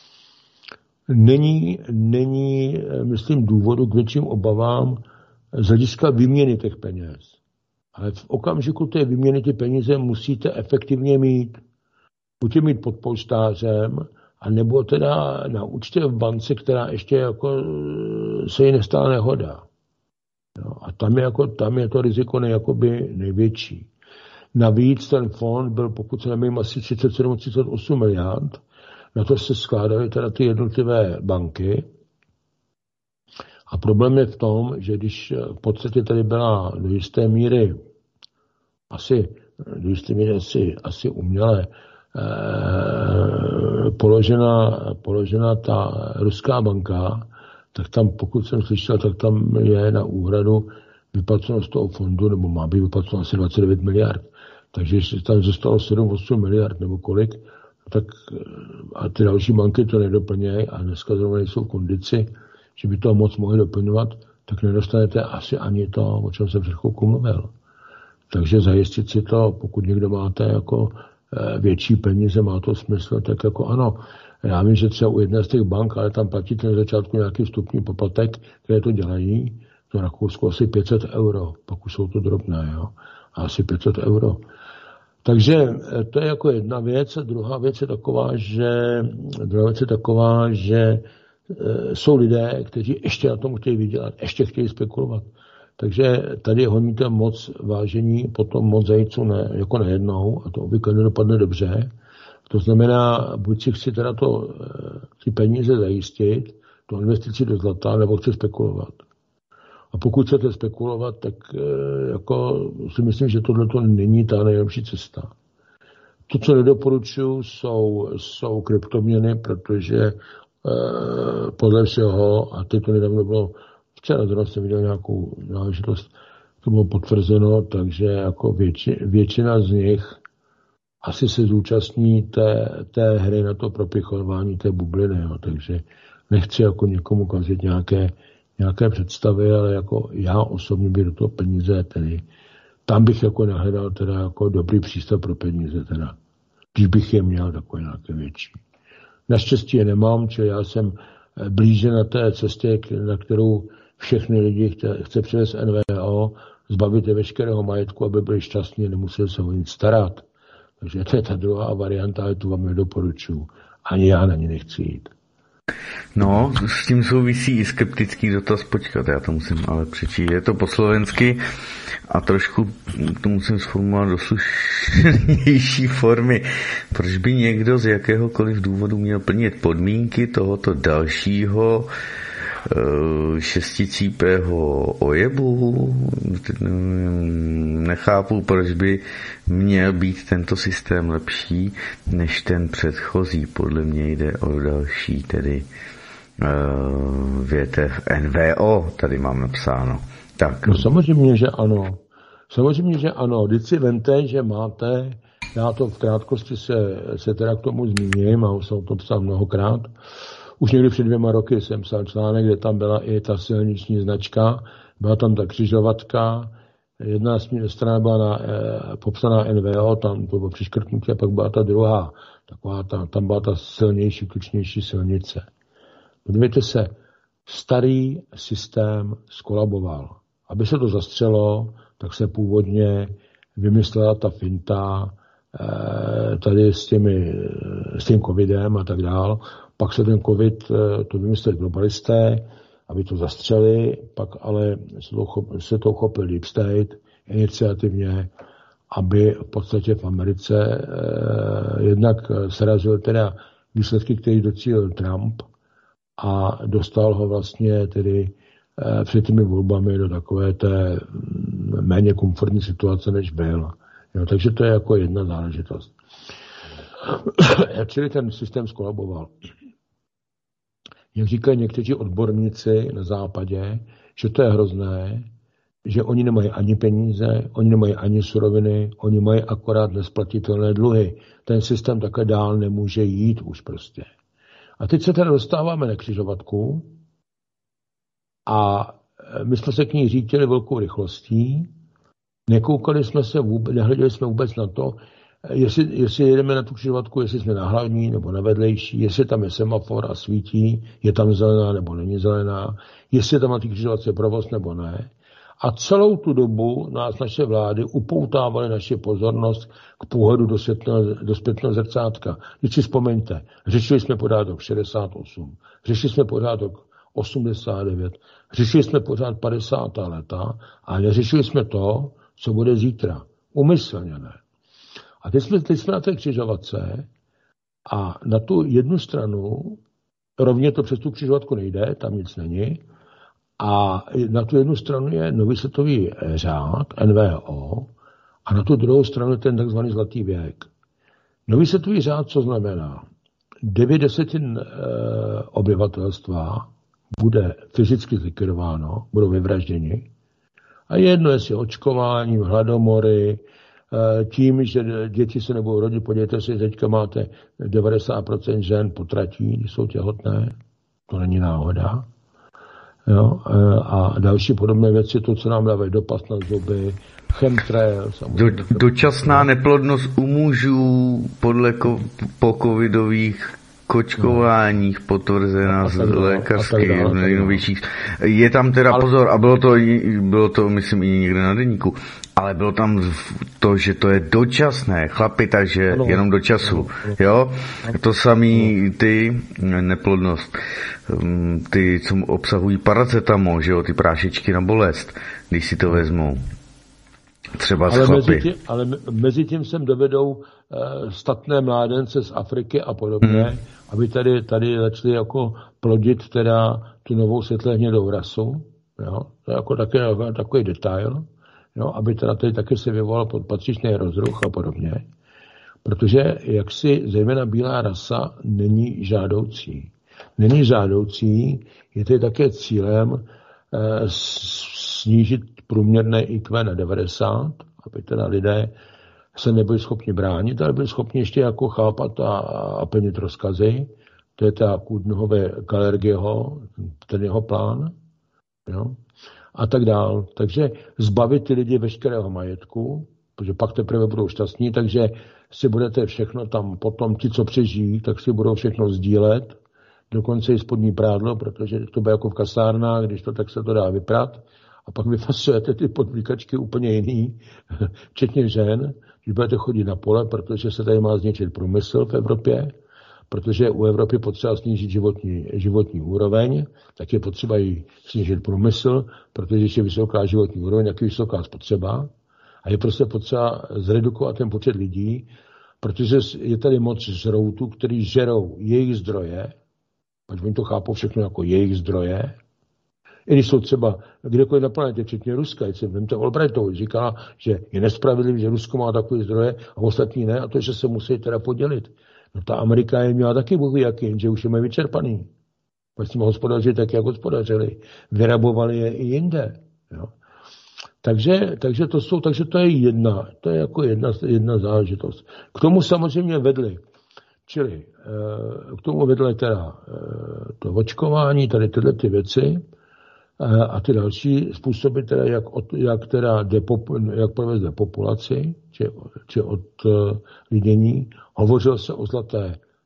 Není, není, myslím, důvodu k větším obavám z hlediska výměny těch peněz. Ale v okamžiku té výměny ty peníze musíte efektivně mít. Buďte mít pod polštářem a nebo teda na účtě v bance, která ještě jako se jí nestala nehoda. Jo, a tam je, jako, tam je to riziko nejjakoby největší. Navíc ten fond byl, pokud se nemýlím, asi třicet sedm třicet osm miliard. Na to se skládaly teda ty jednotlivé banky. A problém je v tom, že když v podstatě tady byla do jisté míry asi, do jisté míry asi, asi uměle eh, položena, položena ta ruská banka, tak tam, pokud jsem slyšel, tak tam je na úhradu vyplaceno z toho fondu, nebo má být vyplaceno asi dvacet devět miliard. Takže tam zůstalo sedm osm miliard nebo kolik, tak a ty další banky to nedoplňují a dneska zrovna nejsou v kondici, že by to moc mohli doplňovat, tak nedostanete asi ani to, o čem jsem před chvilkou mluvil. Takže zajistit si to, pokud někdo máte jako větší peníze, má to smysl, tak jako ano. Já vím, že třeba u jedné z těch bank, ale tam platíte na začátku nějaký vstupní poplatek, které to dělají, to Rakousko asi pět set euro, pokud jsou to drobné, jo, asi pět set euro. Takže to je jako jedna věc. Druhá věc je taková, že, druhá věc je taková, že jsou lidé, kteří ještě na tom chtějí vydělat, ještě chtějí spekulovat. Takže tady honíte moc vážení, potom moc zajíců ne, jako nejednou a to obvykle nedopadne dobře. To znamená, buď si chci teda to, ty peníze zajistit, tu investici do zlata, nebo chci spekulovat. A pokud chcete spekulovat, tak jako si myslím, že tohle není ta nejlepší cesta. To, co nedoporučuji, jsou, jsou kryptoměny, protože eh, podle všeho, a teď to nedávno bylo, včera zrovna jsem viděl nějakou záležitost, to bylo potvrzeno, takže jako větši, většina z nich asi se zúčastní té, té hry na to propichování té bubliny. Jo. Takže nechci jako někomu kazit nějaké, nějaké představy, ale jako já osobně bych do toho peníze, tedy tam bych jako nehledal teda jako dobrý přístav pro peníze, teda, když bych je měl takové nějaké větší. Naštěstí je nemám, čili já jsem blíže na té cestě, na kterou všechny lidi chce, chce přivést N V O, zbavit je veškerého majetku, aby byli šťastní a nemuseli se o nic starat. Takže to je ta druhá varianta, ale tu vám nedoporučuji. Ani já na ní nechci jít. No, s tím souvisí i skeptický dotaz, počkat, já to musím ale přečíst. Je to po slovensky a trošku to musím sformulovat do slušnější formy. Proč by někdo z jakéhokoliv důvodu měl plnit podmínky tohoto dalšího šesticípého ojebu? Nechápu, proč by měl být tento systém lepší než ten předchozí. Podle mě jde o další, tedy uh, větev N V O, tady mám napsáno. Tak. No samozřejmě, že ano. Samozřejmě, že ano. Vždyť si vemte, že máte, já to v krátkosti se, se teda k tomu zmíním, a už jsem to psal mnohokrát. Už někdy před dvěma roky jsem psal článek, kde tam byla i ta silniční značka, byla tam ta křižovatka, jedna strana byla na, e, popsaná N V O, tam to bylo přiškrtnutí, a pak byla ta druhá, taková ta, tam byla ta silnější, tučnější silnice. Podívejte se, starý systém skolaboval. Aby se to zastřelo, tak se původně vymyslela ta finta e, tady s, těmi, s tím covidem a tak dál. Pak se ten covid, to vymysleli globalisté, aby to zastřeli, pak ale se to, se to uchopil Deep State iniciativně, aby v podstatě v Americe eh, jednak srazil teda výsledky, které docílil Trump a dostal ho vlastně tedy eh, před těmi volbami do takové té méně komfortní situace, než byl. Jo, takže to je jako jedna záležitost. Čili ten systém skolaboval. Jak říkají někteří odborníci na západě, že to je hrozné, že oni nemají ani peníze, oni nemají ani suroviny, oni mají akorát nesplatitelné dluhy. Ten systém také dál nemůže jít už prostě. A teď se teda dostáváme na křižovatku a my jsme se k ní řítili velkou rychlostí, nekoukali jsme se vůbec, nehleděli jsme vůbec na to, Jestli, jestli jedeme na tu křižovatku, jestli jsme na hlavní nebo na vedlejší, jestli tam je semafor a svítí, je tam zelená nebo není zelená, jestli je tam na té křižovatce provoz nebo ne. A celou tu dobu nás naše vlády upoutávaly naši pozornost k původu do, do zpětného zrcátka. Když si vzpomeňte, řešili jsme pořád rok šedesát osm, řešili jsme pořád rok osmdesát devět, řešili jsme pořád padesátá leta a neřešili jsme to, co bude zítra. Umyslně ne. A teď jsme, teď jsme na té křižovatce a na tu jednu stranu, rovně to přes tu křižovatku nejde, tam nic není, a na tu jednu stranu je nový světový řád, N V O, a na tu druhou stranu je ten takzvaný zlatý věk. Nový světový řád, co znamená? Devět desetin e, obyvatelstva bude fyzicky zlikvidováno, budou vyvražděni. A jedno jestli očkováním, hladomory, e, tím, že děti se nebudou rodit. Podívejte si, teďka máte devadesát procent žen potratí, když jsou těhotné. To není náhoda. Jo, a další podobné věci, to, co nám dávají dopas na zuby, chemtrail. Do, dočasná neplodnost u mužů podle ko, po covidových kočkováních potvrzená z lékařských nejnovějších. Je tam teda ale, pozor, a bylo to, bylo to, myslím, i někde na deníku, ale bylo tam to, že to je dočasné, chlapi, takže ano, jenom do času. Ano, ano, jo? To samý ty neplodnost, ty, co obsahují paracetamol, že jo, ty prášičky na bolest, když si to vezmou. Třeba z ale chlapy. Mezi tím, ale mezi tím sem dovedou uh, statné mládence z Afriky a podobně, hmm. aby tady, tady začali jako plodit teda tu novou světle hnědou rasu. Jo? To je jako taky, takový detail. Jo? Aby teda tady taky se vyvolal pod patřičný rozruch a podobně. Protože jaksi zejména bílá rasa není žádoucí. Není žádoucí, je tady také cílem uh, snížit průměrné I Q na devadesát, aby teda lidé se nebyli schopni bránit, ale byli schopni ještě jako chápat a, a plnit rozkazy. To je ta Kudnehové Kalergiho, ten jeho plán. Jo? A tak dál. Takže zbavit ty lidi veškerého majetku, protože pak teprve budou šťastní, takže si budete všechno tam potom, ti, co přežijí, tak si budou všechno sdílet, dokonce i spodní prádlo, protože to bude jako v kasárnách, když to tak se to dá vyprat. A pak vyfasujete ty podvlíkačky úplně jiný, včetně žen, když budete chodit na pole, protože se tady má zničit průmysl v Evropě, protože u Evropy potřeba snížit životní, životní úroveň, tak je potřeba i snížit průmysl, protože když je vysoká životní úroveň, jak je vysoká spotřeba. A je prostě potřeba zredukovat ten počet lidí, protože je tady moc žroutů, který žerou jejich zdroje, protože oni to chápou všechno jako jejich zdroje. I když jsou třeba kdekoliv na planetě, včetně Ruska, jak se vemte Albrightovi, říká, že je nespravedlivý, že Rusko má takové zdroje a ostatní ne, a to, že se musí teda podělit. No ta Amerika je měla taky bohu jaký, jenže už je mají vyčerpaný. Vlastně hospodařili tak, jak hospodařili. Vyrabovali je i jinde. Jo. Takže, takže, to jsou, takže to je jedna, to je jako jedna, jedna záležitost. K tomu samozřejmě vedli, čili k tomu vedli teda to očkování, tady tyhle ty věci, a ty další způsoby, teda jak, od, jak, teda depop, jak provést depopulaci, či, či od uh, lidění. Hovořilo se o zlaté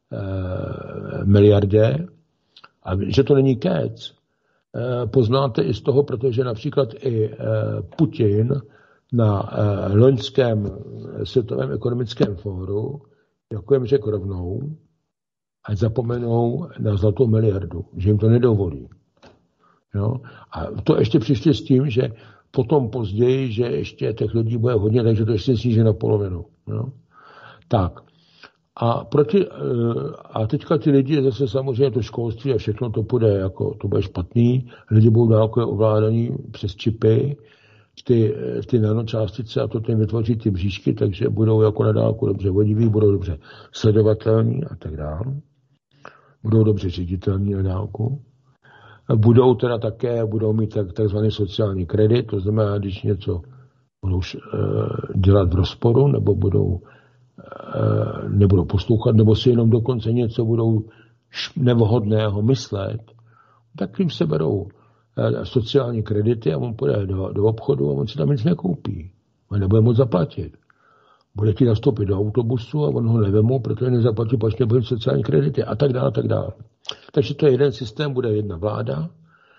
uh, miliardě, a že to není kec, uh, poznáte i z toho, protože například i uh, Putin na uh, loňském světovém ekonomickém fóru, jako jim řekl rovnou, ať zapomenou na zlatou miliardu, že jim to nedovolí. Jo? A to ještě přišli s tím, že potom později, že ještě těch lidí bude hodně, takže to ještě sníží na polovinu. Jo? Tak. A, proti, a teďka ty lidi, zase samozřejmě to školství a všechno to bude, jako, to bude špatný, lidi budou dálkově ovládaní přes čipy, ty, ty nanočástice a to tím vytvoří ty bříšky, takže budou jako na dálku dobře vodiví, budou dobře sledovatelní a tak dále. Budou dobře ředitelní na dálku. Budou teda také, budou mít tak, takzvaný sociální kredit, to znamená, když něco budou uh, dělat v rozporu, nebo budou, uh, nebudou poslouchat, nebo si jenom dokonce něco budou nevhodného myslet, tak jim se berou uh, sociální kredity a on půjde do, do obchodu a on si tam nic nekoupí. On nebude moc zaplatit. Bude ti nastoupit do autobusu a on ho nevemu, protože nezaplatí, pač nebude sociální kredity a tak dále, a tak dále. Takže to je jeden systém, bude jedna vláda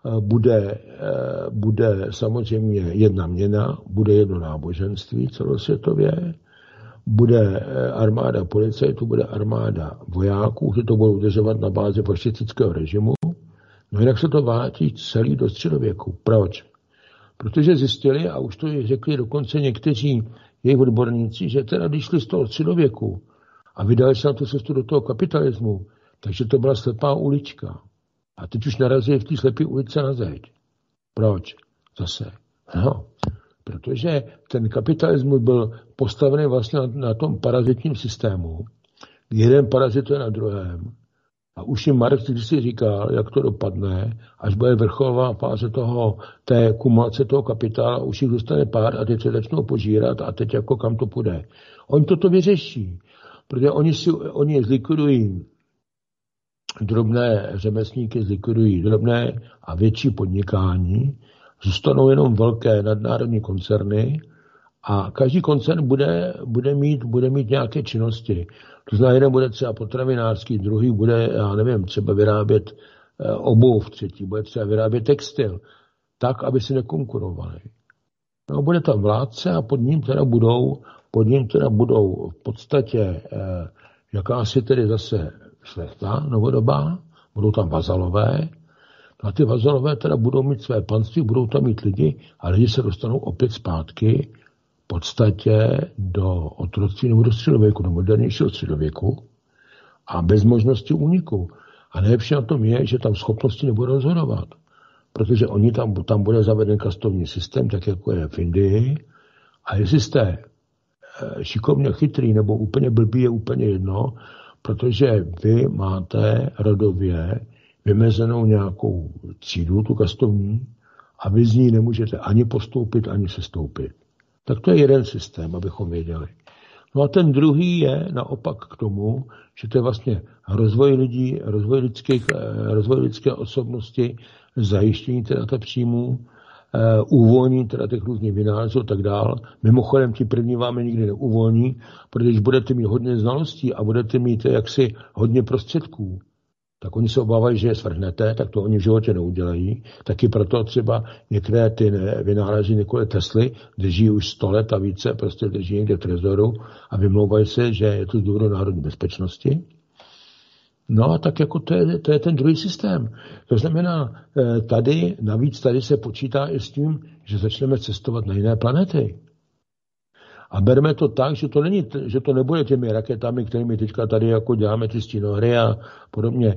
bude, bude samozřejmě jedna měna, bude jedno náboženství celosvětově, bude armáda policajtů, bude armáda vojáků, že to budou udržovat na bázi fašistického režimu. No jinak se to vrátí celý do středověku. Proč? Protože zjistili, a už to řekli dokonce někteří jejich odborníci, že teda když šli z toho středověku a vydali se na tu cestu do toho kapitalismu, takže to byla slepá ulička. A teď už narazili v té slepé ulice na zeď. Proč? Zase. No, protože ten kapitalismus byl postavený vlastně na, na tom parazitním systému. Jeden parazituje na druhém. A už jim Marx když si říkal, jak to dopadne, až bude vrcholová fáze toho, té kumulace toho kapitála, už jich dostane pár a teď se začnou požírat a teď jako kam to půjde. Oni toto vyřeší, protože oni, si, oni zlikvidují drobné řemeslníky, zlikvidují drobné a větší podnikání, zůstanou jenom velké nadnárodní koncerny a každý koncern bude, bude, mít, bude mít nějaké činnosti. To znamená, jeden bude třeba potravinářský, druhý bude, já nevím, třeba vyrábět obuv, třetí bude třeba vyrábět textil, tak, aby si nekonkurovali. No, bude tam vládce a pod ním teda budou, pod ním teda budou v podstatě eh, jakási tedy zase šlechta novodobá, budou tam vazalové, no a ty vazalové teda budou mít své panství, budou tam mít lidi a lidi se dostanou opět zpátky v podstatě do otroctví nebo do středověku, do modernějšího středověku a bez možnosti úniku. A nejlepší na tom je, že tam schopnosti nebudou rozhodovat, protože oni tam, tam bude zaveden kastovní systém, tak jako je v Indii, a jestli jste šikovně chytrý nebo úplně blbý, je úplně jedno, protože vy máte rodově vymezenou nějakou třídu, tu kastovní, a vy z ní nemůžete ani postoupit, ani sestoupit. Tak to je jeden systém, abychom věděli. No a ten druhý je naopak k tomu, že to je vlastně rozvoj lidí, rozvoj, lidských, rozvoj lidské osobnosti, zajištění teda příjmů, uvolní teda těch různých vynálezů a tak dál. Mimochodem, ti první vám je nikdy neuvolní, protože když budete mít hodně znalostí a budete mít jaksi hodně prostředků, tak oni se obávají, že je svrhnete, tak to oni v životě neudělají. Taky proto třeba některé ty vynálezy Nikoli Tesly drží už sto let a více, prostě drží někde v trezoru a vymlouvají se, že je to z důvodu národní bezpečnosti. No a tak jako to je, to je ten druhý systém. To znamená, tady, navíc tady se počítá i s tím, že začneme cestovat na jiné planety. A bereme to tak, že to, není, že to nebude těmi raketami, kterými teďka tady jako děláme ty stínohry a podobně.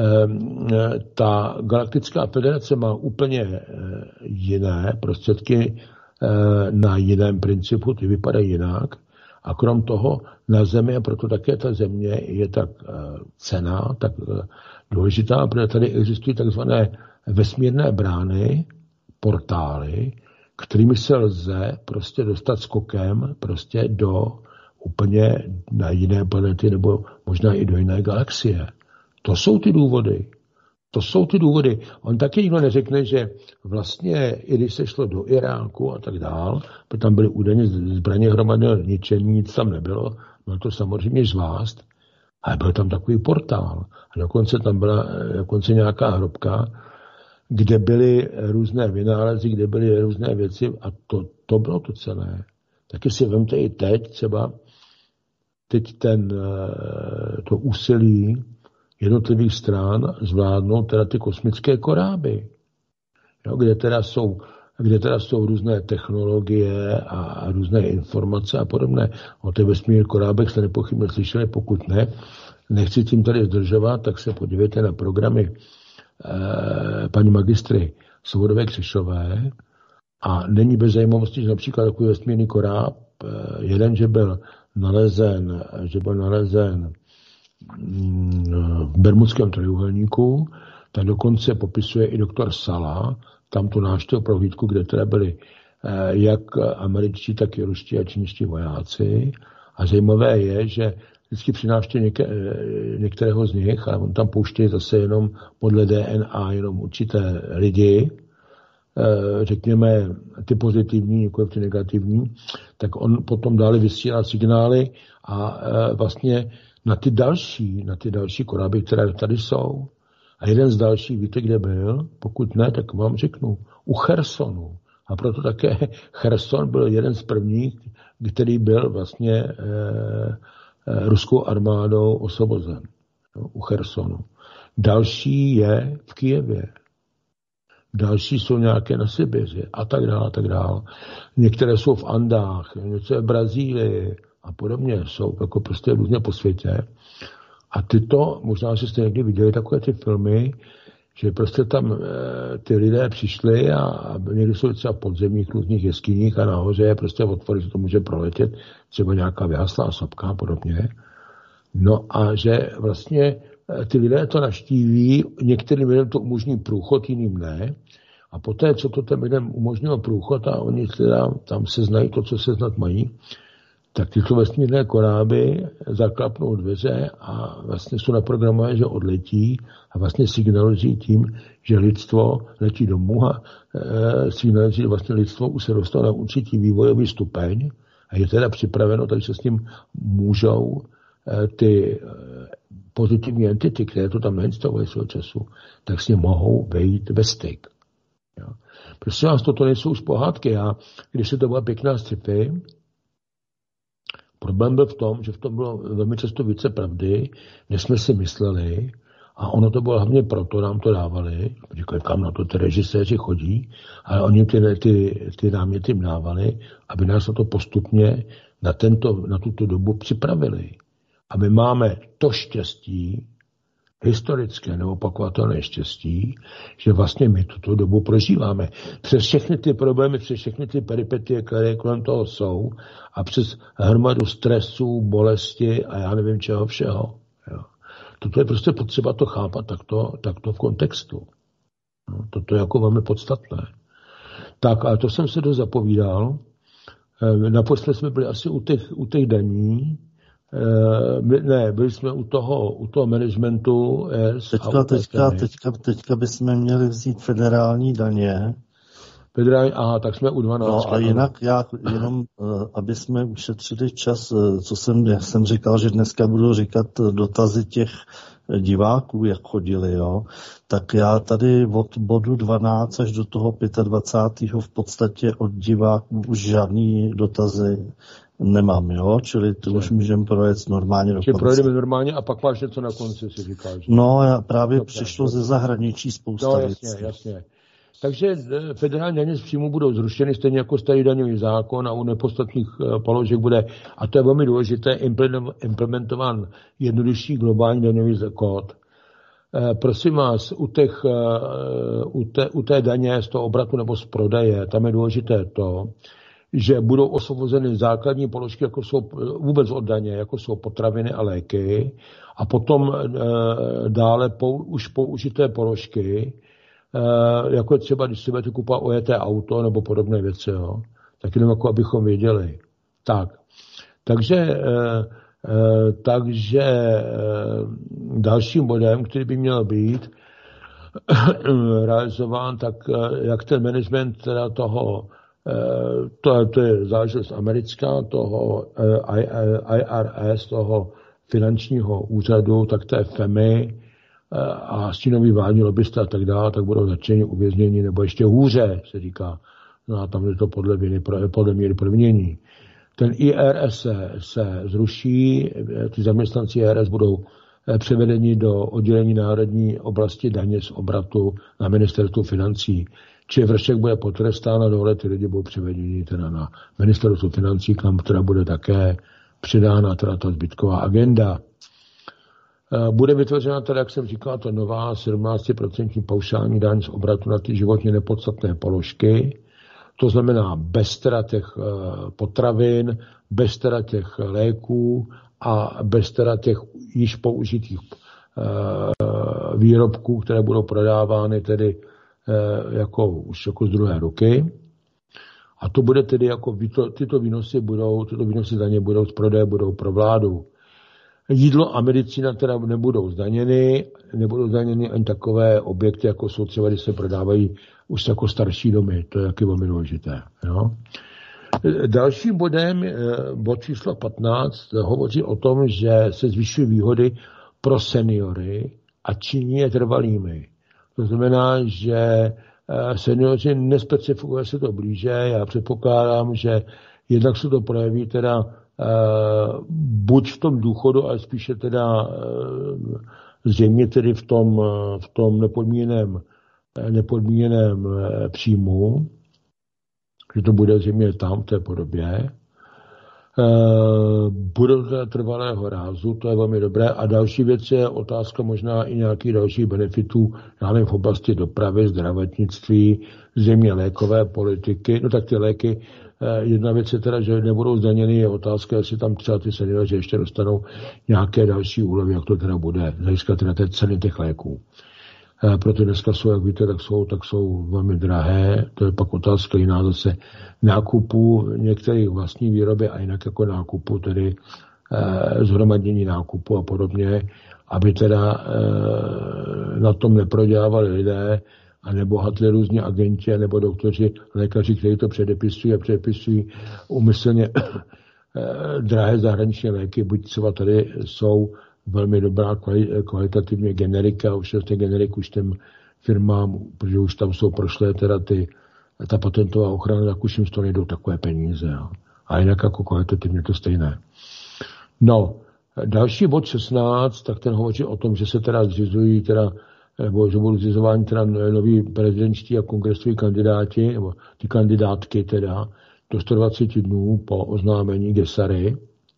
Ta galaktická federace má úplně jiné prostředky na jiném principu, ty vypadají jinak. A krom toho na Zemi, a proto také ta Země je tak cenná, tak důležitá, protože tady existují takzvané vesmírné brány, portály, kterými se lze prostě dostat skokem prostě do úplně na jiné planety nebo možná i do jiné galaxie. To jsou ty důvody. To jsou ty důvody. On taky nikdo neřekne, že vlastně, i když se šlo do Iráku a tak dál, protože tam byly údajně zbraně hromadného ničení, nic tam nebylo, bylo to samozřejmě žvást, ale byl tam takový portál. A dokonce tam byla dokonce nějaká hrobka, kde byly různé vynálezy, kde byly různé věci a to, to bylo to celé. Taky si vemte i teď třeba teď ten, to úsilí jednotlivých stran zvládnout teda ty kosmické koráby, jo, kde, teda jsou, kde teda jsou různé technologie a různé informace a podobné. O těch vesmírných korábech jste nepochybně slyšeli, pokud ne, nechci tím tady zdržovat, tak se podívejte na programy eh, paní magistry Svobodové Křešové a není bez zajímavosti, že například takový vesmírný koráb, eh, jeden, že byl nalezen, že byl nalezen v Bermudském trojúhelníku, tak dokonce popisuje i doktor Sala, tam tu návštěvu prohlídku, kde teda byli jak američtí, tak i ruští a čínští vojáci. A zajímavé je, že vždycky při návštěvě některého z nich, a on tam pouštějí zase jenom podle D N A jenom určité lidi, řekněme ty pozitivní, nikoliv ty negativní, tak on potom dále vysílá signály a vlastně na ty další, na ty další koráby, které tady jsou. A jeden z dalších, víte, kde byl? Pokud ne, tak vám řeknu. U Chersonu. A proto také Cherson byl jeden z prvních, který byl vlastně e, e, ruskou armádou osvobozen. No, u Chersonu. Další je v Kyjevě. Další jsou nějaké na Sibiři a tak dále, a tak dále. Některé jsou v Andách, něco je v Brazílii a podobně. Jsou jako prostě různě po světě. A tyto, možná, že jste někdy viděli takové ty filmy, že prostě tam e, ty lidé přišli a, a někdy jsou třeba v podzemních různých jeskyních a nahoře je prostě otvory, že to může proletět, třeba nějaká vyhaslá sopka a podobně. No a že vlastně e, ty lidé to navštíví, některým lidem to umožní průchod, jiným ne. A poté, co to těm lidem umožnilo průchod a oni teda tam se znají to, co se znat mají, tak tyto vesmírné koráby zaklapnou dveře a vlastně jsou naprogramované, že odletí a vlastně signalizují tím, že lidstvo letí domů a e, signalizují vlastně lidstvo už se dostalo na určitý vývojový stupeň a je teda připraveno, takže s ním můžou e, ty e, pozitivní entity, které to tam neinstalovají svého času, tak s ním mohou vejít ve styk. Jo. Prosím vás, toto nejsou už pohádky. Já, když se to byla pěkná sci-fi, problém byl v tom, že v tom bylo velmi často více pravdy, než jsme si mysleli, a ono to bylo hlavně proto, nám to dávali, říkali, kam na to ty režiséři chodí, ale oni ty, ty, ty náměty dávali, aby nás na to postupně na, tento, na tuto dobu připravili. A my máme to štěstí, historické neopakovatelné štěstí, že vlastně my tuto dobu prožíváme. Přes všechny ty problémy, přes všechny ty peripetie, které kolem toho jsou a přes hromadu stresů, bolesti a já nevím čeho všeho. Jo. Toto je prostě potřeba to chápat takto, takto v kontextu. No, toto je jako velmi podstatné. Tak, ale to jsem se dost zapovídal. Naposled jsme byli asi u těch, u těch daní. Ne, byli jsme u toho, u toho managementu. Teďka, teďka, teďka, teďka bychom měli vzít federální daně. Federální, aha, tak jsme u dvanácti. No a jinak já jenom, aby jsme ušetřili čas, co jsem, jak jsem říkal, že dneska budu říkat dotazy těch diváků, jak chodili, jo, tak já tady od bodu dvanáct až do toho dvacátého pátého v podstatě od diváků už žádný dotazy nemám, jo, čili to už můžeme projet normálně do konce. Projedeme normálně a pak máš něco na konci, si říkáš. No, já právě no, přišlo ze zahraničí spousta no, věcí. jasně, jasně. Takže federální daně z příjmu budou zrušeny, stejně jako starý daňový zákon a u nepodstatných položek bude, a to je velmi důležité, implementován jednodušší globální daňový kód. Prosím vás, u, těch, u, té, u té daně z toho obratu nebo z prodeje, tam je důležité to, že budou osvobozeny základní položky, jako jsou vůbec od daně, jako jsou potraviny a léky, a potom e, dále pou, už použité položky, e, jako je třeba, když si budete kupovat ojeté auto nebo podobné věci, jo, tak jenom jako abychom věděli. Tak, takže, e, e, takže e, dalším bodem, který by měl být realizován, tak e, jak ten management teda toho To, to je záležitost americká, toho I R S, toho finančního úřadu, tak to je F E M I a stínoví vládní lobbysté a tak dále, tak budou začeni, uvězněni, nebo ještě hůře, se říká. No a tam je to podle, viny, podle míry provinění. Ten I R S se, se zruší, ty zaměstnanci I R S budou převedeni do oddělení národní oblasti daně z obratu na ministerstvu financí. Či Vršek bude potrestán a dole ty lidi budou převedeni teda na ministerstvu financí, kam teda bude také přidána teda ta zbytková agenda. Bude vytvořena teda, jak jsem říkal, to nová sedmnáct procent paušální daň z obratu na ty životně nepodstatné položky. To znamená bez teda těch potravin, bez teda těch léků a bez teda těch již použitých výrobků, které budou prodávány tedy jako už jako z druhé ruky. A to bude tedy jako tyto výnosy budou, tyto výnosy daně budou z prodeje, budou pro vládu. Jídlo a medicína teda nebudou zdaněny, nebudou zdaněny ani takové objekty, jako jsou třeba, když se prodávají už jako starší domy. To je taky velmi důležité. Jo? Dalším bodem, bod číslo patnáct, hovoří o tom, že se zvyšují výhody pro seniory a činí je trvalými. To znamená, že seniori nespecifikuje se to blíže. Já předpokládám, že jednak se to projeví teda buď v tom důchodu, ale spíše teda zřejmě tedy v tom, v tom nepodmíněném, nepodmíněném příjmu, že to bude zřejmě tam v té podobě. Bude to trvalého rázu, to je velmi dobré. A další věc je otázka možná i nějakých dalších benefitů, já nevím, v oblasti dopravy, zdravotnictví, zřejmě lékové politiky. No tak ty léky, jedna věc je teda, že nebudou zdaněny, je otázka, jestli tam třeba ty seniori ještě dostanou nějaké další úlevy, jak to teda bude, z hlediska teda té ceny těch léků. Proto dneska jsou, jak víte, tak jsou, tak jsou velmi drahé. To je pak otázka jiná zase nákupu některých vlastní výroby a jinak jako nákupu, tedy eh, zhromadění nákupu a podobně, aby teda eh, na tom neprodělávali lidé a nebohatli různí agenti nebo doktoři, lékaři, kteří to předepisují a předepisují umyslně eh, drahé zahraniční léky, buď třeba tady jsou velmi dobrá kvalitativně generika, už z těch generik už těm firmám, protože už tam jsou prošlé teda ty, ta patentová ochrana, tak už jim z toho nejdou takové peníze. Jo. A jinak jako kvalitativně to stejné. No, další bod šestnáct, tak ten hovoří o tom, že se teda zřizují teda, nebo že budou zřizováni teda noví prezidentští a kongresoví kandidáti, nebo ty kandidátky teda, do sto dvacet dnů po oznámení Gesary.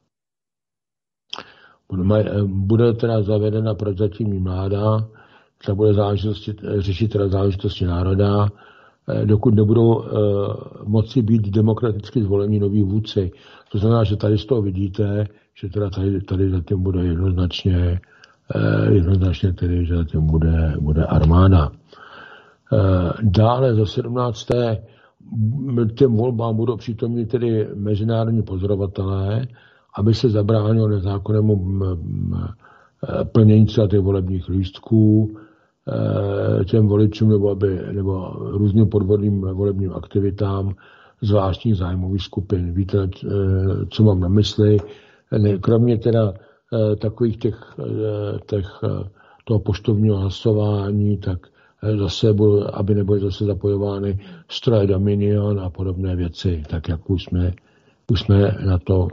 Bude teda zavedena prozatímní vláda, která bude záležitosti, řešit teda záležitosti národa, dokud nebudou uh, moci být demokraticky zvolení noví vůdci. To znamená, že tady z toho vidíte, že teda tady, tady zatím bude jednoznačně, uh, jednoznačně tedy, že zatím bude, bude armáda. Uh, dále za sedmnácté těm volbám budou přítomní tedy mezinárodní pozorovatelé, aby se zabránilo nezákonnému plnění třeba těch volebních lístků těm voličům nebo, aby, nebo různým podvodným volebním aktivitám zvláštních zájmových skupin. Víte, co mám na mysli? Kromě teda takových těch, těch toho poštovního hlasování, tak zase, aby nebyly zase zapojovány stroje Dominion a podobné věci, tak jak už jsme, už jsme na to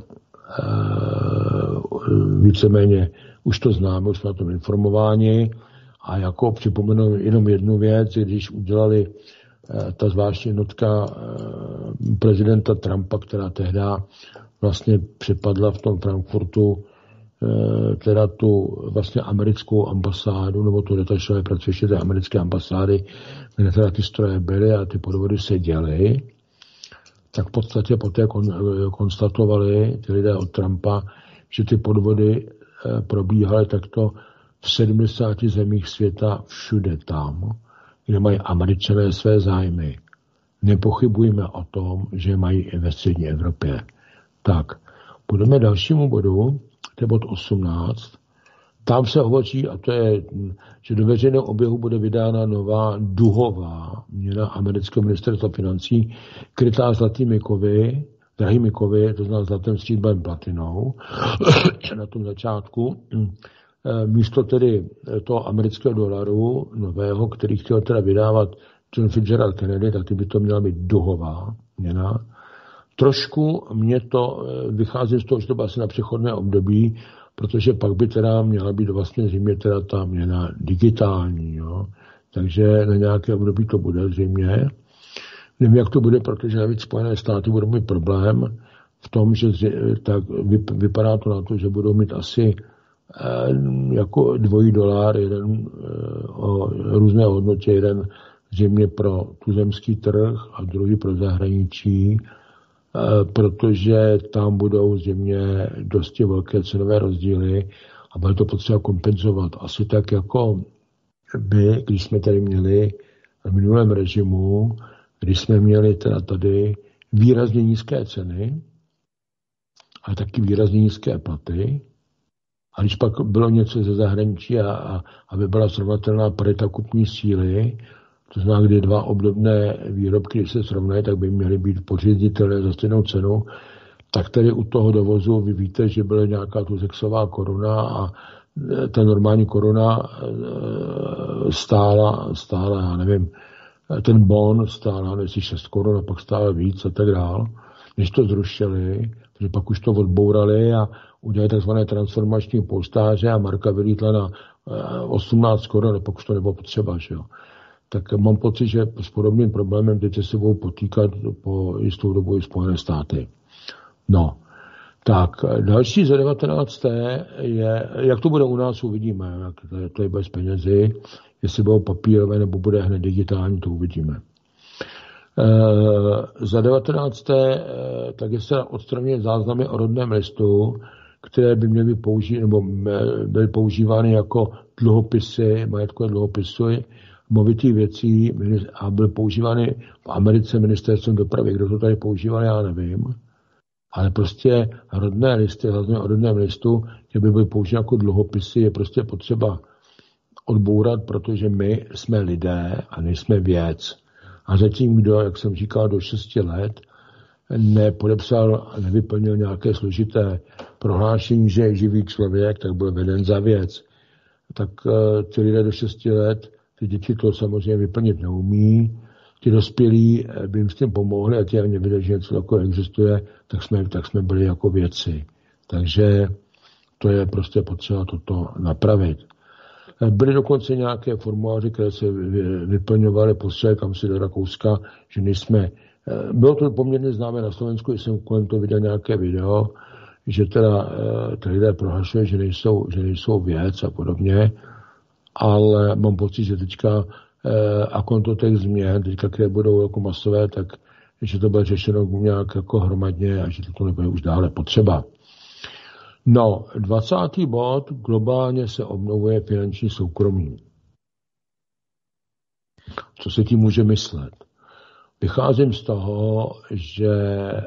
víceméně už to známe, už jsme na tom informováni a jako připomenu jenom jednu věc, když udělali ta zvláštní jednotka prezidenta Trumpa, která tehdy vlastně připadla v tom Frankfurtu teda tu vlastně americkou ambasádu, nebo tu detašové pracoviště té americké ambasády, kde teda ty stroje byly a ty podvody se děly, tak v podstatě poté konstatovali ty lidé od Trumpa, že ty podvody probíhaly takto v sedmdesáti zemích světa všude tam, kde mají Američané své zájmy. Nepochybujme o tom, že mají i ve střední Evropě. Tak, půjdeme dalšímu bodu, to je bod osmnáct. Tam se hovoří, a to je, že do veřejného oběhu bude vydána nová duhová měna amerického ministerstva financí, krytá zlatými kovy, drahými kovy, to znamená zlatým, stříbrem, platinou. Na tom začátku místo tedy toho amerického dolaru nového, který chtěl teda vydávat John Fitzgerald Kennedy, tak by to měla být duhová měna. Trošku mě to vychází z toho, že to bylo asi na přechodné období, protože pak by teda měla být vlastně zřejmě teda ta měna digitální, jo. Takže na nějaké období to bude zřejmě. Nevím, jak to bude, protože navíc Spojené státy budou mít problém v tom, že tak vypadá to na to, že budou mít asi eh, jako dvojí dolar, jeden eh, o různé hodnotě, jeden zřejmě pro tuzemský trh a druhý pro zahraničí, protože tam budou zřejmě dosti velké cenové rozdíly a bude to potřeba kompenzovat. Asi tak jako by, když jsme tady měli v minulém režimu, když jsme měli teda tady výrazně nízké ceny, ale taky výrazně nízké platy, a když pak bylo něco ze zahraničí a, a aby byla srovnatelná parita kupní síly, to znamená, kdy dva obdobné výrobky, když se srovnají, tak by měly být pořaditelné za stejnou cenu. Tak tady u toho dovozu vy víte, že byla nějaká tuzexová koruna a ta normální koruna stála, stála, já nevím, ten bon stál, nevím, šest korun a pak stále víc a tak dál, než to zrušili, protože pak už to odbourali a udělali takzvané transformační polštáře a marka vylítla na osmnáct korun a pak už to nebylo potřeba, že jo. Tak mám pocit, že s podobným problémem teď se budou potýkat po jistou dobu i Spojené státy. No, tak další za devatenácté je, jak to bude u nás, uvidíme, jak to je, to je bez penězi, jestli budou papírové nebo bude hned digitální, to uvidíme. E, za devatenácté E, tak se odstraňuje záznamy o rodném listu, které by měly být použít, nebo byly používány jako dluhopisy, majetkové dluhopisy, movitých věcí a byly používány v Americe ministerstvem dopravy. Kdo to tady používal, já nevím. Ale prostě rodné listy, hlavně o rodném listu, že by byly používány jako dluhopisy, je prostě potřeba odbourat, protože my jsme lidé a nejsme věc. A zatím, kdo, jak jsem říkal, do šesti let nepodepsal a nevyplnil nějaké složité prohlášení, že je živý člověk, tak byl veden za věc. Tak ti lidé do šesti let, ty děti to samozřejmě vyplnit neumí, ti dospělí by jim s tím pomohli a ti ani viděli, že něco takové existuje, tak jsme, tak jsme byli jako věci. Takže to je prostě potřeba toto napravit. Byly dokonce nějaké formuláře, které se vyplňovaly, posílali kam si do Rakouska, že nejsme. Bylo to poměrně známé na Slovensku, jsem kolem toho viděl nějaké video, že teda ty lidé prohlašují, že nejsou, že nejsou věc a podobně, ale mám pocit, že teďka a konto těch změn, teďka, které budou jako masové, tak že to bude řešeno nějak jako hromadně a že to nebude už dále potřeba. No, dvacátý bod, globálně se obnovuje finanční soukromí. Co se tím může myslet? Vycházím z toho, že e,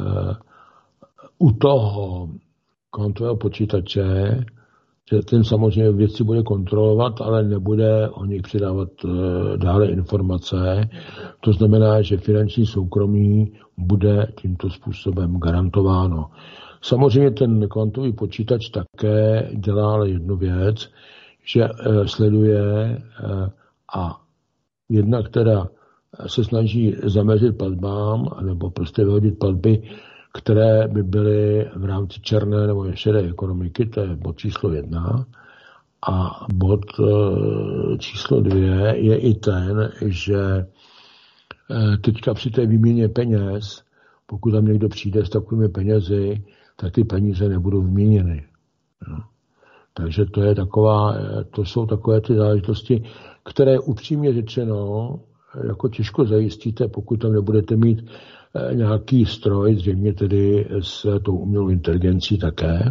u toho kvantového počítače, že ten samozřejmě věci bude kontrolovat, ale nebude o nich přidávat e, dále informace. To znamená, že finanční soukromí bude tímto způsobem garantováno. Samozřejmě ten kvantový počítač také dělá ale jednu věc, že e, sleduje e, a jednak teda se snaží zamezit platbám nebo prostě vyhodit platby, které by byly v rámci černé nebo šedé ekonomiky, to je bod číslo jedna. A bod e, číslo dvě je i ten, že e, teďka při té výměně peněz, pokud tam někdo přijde s takovými penězi, tak ty peníze nebudou vyměněny. No. Takže to je taková, to jsou takové ty záležitosti, které upřímně řečeno jako těžko zajistíte, pokud tam nebudete mít nějaký stroj, zřejmě tedy s tou umělou inteligencí také.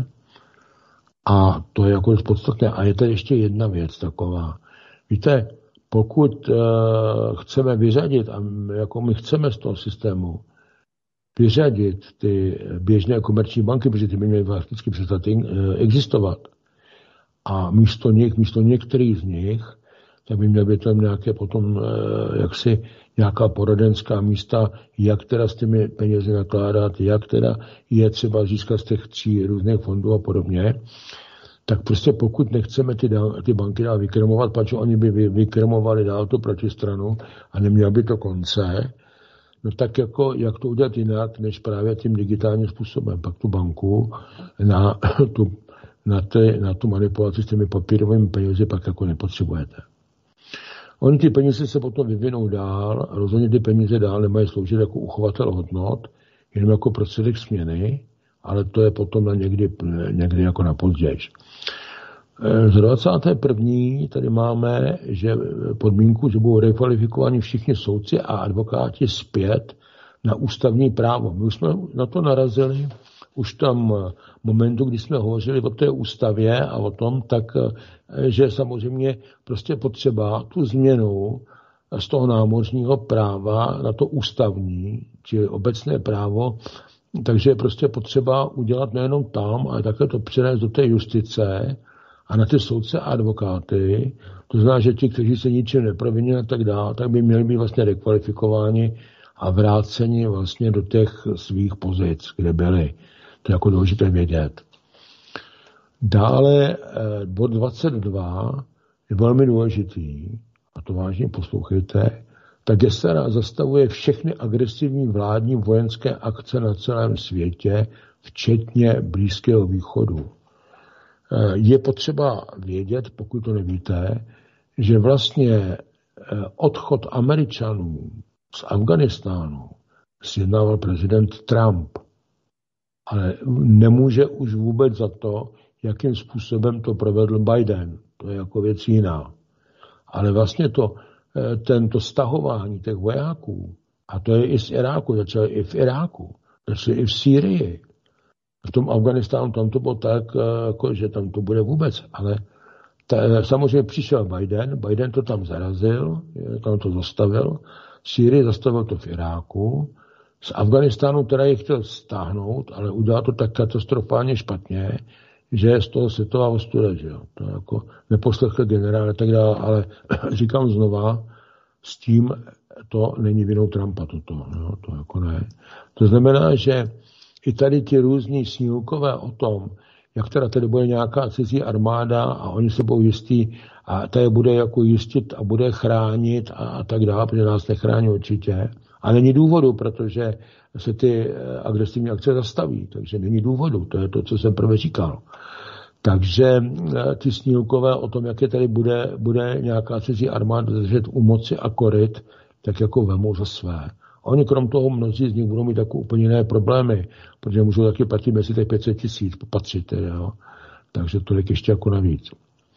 A to je jako podstatné. A je tady ještě jedna věc taková. Víte, pokud uh, chceme vyřadit, a jako my chceme z toho systému vyřadit ty běžné komerční banky, protože ty by měly fakticky přestat existovat. A místo nich, místo některých z nich, tak by měly být tam nějaké potom jaksi nějaká poradenská místa, jak teda s těmi penězi nakládat, jak teda je třeba získat z těch tří různých fondů a podobně. Tak prostě pokud nechceme ty, dál, ty banky dál vykrmovat, protože oni by vykrmovali dál tu protistranu a neměl by to konce, no tak jako, jak to udělat jinak, než právě tím digitálním způsobem. Pak tu banku na tu, na ty, na tu manipulaci s těmi papírovými penězi pak jako nepotřebujete. Oni ty peníze se potom vyvinou dál, rozhodně ty peníze dál nemají sloužit jako uchovatel hodnot, jenom jako prostředek směny, ale to je potom na někdy, někdy jako na později. Z dvacáté první tady máme, že podmínku, že budou rekvalifikováni všichni soudci a advokáti zpět na ústavní právo. My už jsme na to narazili už tam momentu, kdy jsme hovořili o té ústavě a o tom, tak, že samozřejmě prostě potřeba tu změnu z toho námořního práva na to ústavní, či obecné právo, takže je prostě potřeba udělat nejenom tam, ale také to přenést do té justice a na ty soudce a advokáty. To znamená, že ti, kteří se ničím neprovinili a tak dále, tak by měli být vlastně rekvalifikováni a vráceni vlastně do těch svých pozic, kde byli. To je jako důležité vědět. Dále bod dvacet dva je velmi důležitý, a to vážně poslouchejte. Ta Gestara zastavuje všechny agresivní vládní vojenské akce na celém světě, včetně Blízkého východu. Je potřeba vědět, pokud to nevíte, že vlastně odchod Američanů z Afghánistánu sjednával prezident Trump. Ale nemůže už vůbec za to, jakým způsobem to provedl Biden. To je jako věc jiná. Ale vlastně to, tento stahování těch vojáků, a to je i z Iráku, začalo i v Iráku, začalo i v Sýrii. V tom Afghánistánu tam to bylo tak, jako, že tam to bude vůbec. Ale ta, samozřejmě přišel Biden, Biden to tam zarazil, tam to zastavil, Sýrii zastavil to v Iráku, z Afghánistánu teda je chtěl stáhnout, ale udělal to tak katastrofálně špatně, že je z toho světová ostuda, že jo. To jako neposlechl generál a tak dále, ale říkám znova, s tím to není vinou Trumpa toto, jo, to jako ne. To znamená, že i tady ti různí snílkové o tom, jak teda tady bude nějaká cizí armáda a oni se budou jistí a ta je bude jako jistit a bude chránit a, a tak dále, protože nás nechrání určitě. A není důvodu, protože se ty agresivní akce zastaví, takže není důvodu, to je to, co jsem prvé říkal. Takže ty snílkové o tom, jak je tady bude, bude nějaká cizí armáda držet u moci a koryt, tak jako vemou za své. Oni krom toho mnozí z nich budou mít takové úplně jiné problémy, protože můžou taky platit mezi těch pět set tisíc, popatřit, jo. Takže tolik ještě jako navíc.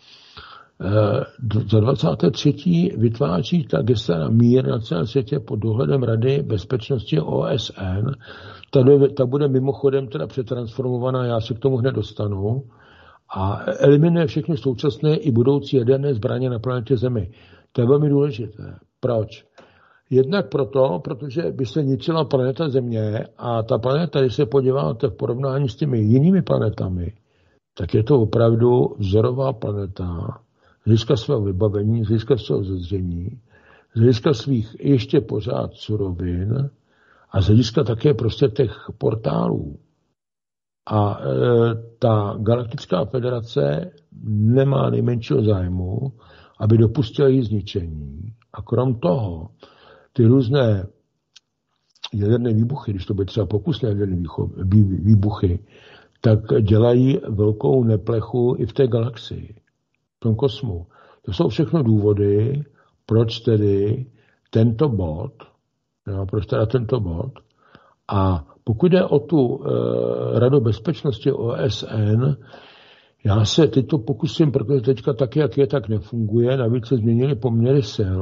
E, za dvacáté třetí vytváří ta Gestara mír na celém světě pod dohledem Rady bezpečnosti O S N. Ta, ta bude mimochodem teda přetransformovaná, já se k tomu hned dostanu, a eliminuje všechny současné i budoucí jaderné zbraně na planetě Zemi. To je velmi důležité. Proč? Jednak proto, protože by se ničila planeta Země a ta planeta, když se podíváte v porovnání s těmi jinými planetami, tak je to opravdu vzorová planeta z hlediska svého vybavení, z hlediska svého zezření, z hlediska svých ještě pořád surovin a z hlediska také prostě těch portálů. A e, ta Galaktická federace nemá nejmenšího zájmu, aby dopustila její zničení. A krom toho, ty různé jaderné výbuchy, když to bude třeba pokusné jaderné výbuchy, tak dělají velkou neplechu i v té galaxii, v tom kosmu. To jsou všechno důvody, proč tedy tento bod, jo, proč teda tento bod. A pokud jde o tu e, Radu bezpečnosti O S N, já se teď to pokusím, protože teďka tak, jak je, tak nefunguje, navíc se změnily poměry sil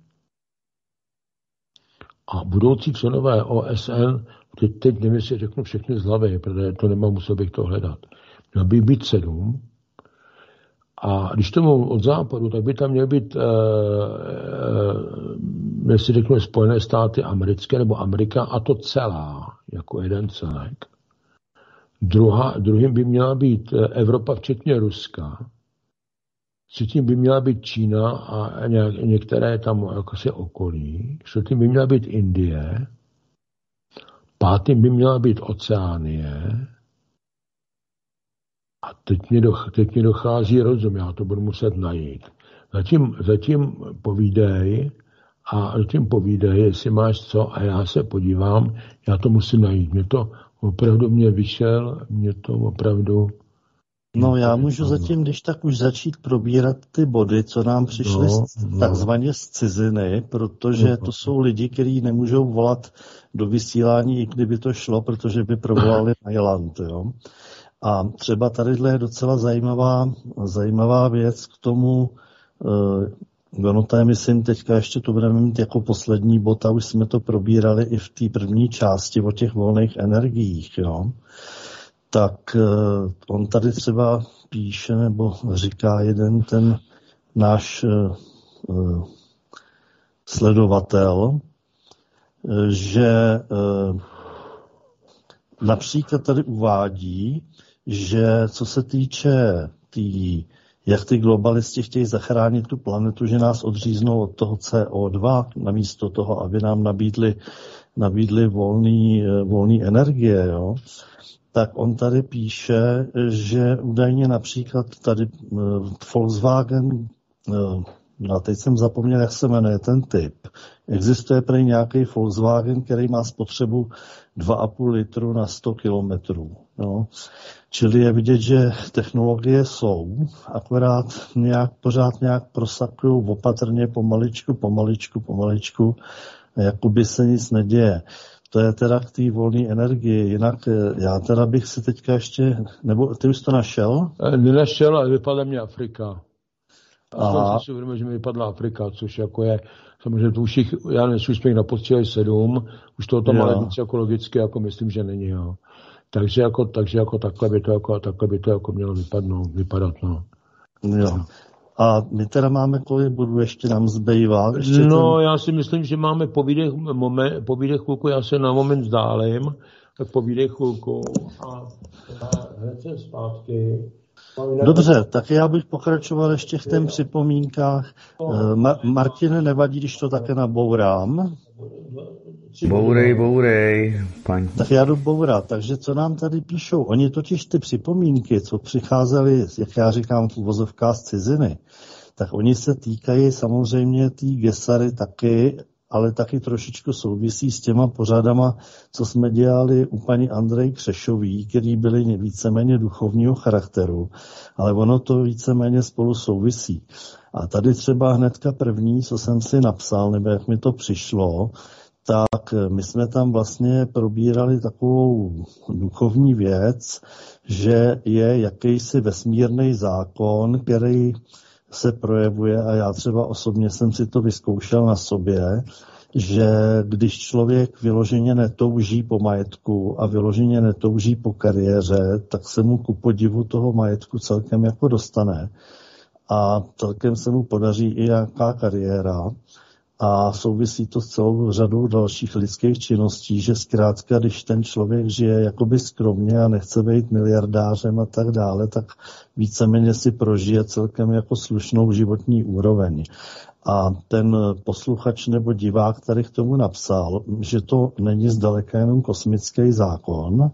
a budoucí členové O S N, teď, teď nevím, jestli řeknu všechny z hlavy, protože to nemám, musel bych to hledat. Měl by být sedm. A když to mám od západu, tak by tam měl být, e, e, jestli řeknu, Spojené státy americké nebo Amerika, a to celá, jako jeden celek. Druhá, druhým by měla být Evropa, včetně Ruska. Třetím by měla být Čína a nějak, některé tam jakosi okolí. Čtvrtým by měla být Indie. Pátým by měla být Oceánie. A teď mě, doch, teď mě dochází rozum, já to budu muset najít. Zatím, zatím povídej a zatím povídej, jestli máš co, a já se podívám, já to musím najít. Mě to opravdu mě vyšel, mě to opravdu... No já můžu zatím, když tak už začít probírat ty body, co nám přišly no, no. takzvaně z ciziny, protože no. to jsou lidi, kteří nemůžou volat do vysílání, i kdyby to šlo, protože by provolali Tajland, jo. A třeba tadyhle je docela zajímavá, zajímavá věc k tomu, eh, no to je, myslím, teďka ještě to budeme mít jako poslední bod a už jsme to probírali i v té první části o těch volných energiích, jo. Tak eh, on tady třeba píše nebo říká jeden ten náš eh, eh, sledovatel, eh, že eh, například tady uvádí, že co se týče tý, jak ty globalisti chtějí zachránit tu planetu, že nás odříznou od toho C O dva, namísto toho, aby nám nabídli, nabídli volný, volný energie, jo, tak on tady píše, že údajně například tady Volkswagen, no teď jsem zapomněl, jak se jmenuje ten typ, existuje prý nějaký Volkswagen, který má spotřebu dva a půl litru na sto kilometrů. No. Čili je vidět, že technologie jsou, akorát nějak, pořád nějak prosakují opatrně, pomaličku, pomaličku, pomaličku, jakoby se nic neděje. To je teda k té volné energii. Jinak já teda bych si teďka ještě, nebo ty už to našel? Nenašel, ale vypadla mě Afrika. A si uvědomil, že mi vypadla Afrika, což jako je, samozřejmě to už jich, já nevím, už jsme jich napostřeli sedm, už toho tam ale víc ekologicky, jako myslím, že není, jo. Takže jako, takže jako takhle by to jako, takhle by to jako mělo vypadnout, vypadat, no. Jo. A my teda máme kolik bodů, ještě nám zbývá? Ještě no, ten... já si myslím, že máme povídej, moment, povídej chvilku, já se na moment vzdálím, tak povídej chvilku a hned se zpátky. Dobře, tak já bych pokračoval ještě v těm připomínkách. Ma- Martine, nevadí, když to také nabourám? Bourej, bourej, paň. Tak já jdu bourat. Takže co nám tady píšou? Oni totiž ty připomínky, co přicházely, jak já říkám, v uvozovkách z ciziny, tak oni se týkají samozřejmě té Gesary taky, ale taky trošičku souvisí s těma pořadama, co jsme dělali u paní Andrej Křešový, který byly víceméně duchovního charakteru, ale ono to víceméně spolu souvisí. A tady třeba hnedka první, co jsem si napsal, nebo jak mi to přišlo, tak my jsme tam vlastně probírali takovou duchovní věc, že je jakýsi vesmírný zákon, který se projevuje, a já třeba osobně jsem si to vyzkoušel na sobě, že když člověk vyloženě netouží po majetku a vyloženě netouží po kariéře, tak se mu ku podivu toho majetku celkem jako dostane. A celkem se mu podaří i nějaká kariéra. A souvisí to s celou řadou dalších lidských činností, že zkrátka, když ten člověk žije jakoby skromně a nechce být miliardářem a tak dále, tak víceméně si prožije celkem jako slušnou životní úroveň. A ten posluchač nebo divák tady k tomu napsal, že to není zdaleka jenom kosmický zákon,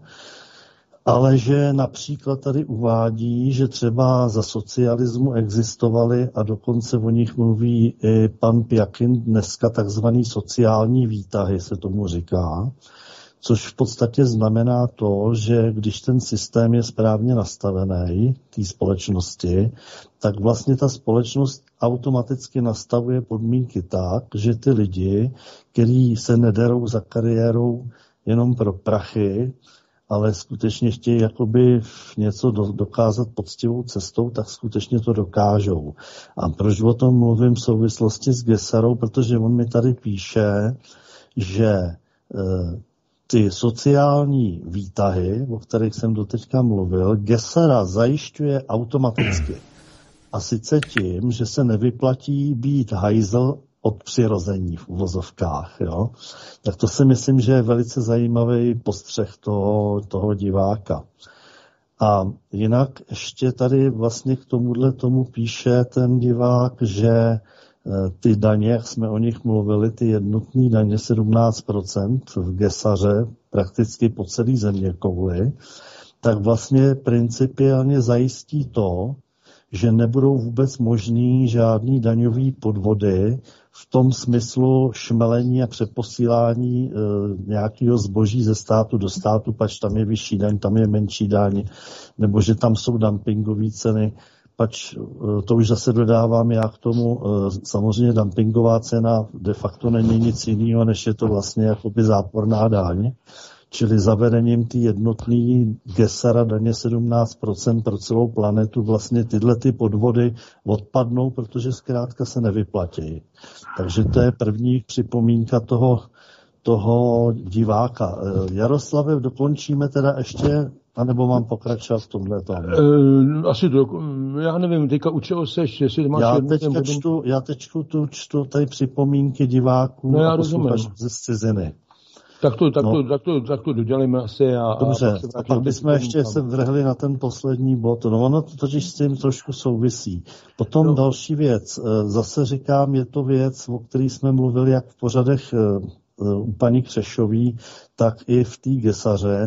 ale že například tady uvádí, že třeba za socialismu existovaly, a dokonce o nich mluví i pan Pjakin dneska, takzvaný sociální výtahy se tomu říká, což v podstatě znamená to, že když ten systém je správně nastavený, té společnosti, tak vlastně ta společnost automaticky nastavuje podmínky tak, že ty lidi, kteří se nederou za kariérou jenom pro prachy, ale skutečně chtějí jakoby něco do, dokázat poctivou cestou, tak skutečně to dokážou. A proč o tom mluvím v souvislosti s Gesarou? Protože on mi tady píše, že e, ty sociální výtahy, o kterých jsem doteďka mluvil, Gesara zajišťuje automaticky. A sice tím, že se nevyplatí být hajzl od přirození v uvozovkách. Jo? Tak to si myslím, že je velice zajímavý postřeh toho, toho diváka. A jinak ještě tady vlastně k tomuhle tomu píše ten divák, že ty daně, jak jsme o nich mluvili, ty jednotné daně sedmnáct procent v Gesaře, prakticky po celé zeměkouli, tak vlastně principiálně zajistí to, že nebudou vůbec možný žádný daňový podvody v tom smyslu šmelení a přeposílání e, nějakého zboží ze státu do státu, pač tam je vyšší daň, tam je menší daň, nebo že tam jsou dumpingové ceny, pač e, to už zase dodávám já k tomu, e, samozřejmě dumpingová cena de facto není nic jiného, než je to vlastně jakoby záporná daň. Čili zavedením té jednotné Gesara daně sedmnáct procent pro celou planetu vlastně tyhle ty podvody odpadnou, protože zkrátka se nevyplatí. Takže to je první připomínka toho, toho diváka. Jaroslave, dokončíme teda ještě, anebo mám pokračovat v tomhle tomu? Uh, asi do, já nevím, teďka u čeho seš, jestli máš já jednu, teďka budem... čtu, já teďka tu čtu tady připomínky diváků no, a posluchačů ze ciziny. Tak to, tak, no. to, tak, to, tak to dodělíme asi. A, Dobře, a pak, a pak bychom ještě se vrhli na ten poslední bod. No ono to totiž s tím trošku souvisí. Potom no. Další věc. Zase říkám, je to věc, o které jsme mluvili jak v pořadech u paní Křešový, tak i v té Gesaře.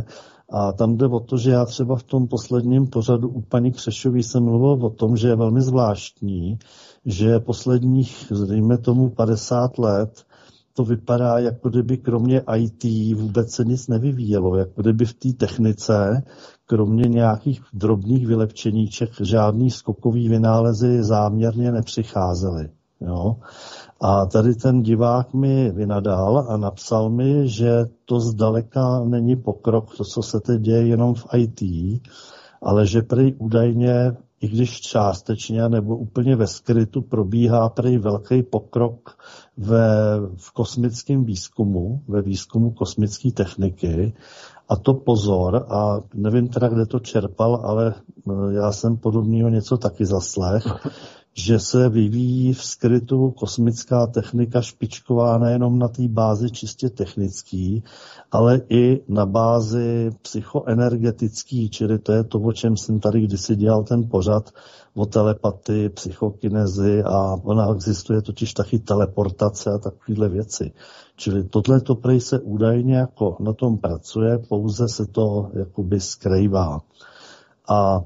A tam jde o to, že já třeba v tom posledním pořadu u paní Křešový jsem mluvil o tom, že je velmi zvláštní, že posledních, dejme tomu padesát let, to vypadá, jako kdyby kromě í té vůbec se nic nevyvíjelo, jako kdyby v té technice, kromě nějakých drobných vylepčeníček, žádný skokový vynálezy záměrně nepřicházely. Jo? A tady ten divák mi vynadal a napsal mi, že to zdaleka není pokrok, to, co se teď děje jenom v í té, ale že prý údajně, i když částečně nebo úplně ve skrytu, probíhá prý velký pokrok ve, v kosmickém výzkumu, ve výzkumu kosmické techniky. A to pozor, a nevím teda, kde to čerpal, ale já jsem podobného něco taky zaslech, že se vyvíjí v skrytu kosmická technika špičková nejenom na té bázi čistě technický, ale i na bázi psychoenergetický, čili to je to, o čem jsem tady kdysi dělal ten pořad o telepatii, psychokinezi a ona existuje totiž taky teleportace a takovéhle věci. Čili tohle to prej se údajně jako na tom pracuje, pouze se to jakoby skrývá. A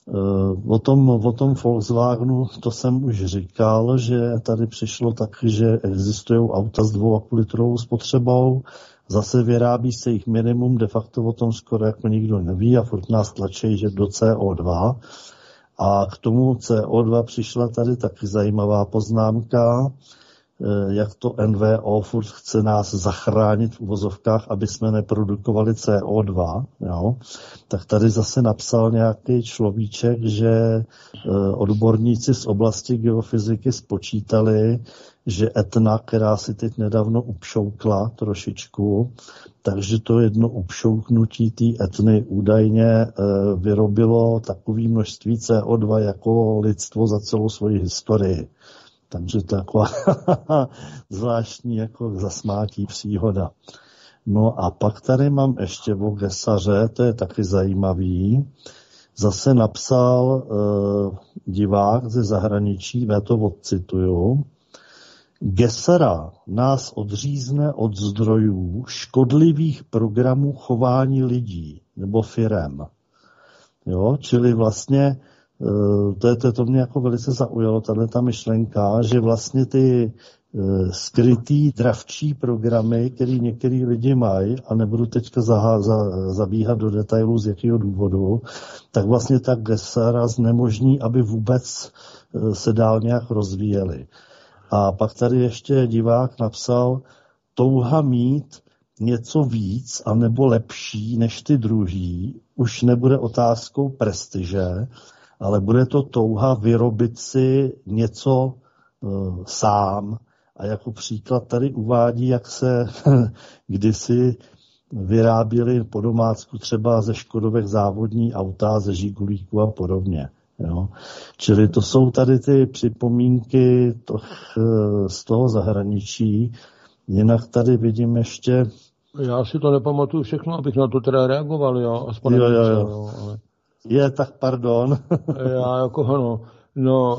O tom, o tom Volkswagenu, to jsem už říkal, že tady přišlo taky, že existují auta s dvou a půl litrovou spotřebou, zase vyrábí se jich minimum, de facto o tom skoro jako nikdo neví a furt nás tlačí, že do C O dva. A k tomu C O dva přišla tady taky zajímavá poznámka, jak to N V O furt chce nás zachránit v uvozovkách, aby jsme neprodukovali C O dva, jo. Tak tady zase napsal nějaký človíček, že odborníci z oblasti geofyziky spočítali, že Etna, která si teď nedávno upšoukla trošičku, takže to jedno upšouknutí té Etny údajně vyrobilo takové množství C O dva jako lidstvo za celou svoji historii. Takže to je taková zvláštní jako zasmátí příhoda. No a pak tady mám ještě o Gesaře, to je taky zajímavý. Zase napsal uh, divák ze zahraničí, já to odcituju. Gesara nás odřízne od zdrojů škodlivých programů chování lidí nebo firem. Jo, čili vlastně To, je, to, to mě jako velice zaujalo, tato myšlenka, že vlastně ty uh, skrytý dravčí programy, které některý lidi mají, a nebudu teďka za, za, zabíhat do detailů z jakého důvodu, tak vlastně ta Gesara znemožní, aby vůbec uh, se dál nějak rozvíjeli. A pak tady ještě divák napsal, touha mít něco víc a nebo lepší než ty druhý už nebude otázkou prestiže, ale bude to touha vyrobit si něco uh, sám. A jako příklad tady uvádí, jak se kdysi vyráběly po domácku třeba ze Škodovek závodní auta, ze Žigulíku a podobně. Jo. Čili to jsou tady ty připomínky to, z toho zahraničí. Jinak tady vidím ještě... Já si to nepamatuju všechno, abych na to teda reagoval, jo. Aspoň jo, jo, jo. jo. Ale... Je, tak pardon. Já jako, no, no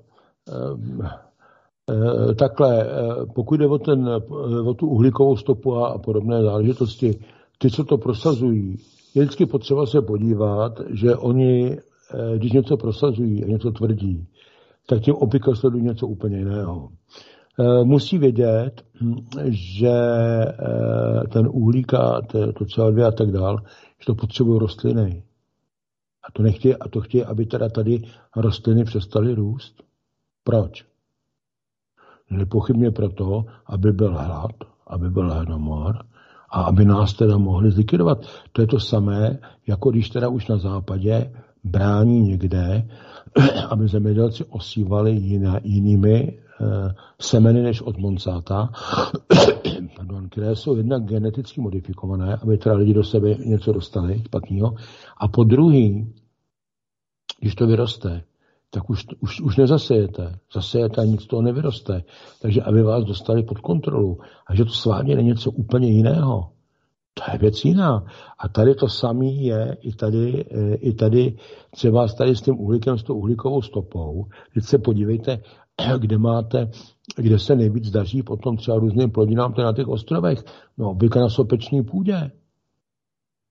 e, takhle, pokud jde o, ten, o tu uhlíkovou stopu a, a podobné záležitosti, ty, co to prosazují, je vždycky potřeba se podívat, že oni, když něco prosazují a něco tvrdí, tak tím obvykle sledují něco úplně jiného. Musí vědět, že ten uhlík a to C O dva a tak dál, že to potřebují rostliny. A to nechtějí, a to chtějí, aby teda tady rostliny přestaly růst. Proč? Nepochybně proto, aby byl hlad, aby byl hladomor a aby nás teda mohli zlikvidovat. To je to samé, jako když teda už na západě brání někde, aby zemědělci osívali jiné, jinými eh, semeny než od Monsanta, pardon, které jsou jednak geneticky modifikované, aby teda lidi do sebe něco dostali špatného. A po druhý, když to vyroste, tak už, už, už nezasejete. Zasejete a nic z toho nevyroste. Takže aby vás dostali pod kontrolu. A že to svádění je něco úplně jiného. To je věc jiná. A tady to samé je i tady, i tady třeba tady s tím uhlíkem, s tou uhlíkovou stopou. Teď se podívejte, kde máte, kde se nejvíc daří potom třeba různým plodinám na těch ostrovech. No, obvykle na sopečné půdě.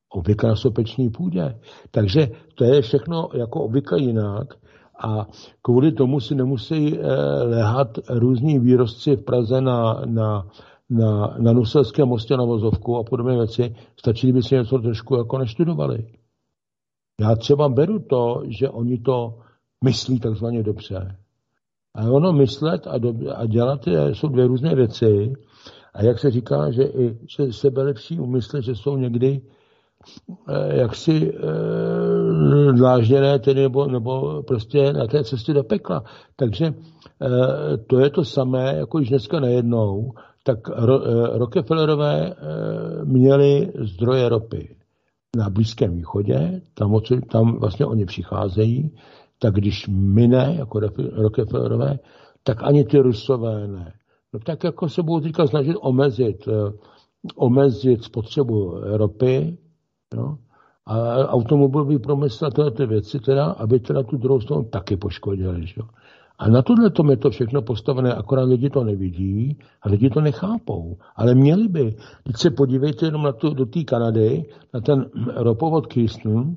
obvykle na sopečné půdě. Takže to je všechno jako obvykle jinak a kvůli tomu si nemusí eh, léhat různí výrobci v Praze na, na, na, na Nuselském mostě na vozovku a podobné věci. Stačí, by si něco trošku jako neštudovali. Já třeba beru to, že oni to myslí takzvaně dobře. A ono myslet a, do, a dělat je, jsou dvě různé věci. A jak se říká, že i že sebelepší úmysly, že jsou někdy eh, jaksi eh, dlážděné, tedy nebo, nebo prostě na té cestě do pekla. Takže eh, to je to samé, jako již dneska najednou, tak ro, eh, Rockefellerové eh, měli zdroje ropy na Blízkém východě, tam, tam vlastně oni přicházejí, tak když mine, jako Rockefellerové, tak ani ty Rusové ne. No tak jako se budou teďka snažit omezit, omezit spotřebu ropy, no, a automobilový průmysl a tyhle ty věci, teda, aby teda tu druhou stranu taky poškodili. Že? A na tohle tom je to všechno postavené, akorát lidi to nevidí a lidi to nechápou. Ale měli by. Teď se podívejte jenom na tu, do té Kanady, na ten ropovod Keystone,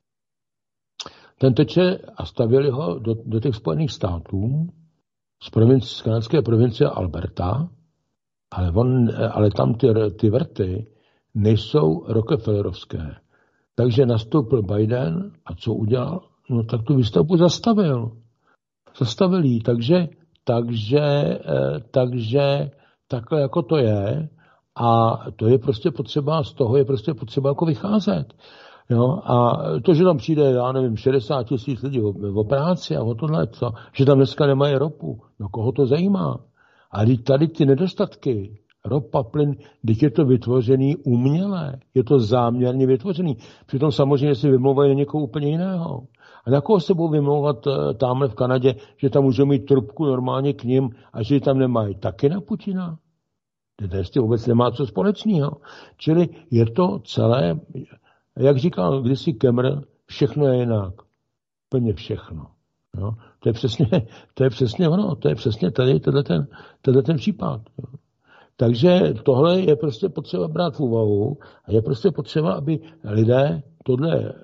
ten teče a stavěli ho do, do těch Spojených států, z, provinci, z kanadské provincie Alberta, ale, on, ale tam ty, ty vrty nejsou Rockefellerovské. Takže nastoupil Biden a co udělal? No tak tu výstavbu zastavil. Zastavil jí, takže, takže, takže takhle jako to je a to je prostě potřeba, z toho je prostě potřeba jako vycházet. Jo, a to, že tam přijde, já nevím, šedesát tisíc lidí o, o práci a o tohle, co, že tam dneska nemají ropu, no koho to zajímá? A tady ty nedostatky, ropa, plyn, teď je to vytvořený uměle, je to záměrně vytvořený. Přitom samozřejmě si vymlouvají na někoho úplně jiného. A na koho se budou vymlouvat tamhle v Kanadě, že tam můžou mít trubku normálně k nim a že ji tam nemají? Taky na Putina. To vůbec nemá co společného. Čili je to celé, jak říkal kdysi Kemmer, všechno je jinak. Plně všechno. Jo? To je přesně, to je přesně ono, to je přesně tady tenhle ten, tenhle ten případ. Jo? Takže tohle je prostě potřeba brát v úvahu a je prostě potřeba, aby lidé tohle e,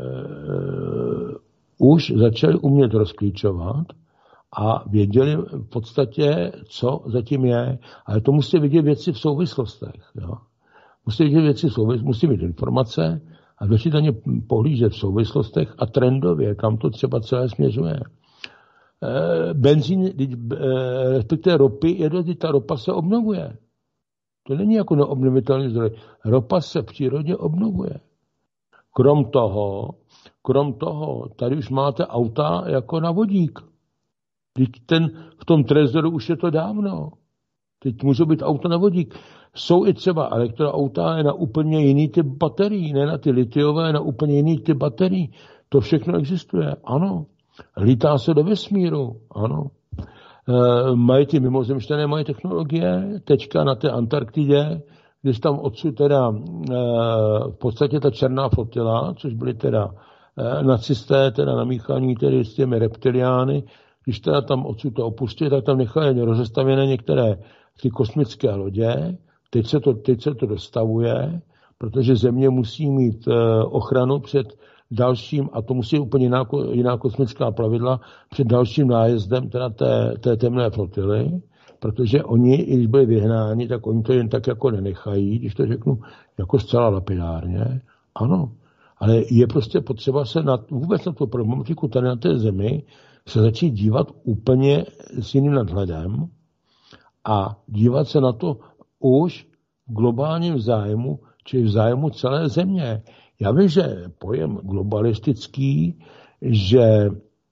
už začali umět rozklíčovat a věděli v podstatě, co zatím je. Ale to musí vidět věci v souvislostech. Jo? Musí vidět věci v souvislostech, musí mít informace a začít na ně pohlížet v souvislostech a trendově, kam to třeba celé směřuje. E, benzín, e, respektive ropy, je, ta ropa se obnovuje. To není jako neobnovitelný zdroj. Ropa se v přírodě obnovuje. Krom toho, krom toho, tady už máte auta jako na vodík. Teď ten, v tom trezoru už je to dávno. Teď můžou být auta na vodík. Jsou i třeba elektroauta na úplně jiný typ baterií, ne na ty litiové, na úplně jiný typ baterií. To všechno existuje, ano. Lítá se do vesmíru, ano. E, mají ty mimozemštěné, mají technologie, teďka na té Antarktidě, když tam odsud teda e, v podstatě ta černá flotila, což byly teda e, nacisté, teda namíchaní tedy s těmi reptiliány, když teda tam odsud to opustili, tak tam nechali rozestavěné některé ty kosmické lodě. Teď se to, teď se to dostavuje, protože Země musí mít e, ochranu před dalším, a to musí úplně jiná, jiná kosmická pravidla, před dalším nájezdem teda té, té temné flotily, protože oni, i když byli vyhnáni, tak oni to jen tak jako nenechají, když to řeknu jako zcela lapidárně. Ano, ale je prostě potřeba se na, vůbec na tu problematiku tady na té Zemi se začít dívat úplně s jiným nadhledem a dívat se na to už v globálním zájmu, či v zájmu celé Země. Já vím, že pojem globalistický, že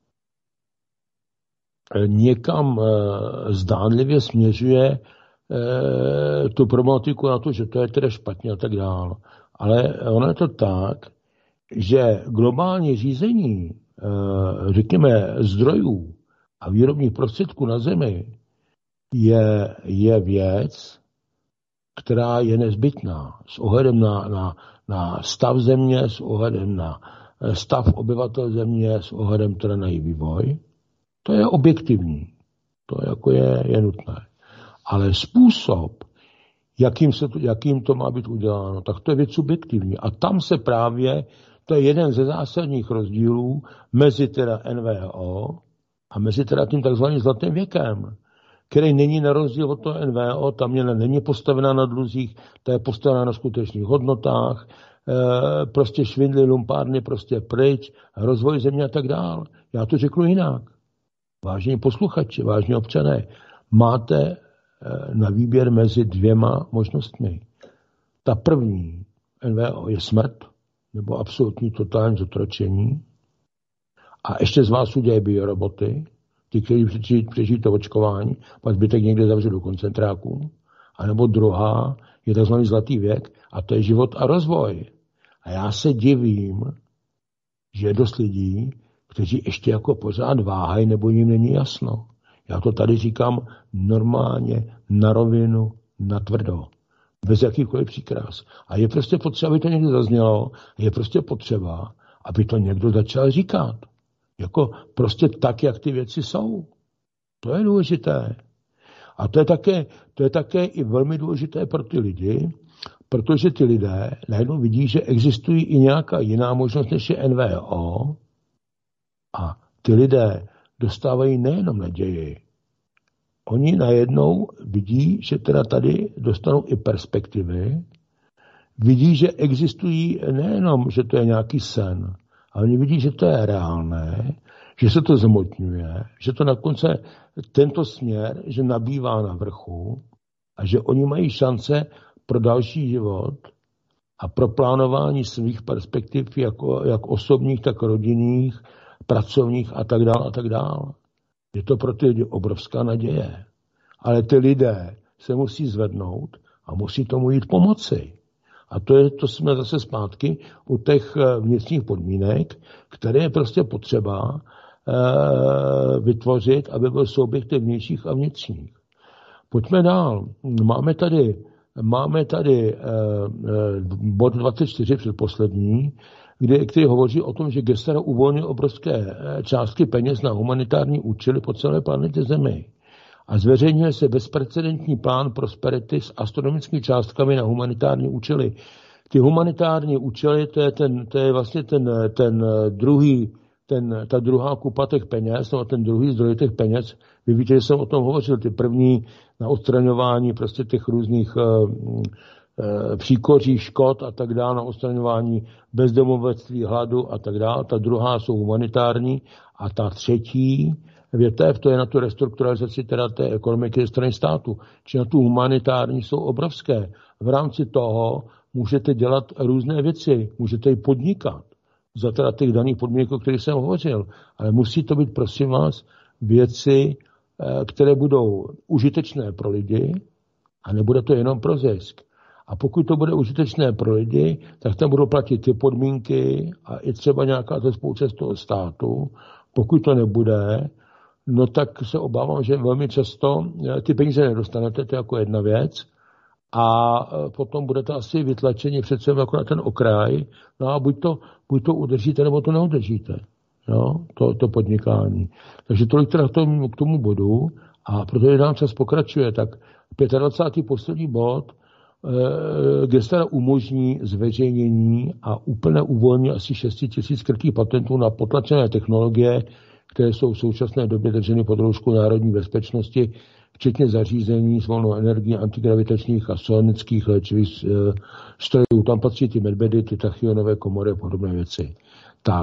někam zdánlivě směřuje tu problematiku na to, že to je tedy špatně a tak dále. Ale ono je to tak, že globální řízení, řekněme, zdrojů a výrobních prostředků na Zemi je, je věc, která je nezbytná s ohledem na, na, na stav Země, s ohledem na stav obyvatel Země, s ohledem teda na její vývoj. To je objektivní. To jako je, je nutné. Ale způsob, jakým, se to, jakým to má být uděláno. Tak to je věc subjektivní. A tam se právě, to je jeden ze zásadních rozdílů mezi teda N V O a mezi teda tím takzvaným zlatým věkem, který není na rozdíl od toho N V O, ta měna není postavená na dluzích, ta je postavená na skutečných hodnotách, e, prostě švindly, lumpárny, prostě pryč, rozvoj země a tak dál. Já to řeknu jinak. Vážení posluchači, vážení občané, máte e, na výběr mezi dvěma možnostmi. Ta první, N V O, je smrt, nebo absolutní totální zotročení, a ještě z vás udělají bioroboty, ty, kteří přežijí, přežijí to očkování, pak zbytek někde zavře do koncentráků. A nebo druhá je tzv. Zlatý věk a to je život a rozvoj. A já se divím, že je dost lidí, kteří ještě jako pořád váhají, nebo jim není jasno. Já to tady říkám normálně, na rovinu, na tvrdo. Bez jakýchkoliv příkrás. A je prostě potřeba, aby to někdo zaznělo, je prostě potřeba, aby to někdo začal říkat. Jako prostě tak, jak ty věci jsou. To je důležité. A to je také, to je také i velmi důležité pro ty lidi, protože ty lidé najednou vidí, že existují i nějaká jiná možnost, než je N V O. A ty lidé dostávají nejenom naději. Oni najednou vidí, že teda tady dostanou i perspektivy. Vidí, že existují nejenom, že to je nějaký sen, ale oni vidí, že to je reálné, že se to zmotňuje, že to nakonec tento směr, že nabývá na vrchu a že oni mají šance pro další život a pro plánování svých perspektiv, jako, jak osobních, tak rodinných, pracovních a tak dále a tak dále. Je to pro ty lidi obrovská naděje. Ale ty lidé se musí zvednout a musí tomu jít pomoci. A to, je, to jsme zase zpátky u těch vnitřních podmínek, které je prostě potřeba e, vytvořit, aby byl souběh těch vnějších a vnitřních. Pojďme dál. Máme tady, máme tady e, e, bod dvacet čtyři předposlední, kde, který hovoří o tom, že Gestara uvolnil obrovské částky peněz na humanitární účely po celé planetě Zemi. A zveřejňuje se bezprecedentní plán prosperity s astronomickými částkami na humanitární účely. Ty humanitární účely, to je, ten, to je vlastně ten, ten druhý, ten, ta druhá kupa těch peněz, nebo ten druhý zdroj těch peněz. Vy víte, že jsem o tom hovořil, ty první na odstraňování prostě těch různých uh, uh, příkoří, škod a tak dále, na odstraňování bezdomovectví, hladu a tak dále. Ta druhá jsou humanitární a ta třetí větev, to je na tu restrukturalizaci teda té ekonomiky ze strany státu. Či na tu humanitární jsou obrovské. V rámci toho můžete dělat různé věci, můžete i podnikat za teda těch daných podmínek, o kterých jsem hovořil. Ale musí to být, prosím vás, věci, které budou užitečné pro lidi a nebude to jenom pro zisk. A pokud to bude užitečné pro lidi, tak tam budou platit ty podmínky a i třeba nějaká to spoluúčast toho státu. Pokud to nebude, no tak se obávám, že velmi často ty peníze nedostanete, to je jako jedna věc. A potom budete asi vytlačeni přece jako na ten okraj. No a buď to, buď to udržíte, nebo to neudržíte. No, to, to podnikání. Takže tolik teda k tomu, k tomu bodu. A protože nám čas pokračuje, tak dvacátý pátý poslední bod e, Gestara umožní zveřejnění a úplné uvolnění asi šest tisíc skrytých patentů na potlačené technologie, které jsou v současné době drženy pod rouškou národní bezpečnosti, včetně zařízení s volnou energií, antigravitačních a sonických léčivých e, strojů. Tam patří ty medbedy, ty tachionové komory a podobné věci. Tak.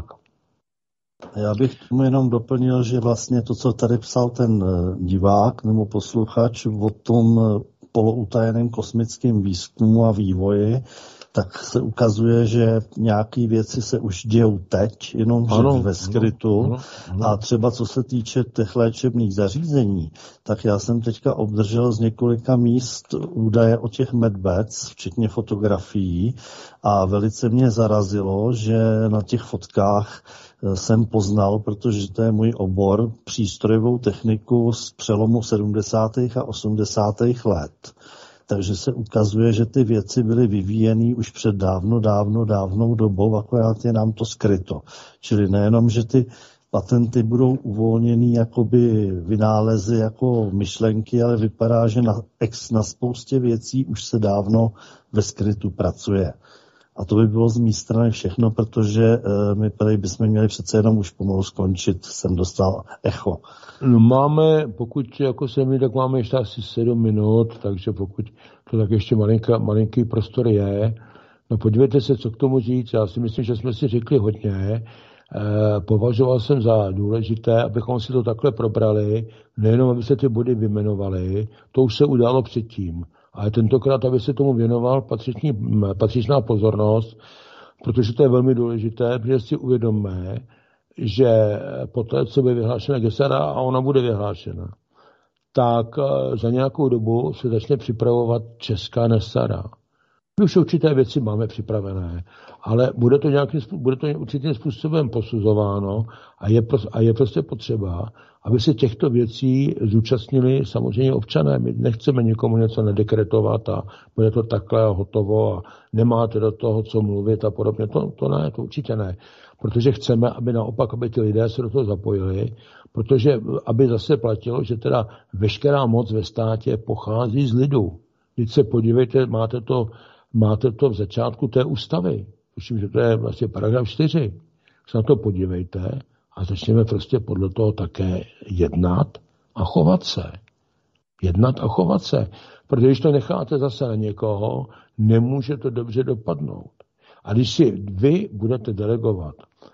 Já bych tomu jenom doplnil, že vlastně to, co tady psal ten divák nebo posluchač o tom poloutajeném kosmickém výzkumu a vývoji, tak se ukazuje, že nějaké věci se už dějou teď, jenom ano, ve skrytu. Ano, ano. A třeba co se týče těch léčebných zařízení, tak já jsem teďka obdržel z několika míst údaje o těch medbeds, včetně fotografií, a velice mě zarazilo, že na těch fotkách jsem poznal, protože to je můj obor, přístrojovou techniku z přelomu sedmdesátých a osmdesátých let. Takže se ukazuje, že ty věci byly vyvíjeny už před dávno, dávno, dávnou dobou, akorát je nám to skryto. Čili nejenom, že ty patenty budou uvolněný jakoby vynálezy jako myšlenky, ale vypadá, že na, ex, na spoustě věcí už se dávno ve skrytu pracuje. A to by bylo z mé strany všechno, protože e, my tady bychom měli přece jenom už pomalu skončit. Jsem dostal echo. No máme, pokud jako se mi, tak máme ještě asi sedm minut, takže pokud to tak ještě malinká, malinký prostor je. No podívejte se, co k tomu říct. Já si myslím, že jsme si řekli hodně. E, považoval jsem za důležité, abychom si to takhle probrali, nejenom aby se ty body vyjmenovaly, to už se událo předtím. Ale tentokrát, aby se tomu věnoval patřičný, patřičná pozornost, protože to je velmi důležité, protože si uvědomme, že poté, co bude vyhlášena Gesara a ona bude vyhlášena, tak za nějakou dobu se začne připravovat česká Nesara. My už určité věci máme připravené, ale bude to, nějakým, bude to určitým způsobem posuzováno a je, a je prostě potřeba, aby se těchto věcí zúčastnili samozřejmě občané. My nechceme nikomu něco nedekretovat a bude to takhle a hotovo a nemáte do toho, co mluvit a podobně. To, to ne, to určitě ne. Protože chceme, aby naopak, aby ty lidé se do toho zapojili, protože aby zase platilo, že teda veškerá moc ve státě pochází z lidu. Když se podívejte, máte to, máte to v začátku té ústavy. Myslím, že to je vlastně paragraf čtyři. Se na to podívejte a začněme prostě podle toho také jednat a chovat se. Jednat a chovat se. Protože když to necháte zase na někoho, nemůže to dobře dopadnout. A když si vy budete delegovat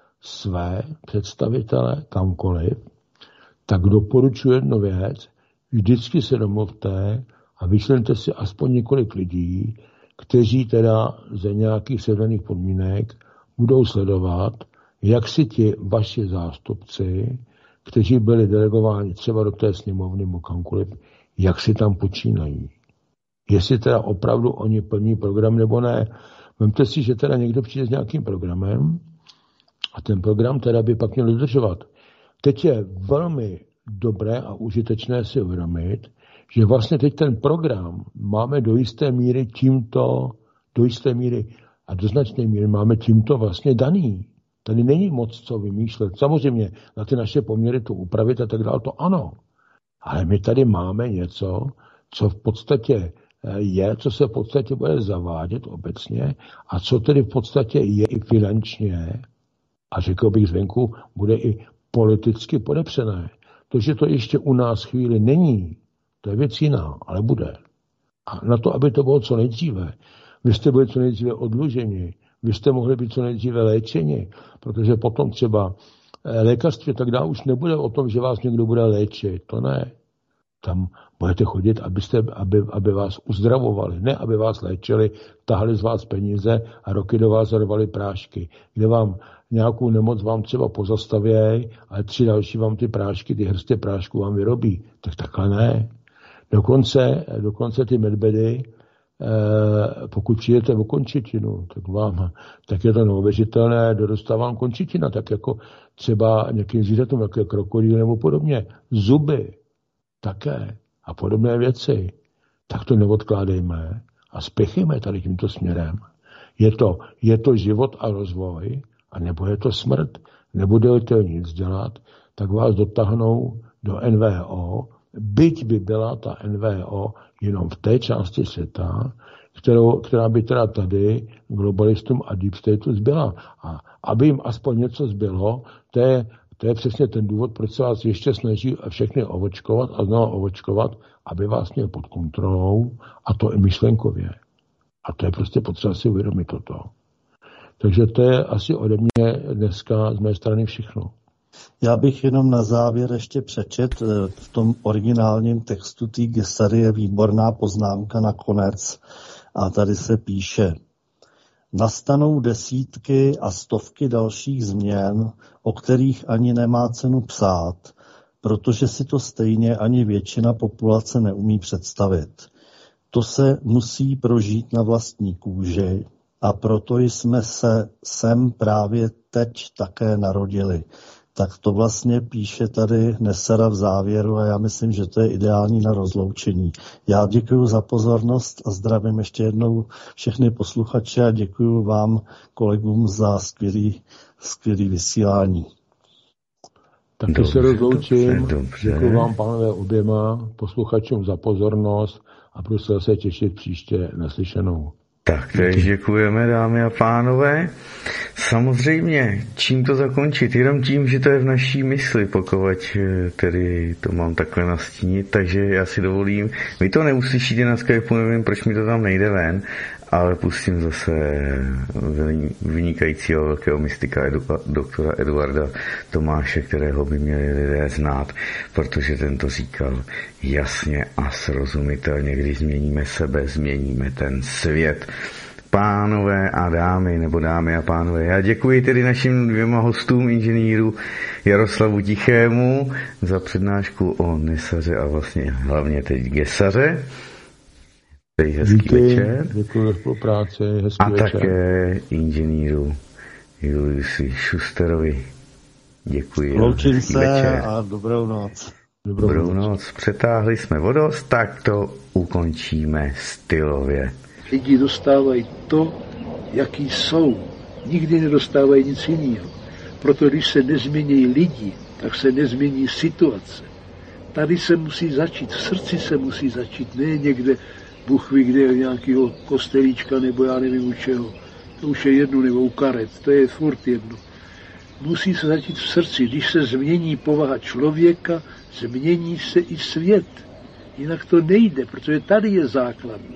své představitele kamkoliv, tak doporučuji jednu věc, vždycky se domluvte a vyšlente si aspoň několik lidí, kteří teda ze nějakých sedaných podmínek budou sledovat, jak si ti vaši zástupci, kteří byli delegováni třeba do té sněmovny nebo kamkoliv, jak si tam počínají. Jestli teda opravdu oni plní program nebo ne. Vemte si, že teda někdo přijde s nějakým programem a ten program teda by pak měl dodržovat. Teď je velmi dobré a užitečné si uvědomit, že vlastně teď ten program máme do jisté míry tímto, do jisté míry a do značné míry máme tímto vlastně daný. Tady není moc co vymýšlet. Samozřejmě na ty naše poměry to upravit a tak dále, to ano. Ale my tady máme něco, co v podstatě je, co se v podstatě bude zavádět obecně a co tedy v podstatě je i finančně a řekl bych zvenku, bude i politicky podepřené. To, že to ještě u nás chvíli není, to je věc jiná, ale bude. A na to, aby to bylo co nejdříve, vy jste byli co nejdříve odluženi, vy jste mohli být co nejdříve léčeni, protože potom třeba lékařství tak dále už nebude o tom, že vás někdo bude léčit. To ne. Tam budete chodit, abyste, aby, aby vás uzdravovali, ne aby vás léčili, tahali z vás peníze a roky do vás zarvali prášky. Kde vám nějakou nemoc vám třeba pozastavějí, ale tři další vám ty prášky, ty hrstě prášků vám vyrobí. Tak takhle ne. Dokonce, dokonce ty medbedy, eh, pokud přijdete o končetinu, tak vám, tak je to neuvěřitelné, dostávám končetina, tak jako třeba nějakým zvířatům, jako je krokodýl nebo podobně. Zuby také a podobné věci. Tak to neodkládejme a spěchejme tady tímto směrem. Je to, je to život a rozvoj, a nebo je to smrt. Nebudete nic dělat, tak vás dotáhnou do N V O, byť by byla ta N V O jenom v té části světa, kterou, která by teda tady globalistům a deep stateu zbyla. A aby jim aspoň něco zbylo, to je, to je přesně ten důvod, proč se vás ještě snaží všechny ovočkovat a znovu ovočkovat, aby vás měl pod kontrolou, a to i myšlenkově. A to je prostě potřeba si uvědomit toto. Takže to je asi ode mě dneska z mé strany všechno. Já bych jenom na závěr ještě přečet, v tom originálním textu té Gesary je výborná poznámka nakonec a tady se píše: nastanou desítky a stovky dalších změn, o kterých ani nemá cenu psát, protože si to stejně ani většina populace neumí představit. To se musí prožít na vlastní kůži a proto jsme se sem právě teď také narodili. Tak to vlastně píše tady Nesara v závěru a já myslím, že to je ideální na rozloučení. Já děkuji za pozornost a zdravím ještě jednou všechny posluchače a děkuji vám, kolegům, za skvělý, skvělý vysílání. Taky dobře, se rozloučím. dobře. Děkuji vám, pánové, oběma posluchačům za pozornost a prosím se těšit příště naslyšenou. Tak též děkujeme, dámy a pánové. Samozřejmě, čím to zakončit? Jenom tím, že to je v naší mysli, pokud tedy to mám takhle nastínit, takže já si dovolím. Vy to neuslyšíte na Skypeu, nevím, proč mi to tam nejde ven, ale pustím zase vynikajícího velkého mystika edu, doktora Eduarda Tomáše, kterého by měli lidé znát, protože ten to říkal jasně a srozumitelně, když změníme sebe, změníme ten svět. Pánové a dámy, nebo dámy a pánové, já děkuji tedy našim dvěma hostům, inženýru Jaroslavu Tichému, za přednášku o Nesaře a vlastně hlavně teď Gesaře. Přeji hezký Díky, večer. Děkuji za spolupráci, hezký a večer. také inženýru Juliusi Schusterovi. Děkuji. Loučím se večer. a dobrou noc. Dobrou, dobrou noc. noc. Přetáhli jsme vodost, tak to ukončíme stylově. Lidi dostávají to, jaký jsou. Nikdy nedostávají nic jiného. Proto když se nezmění lidi, tak se nezmění situace. Tady se musí začít, v srdci se musí začít, ne někde Bůh ví kde, nějakého kostelíčka nebo já nevím u čeho. To už je jedno, nebo u karet, to je furt jedno. Musí se začít v srdci. Když se změní povaha člověka, změní se i svět. Jinak to nejde, protože tady je základna.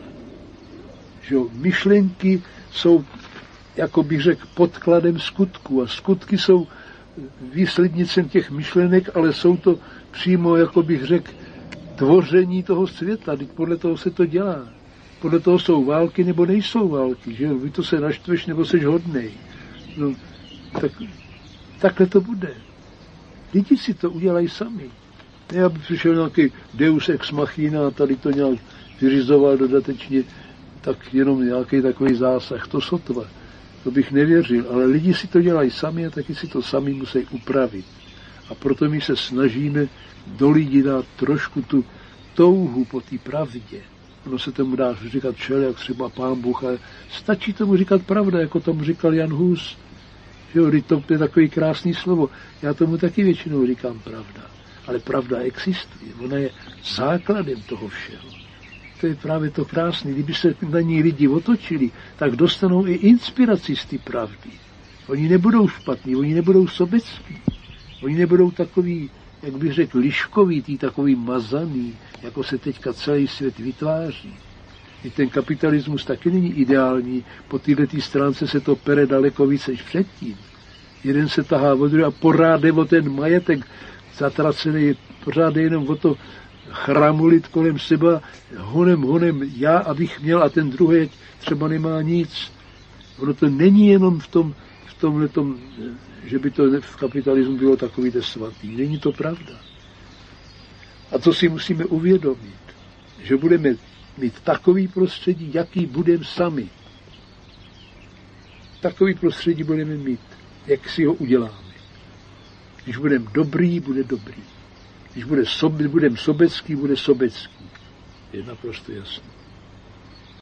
Že myšlenky jsou, jako bych řekl, podkladem skutků a skutky jsou výslednicem těch myšlenek, ale jsou to přímo, jako bych řekl, tvoření toho světa. Podle toho se to dělá. Podle toho jsou války nebo nejsou války. Že vy to se naštveš nebo seš hodnej. No, tak, takhle to bude. Lidi si to udělají sami. Ne, aby přišel nějaký deus ex machina a tady to nějak vyřizoval dodatečně, tak jenom nějaký takový zásah. To sotva. To bych nevěřil. Ale lidi si to dělají sami a taky si to sami musí upravit. A proto my se snažíme do lidí dát trošku tu touhu po té pravdě. Ono se tomu dá říkat všelijak, třeba Pán Bůh, ale stačí tomu říkat pravda, jako tomu říkal Jan Hus. Jo, to je takový krásný slovo. Já tomu taky většinou říkám pravda. Ale pravda existuje. Ona je základem toho všeho. To je právě to krásné. Kdyby se na ní lidi otočili, tak dostanou i inspiraci z té pravdy. Oni nebudou špatní, oni nebudou sobecký. Oni nebudou takový, jak bych řekl, liškovitý, takový mazaný, jako se teďka celý svět vytváří. I ten kapitalismus taky není ideální. Po této stránce se to pere daleko více než předtím. Jeden se tahá od druhého a pořád jde o ten majetek zatracený, pořád jde jenom o to chramulit kolem seba, honem, honem, já, abych měl, a ten druhý třeba nemá nic. Ono to není jenom v tom, v tomhletom, že by to v kapitalismu bylo takový svatý. Není to pravda. A to si musíme uvědomit, že budeme mít takový prostředí, jaký budeme sami. Takový prostředí budeme mít, jak si ho uděláme. Když budeme dobrý, bude dobrý. Když bude sobe, budeme sobecký, bude sobecký. Je naprosto jasné.